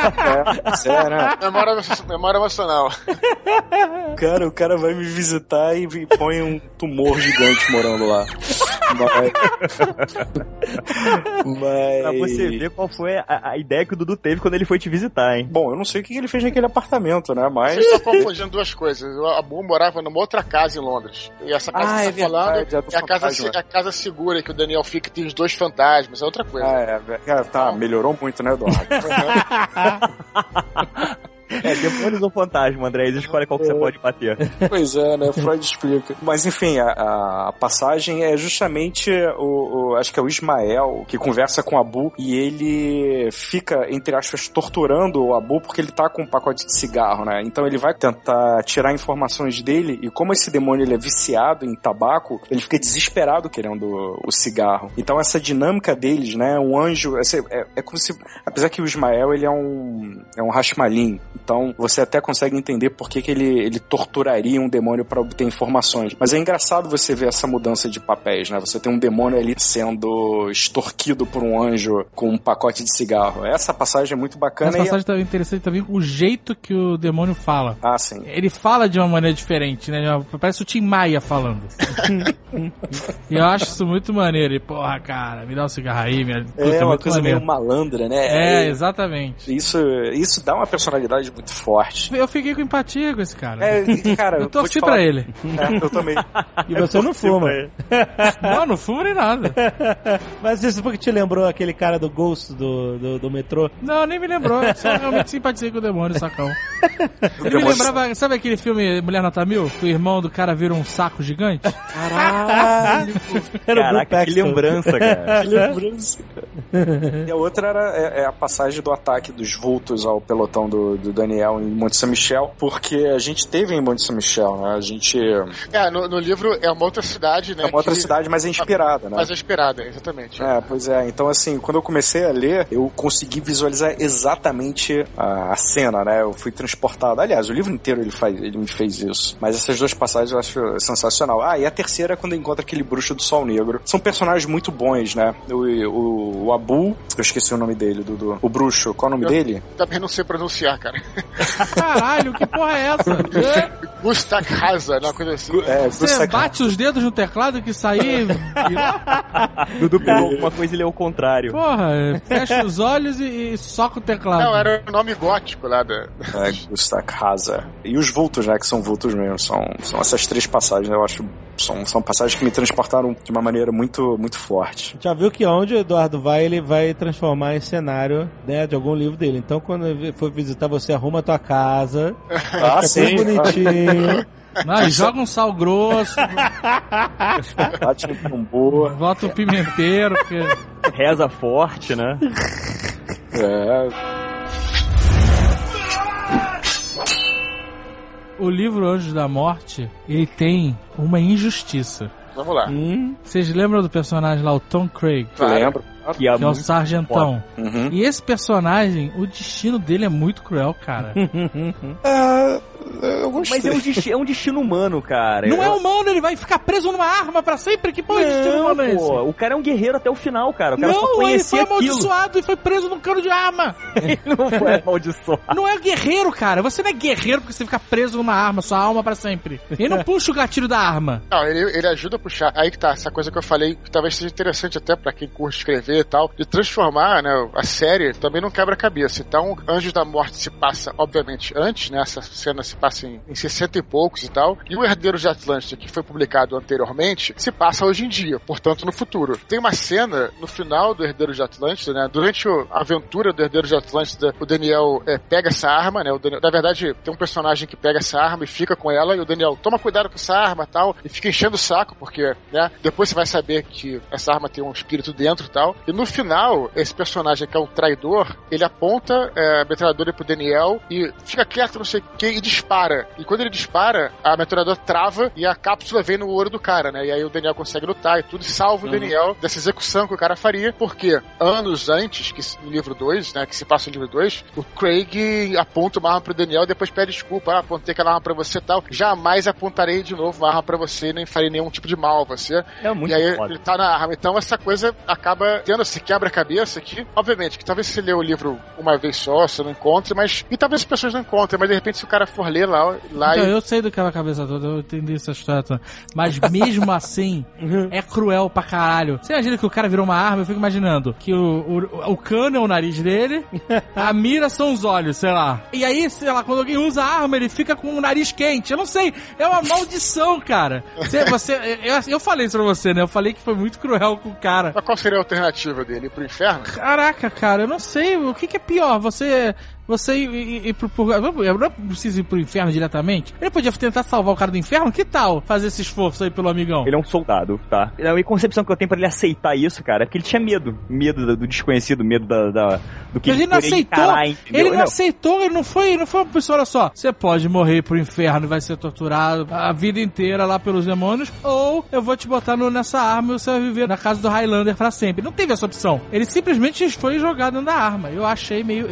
Né? Memória emocional. O cara vai me visitar e põe um tumor gigante morando lá. Mas... Pra você ver qual foi a ideia que o Dudu teve quando ele foi te visitar, hein? Bom, eu não sei o que ele fez naquele apartamento, né? Mas... Vocês estão confundindo duas coisas. O Abu morava numa outra casa em Londres. E essa casa que você tá falando é a casa segura que o Daniel fica, que tem os dois fantasmas. É outra coisa. Tá, melhorou muito, né, Eduardo? Demônios ou fantasma, André? Escolhe qual que você pode bater. Pois é, né? Freud explica. Mas enfim, a passagem é justamente acho que é o Ismael que conversa com o Abu e ele fica, entre aspas, torturando o Abu porque ele tá com um pacote de cigarro, né? Então ele vai tentar tirar informações dele e como esse demônio ele é viciado em tabaco, ele fica desesperado querendo o cigarro. Então essa dinâmica deles, né? Um anjo, é como se, apesar que o Ismael ele é um Rashmalin. Então, você até consegue entender por que ele torturaria um demônio para obter informações. Mas é engraçado você ver essa mudança de papéis, né? Você tem um demônio ali sendo extorquido por um anjo com um pacote de cigarro. Essa passagem é muito bacana. Essa passagem também é interessante também o jeito que o demônio fala. Ah, sim. Ele fala de uma maneira diferente, né? Parece o Tim Maia falando. E eu acho isso muito maneiro. E, porra, cara, me dá um cigarro aí. Uma coisa meio malandra, né? Exatamente. Isso dá uma personalidade muito forte. Eu fiquei com empatia com esse cara. Cara, eu torci pra ele. Eu também. E você não fuma. Não fumo nem nada. Mas isso porque te lembrou aquele cara do Ghost do metrô? Não, nem me lembrou. Eu só realmente simpatizei com o demônio, sacão. Ele me lembrava, sabe aquele filme Mulher Nota Mil? Que o irmão do cara vira um saco gigante? Caralho! Caraca, que lembrança, cara. Que lembrança. E a outra é a passagem do ataque dos vultos ao pelotão do Daniel em Monte Saint-Michel, porque a gente teve em Monte Saint-Michel, né? A gente... no livro é uma outra cidade, né? É uma outra cidade, mas é inspirada, né? Mas é inspirada, exatamente. Pois é. Então, assim, quando eu comecei a ler, eu consegui visualizar exatamente a cena, né? Eu fui transportado. Aliás, o livro inteiro ele me fez isso. Mas essas duas passagens eu acho sensacional. E a terceira é quando encontra aquele bruxo do Sol Negro. São personagens muito bons, né? O Abu, eu esqueci o nome dele, Dudu. O bruxo, qual é o nome dele? Também não sei pronunciar, cara. Caralho, que porra é essa? Gustav Haza, uma coisa assim. Você bate os dedos no teclado que sair... Dudu pegou alguma coisa e leu o contrário. Porra, fecha os olhos e soca o teclado. Não, era o nome gótico lá da... Gustav Haza. E os vultos, né, que são vultos mesmo. São essas três passagens, eu acho... São passagens que me transportaram de uma maneira muito, muito forte. Já viu que onde o Eduardo vai, ele vai transformar em cenário, né, de algum livro dele. Então, quando ele for visitar, você arruma a tua casa, fica sim, bonitinho. Joga um sal grosso. Bate no tambor. Bota o pimenteiro. Porque... Reza forte, né? O livro Anjos da Morte, ele tem uma injustiça. Vamos lá. Vocês lembram do personagem lá, o Tom Craig? Lembro. Que é o sargentão. Uhum. E esse personagem, o destino dele é muito cruel, cara. Eu gostei. Mas é um destino humano, cara. Não é humano, ele vai ficar preso numa arma pra sempre? Que porra de destino humano é esse? O cara é um guerreiro até o final, cara. O cara só conhecia ele foi amaldiçoado e foi preso num cano de arma. Ele não foi amaldiçoado. Não é guerreiro, cara. Você não é guerreiro porque você fica preso numa arma, sua alma pra sempre. Ele não puxa o gatilho da arma. Não, ele ajuda a puxar. Aí que tá, essa coisa que eu falei, que talvez seja interessante até pra quem curte escrever e tal, de transformar, né, a série também não quebra a cabeça. Então, Anjos da Morte se passa, obviamente, antes, né, essa cena se passa em 60 e poucos e tal, e o Herdeiros de Atlântida, que foi publicado anteriormente, se passa hoje em dia, portanto, no futuro. Tem uma cena no final do Herdeiros de Atlântida, né, durante a aventura do Herdeiros de Atlântida, o Daniel pega essa arma, né, na verdade, tem um personagem que pega essa arma e fica com ela, e o Daniel toma cuidado com essa arma e tal, e fica enchendo o saco, porque, né, depois você vai saber que essa arma tem um espírito dentro e tal, e no final, esse personagem que é um traidor, ele aponta a metralhadora pro Daniel e fica quieto, não sei o que, e dispara. E quando ele dispara, a metralhadora trava e a cápsula vem no olho do cara, né? E aí o Daniel consegue lutar e tudo, e salva o Daniel dessa execução que o cara faria, porque anos antes, que no livro 2, né, que se passa no livro 2, o Craig aponta uma arma pro Daniel e depois pede desculpa, apontei aquela arma pra você e tal, jamais apontarei de novo uma arma pra você, nem farei nenhum tipo de mal a você. É muito e aí foda. ele tá na arma. Então essa coisa acaba tendo esse quebra-cabeça que, obviamente, que talvez se lê o livro uma vez só, você não encontre, mas... E talvez as pessoas não encontrem, mas de repente se o cara for ler ler lá então, eu sei do que é a cabeça toda, eu entendi essa história toda. Mas mesmo assim, é cruel pra caralho. Você imagina que o cara virou uma arma, eu fico imaginando que o cano é o nariz dele, a mira são os olhos, sei lá. E aí, sei lá, quando alguém usa a arma, ele fica com o nariz quente. Eu não sei, é uma maldição, cara. Eu falei isso pra você, né? Eu falei que foi muito cruel com o cara. Mas qual seria a alternativa dele? Ir pro inferno? Caraca, cara, eu não sei. O que é pior? Você ir pro purgatório. Eu não preciso ir pro inferno diretamente. Ele podia tentar salvar o cara do inferno? Que tal fazer esse esforço aí pelo amigão? Ele é um soldado, tá? A concepção que eu tenho pra ele aceitar isso, cara, é porque ele tinha medo. Medo do desconhecido, medo do que ele não aceitou. Ele não aceitou, ele não foi uma pessoa, olha só. Você pode morrer pro inferno e vai ser torturado a vida inteira lá pelos demônios, ou eu vou te botar nessa arma e você vai viver na casa do Highlander pra sempre. Não teve essa opção. Ele simplesmente foi jogado dentro da arma. Eu achei meio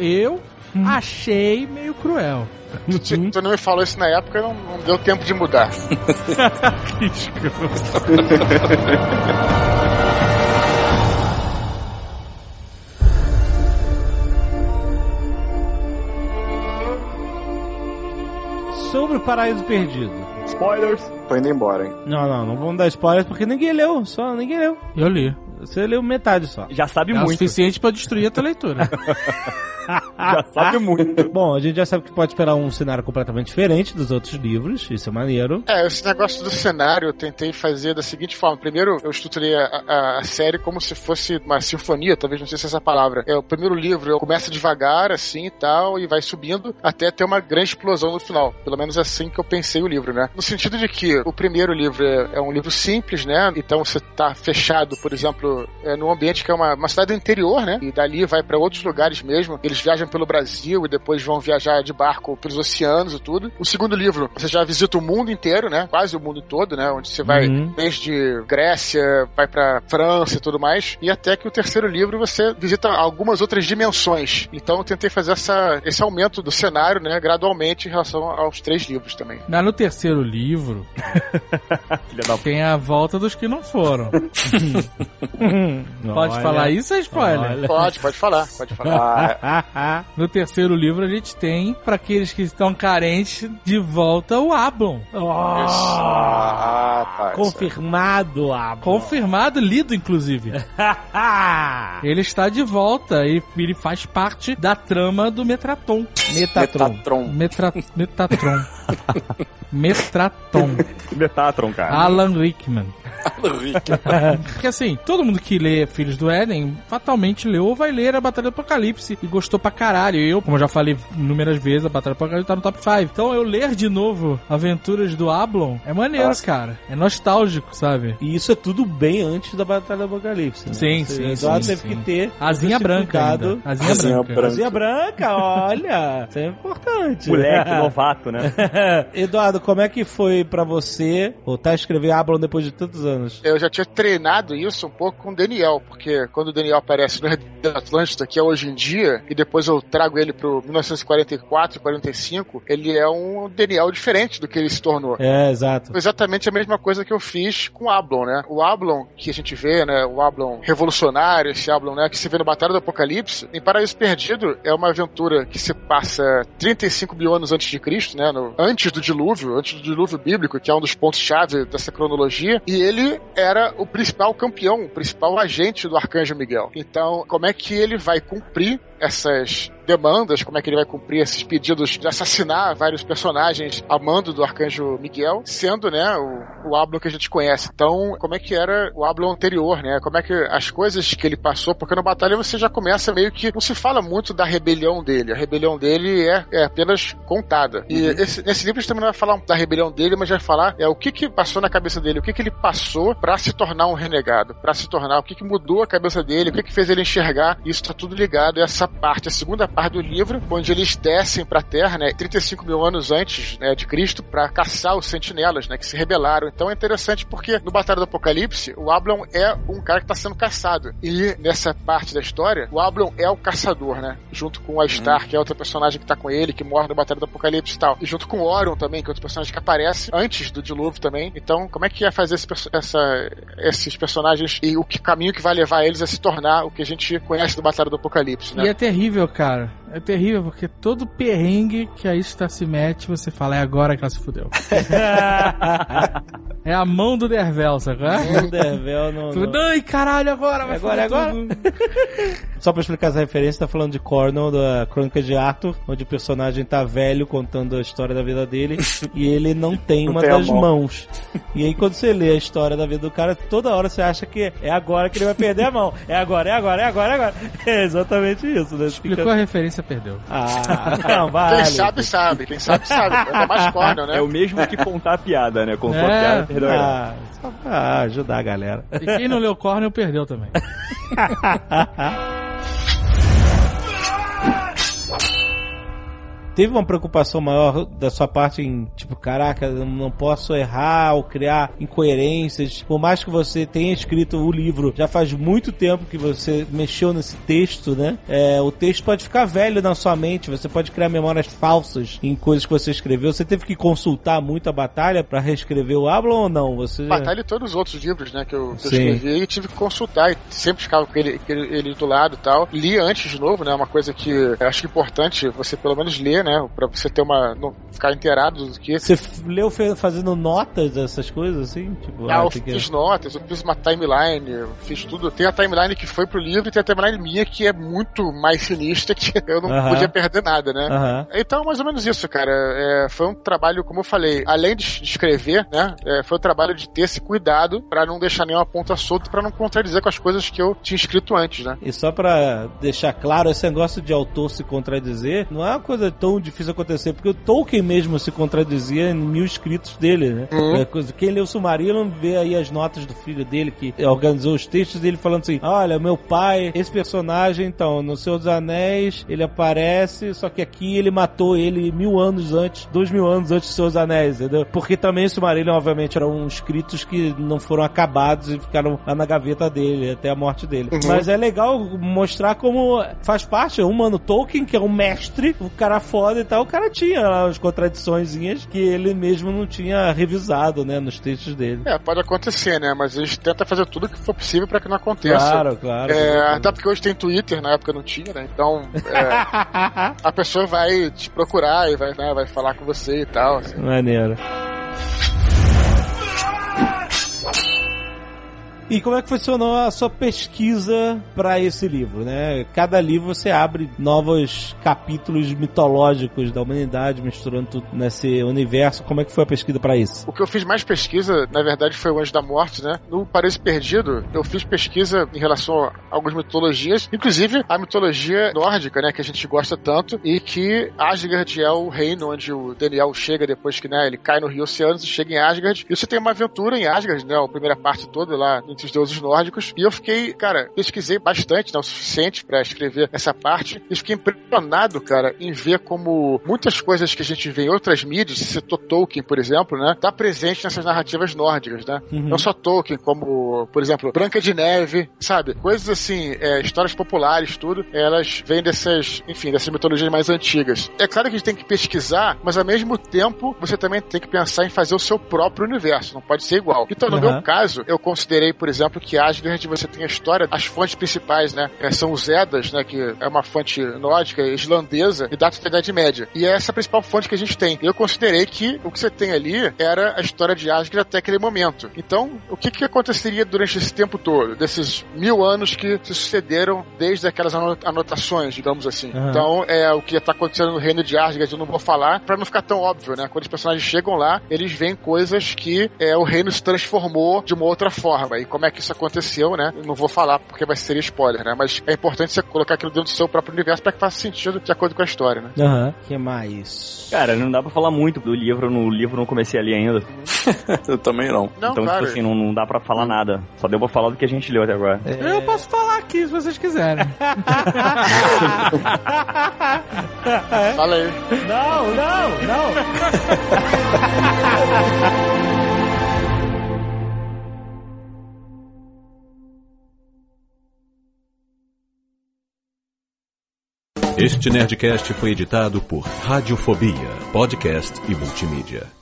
cruel. Tu não me falou isso na época, não deu tempo de mudar. Que escroto. Sobre o Paraíso Perdido. Spoilers. Tô indo embora, hein? Não vamos dar spoilers porque ninguém leu. Eu li. Você leu metade só. Já sabe muito. É o suficiente pra destruir a tua leitura. Já sabe muito. Bom, a gente já sabe que pode esperar um cenário completamente diferente dos outros livros, isso é maneiro. Esse negócio do cenário eu tentei fazer da seguinte forma. Primeiro, eu estruturei a série como se fosse uma sinfonia, talvez não sei se é essa palavra. O primeiro livro começa devagar, assim e tal, e vai subindo até ter uma grande explosão no final. Pelo menos assim que eu pensei o livro, né? No sentido de que o primeiro livro é um livro simples, né? Então você tá fechado, por exemplo, num ambiente que é uma cidade do interior, né? E dali vai pra outros lugares mesmo. Eles viajam pelo Brasil e depois vão viajar de barco pelos oceanos e tudo. O segundo livro, você já visita o mundo inteiro, né? Quase o mundo todo, né? Onde você vai desde Grécia, vai pra França e tudo mais. E até que o terceiro livro você visita algumas outras dimensões. Então eu tentei fazer esse aumento do cenário, né? Gradualmente em relação aos 3 livros também. Mas no terceiro livro tem a volta dos que não foram. Pode falar isso, é spoiler? Pode falar. No terceiro livro a gente tem, pra aqueles que estão carentes, de volta o Ablon. Confirmado, Ablon. Confirmado, lido inclusive. Ele está de volta e ele faz parte da trama do Metatron. Metatron, cara. Alan Rickman. Porque assim, todo mundo que lê Filhos do Éden fatalmente leu ou vai ler a Batalha do Apocalipse e gostou pra caralho. Eu, como eu já falei inúmeras vezes, a Batalha do Apocalipse tá no top 5. Então eu ler de novo Aventuras do Ablon é maneiro, cara. É nostálgico, sabe? E isso é tudo bem antes da Batalha do Apocalipse, né? Sim. Teve que ter Asinha branca. Asinha branca, olha. Isso é importante. Moleque, novato, né? Eduardo, como é que foi pra você voltar a escrever Ablon depois de tantos anos? Eu já tinha treinado isso um pouco com o Daniel, porque quando o Daniel aparece no Atlântida, que é hoje em dia, e depois eu trago ele pro 1944 e 45, ele é um Daniel diferente do que ele se tornou. Exato. Exatamente a mesma coisa que eu fiz com o Ablon, né? O Ablon que a gente vê, né? O Ablon revolucionário, esse Ablon, né? Que se vê no Batalha do Apocalipse, em Paraíso Perdido, é uma aventura que se passa 35 mil anos antes de Cristo, né? Antes do dilúvio bíblico, que é um dos pontos-chave dessa cronologia, e ele era o principal campeão, o principal agente do Arcanjo Miguel. Então, como é que ele vai cumprir essas demandas, como é que ele vai cumprir esses pedidos de assassinar vários personagens a mando do Arcanjo Miguel, sendo, né, o Ablon que a gente conhece. Então, como é que era o Ablon anterior, né? Como é que as coisas que ele passou, porque na batalha você já começa meio que, não se fala muito da rebelião dele. A rebelião dele é apenas contada. E nesse livro a gente também não vai falar da rebelião dele, mas vai falar o que passou na cabeça dele, o que ele passou pra se tornar um renegado, pra se tornar, o que mudou a cabeça dele, o que fez ele enxergar. Isso tá tudo ligado a essa parte, a segunda parte do livro, onde eles descem pra Terra, né, 35 mil anos antes, né, de Cristo, pra caçar os sentinelas, né, que se rebelaram. Então é interessante porque no Batalha do Apocalipse, o Ablon é um cara que tá sendo caçado. E nessa parte da história, o Ablon é o caçador, né, junto com a Star, que é outra personagem que tá com ele, que morre no Batalha do Apocalipse e tal. E junto com o Orion também, que é outro personagem que aparece antes do dilúvio também. Então, como é que ia fazer esses personagens e o caminho que vai levar eles a se tornar o que a gente conhece do Batalha do Apocalipse, né? E é terrível, cara. É terrível, porque todo perrengue que a Ista se mete, você fala, é agora que ela se fudeu. É a mão do Dervel, sabe? O Dervel não... Ai, caralho, agora vai agora. Só pra explicar essa referência, tá falando de Cornwall, da Crônica de Arthur, onde o personagem tá velho contando a história da vida dele e ele não tem uma das mãos. E aí quando você lê a história da vida do cara, toda hora você acha que é agora que ele vai perder a mão. É agora. É exatamente isso, né? Explicou a referência, perdeu. Não, vale. Quem sabe, sabe. É mais Cornwall, né? É o mesmo que contar a piada, né? Contou a piada, perdeu. Só pra ajudar a galera. E quem não leu Cornwall perdeu também. Teve uma preocupação maior da sua parte em, tipo, caraca, eu não posso errar ou criar incoerências. Por mais que você tenha escrito o livro, já faz muito tempo que você mexeu nesse texto, né? O texto pode ficar velho na sua mente, você pode criar memórias falsas em coisas que você escreveu. Você teve que consultar muito a Batalha pra reescrever o Ablon ou não? Batalha e todos os outros livros, né, que eu escrevi, e tive que consultar, e sempre ficava com ele do lado e tal. Li antes de novo, né, uma coisa que eu acho importante você pelo menos ler, né, pra você ter não ficar inteirado do que... Você leu fazendo notas dessas coisas, assim? Tipo, eu fiz notas, eu fiz uma timeline, eu fiz tudo. Tem a timeline que foi pro livro e tem a timeline minha que é muito mais sinistra, que eu não podia perder nada, né? Então, mais ou menos isso, cara. Foi um trabalho, como eu falei, além de escrever, né, foi um trabalho de ter esse cuidado pra não deixar nenhuma ponta solta, pra não contradizer com as coisas que eu tinha escrito antes, né? E só pra deixar claro, esse negócio de autor se contradizer não é uma coisa tão difícil acontecer, porque o Tolkien mesmo se contradizia em 1000 escritos dele, né? Quem leu o Silmarillion vê aí as notas do filho dele, que organizou os textos dele falando assim, olha, meu pai, esse personagem, então, no Senhor dos Anéis, ele aparece, só que aqui ele matou ele 1000 anos antes, 2000 anos antes do Senhor dos Anéis, entendeu? Porque também o Silmarillion, obviamente, eram escritos que não foram acabados e ficaram lá na gaveta dele, até a morte dele. Mas é legal mostrar como faz parte, o mano Tolkien, que é um mestre, o cara foda e tal, o cara tinha lá umas contradiçõezinhas que ele mesmo não tinha revisado, né, nos textos dele. Pode acontecer, né, mas a gente tenta fazer tudo o que for possível pra que não aconteça. Claro. Até porque hoje tem Twitter, na época não tinha, né, então a pessoa vai te procurar e vai falar com você e tal. Assim. Maneiro. E como é que funcionou a sua pesquisa para esse livro, né? Cada livro você abre novos capítulos mitológicos da humanidade, misturando tudo nesse universo. Como é que foi a pesquisa para isso? O que eu fiz mais pesquisa, na verdade, foi o Anjo da Morte, né? No Paraíso Perdido, eu fiz pesquisa em relação a algumas mitologias, inclusive a mitologia nórdica, né? Que a gente gosta tanto, e que Asgard é o reino onde o Daniel chega depois que, né, ele cai no Rio Oceanos e chega em Asgard. E você tem uma aventura em Asgard, né? A primeira parte toda lá entre os deuses nórdicos. E eu fiquei, cara, pesquisei bastante, né? O suficiente pra escrever essa parte. E fiquei impressionado, cara, em ver como muitas coisas que a gente vê em outras mídias, se citou Tolkien, por exemplo, né? Tá presente nessas narrativas nórdicas, né? Não só Tolkien, como, por exemplo, Branca de Neve, sabe? Coisas assim, histórias populares, tudo, elas vêm dessas mitologias mais antigas. É claro que a gente tem que pesquisar, mas ao mesmo tempo, você também tem que pensar em fazer o seu próprio universo. Não pode ser igual. Então, no meu caso, eu considerei, por exemplo, que Asgard você tem a história, as fontes principais, né? São os Eddas, né? Que é uma fonte nórdica, islandesa e data da Idade Média. E é essa a principal fonte que a gente tem. Eu considerei que o que você tem ali era a história de Asgard até aquele momento. Então, o que aconteceria durante esse tempo todo? Desses 1000 anos que se sucederam desde aquelas anotações, digamos assim. Então, o que está acontecendo no reino de Asgard eu não vou falar, pra não ficar tão óbvio, né? Quando os personagens chegam lá, eles veem coisas que o reino se transformou de uma outra forma. E como é que isso aconteceu, né? Eu não vou falar porque vai ser spoiler, né? Mas é importante você colocar aquilo dentro do seu próprio universo pra que faça sentido de acordo com a história, né? Que mais? Cara, não dá pra falar muito do livro. No livro não comecei a ler ainda. Eu também não. Então, tipo assim, não dá pra falar nada. Só deu pra falar do que a gente leu até agora. Eu posso falar aqui se vocês quiserem. Fala aí. Não. Este Nerdcast foi editado por Radiofobia, podcast e multimídia.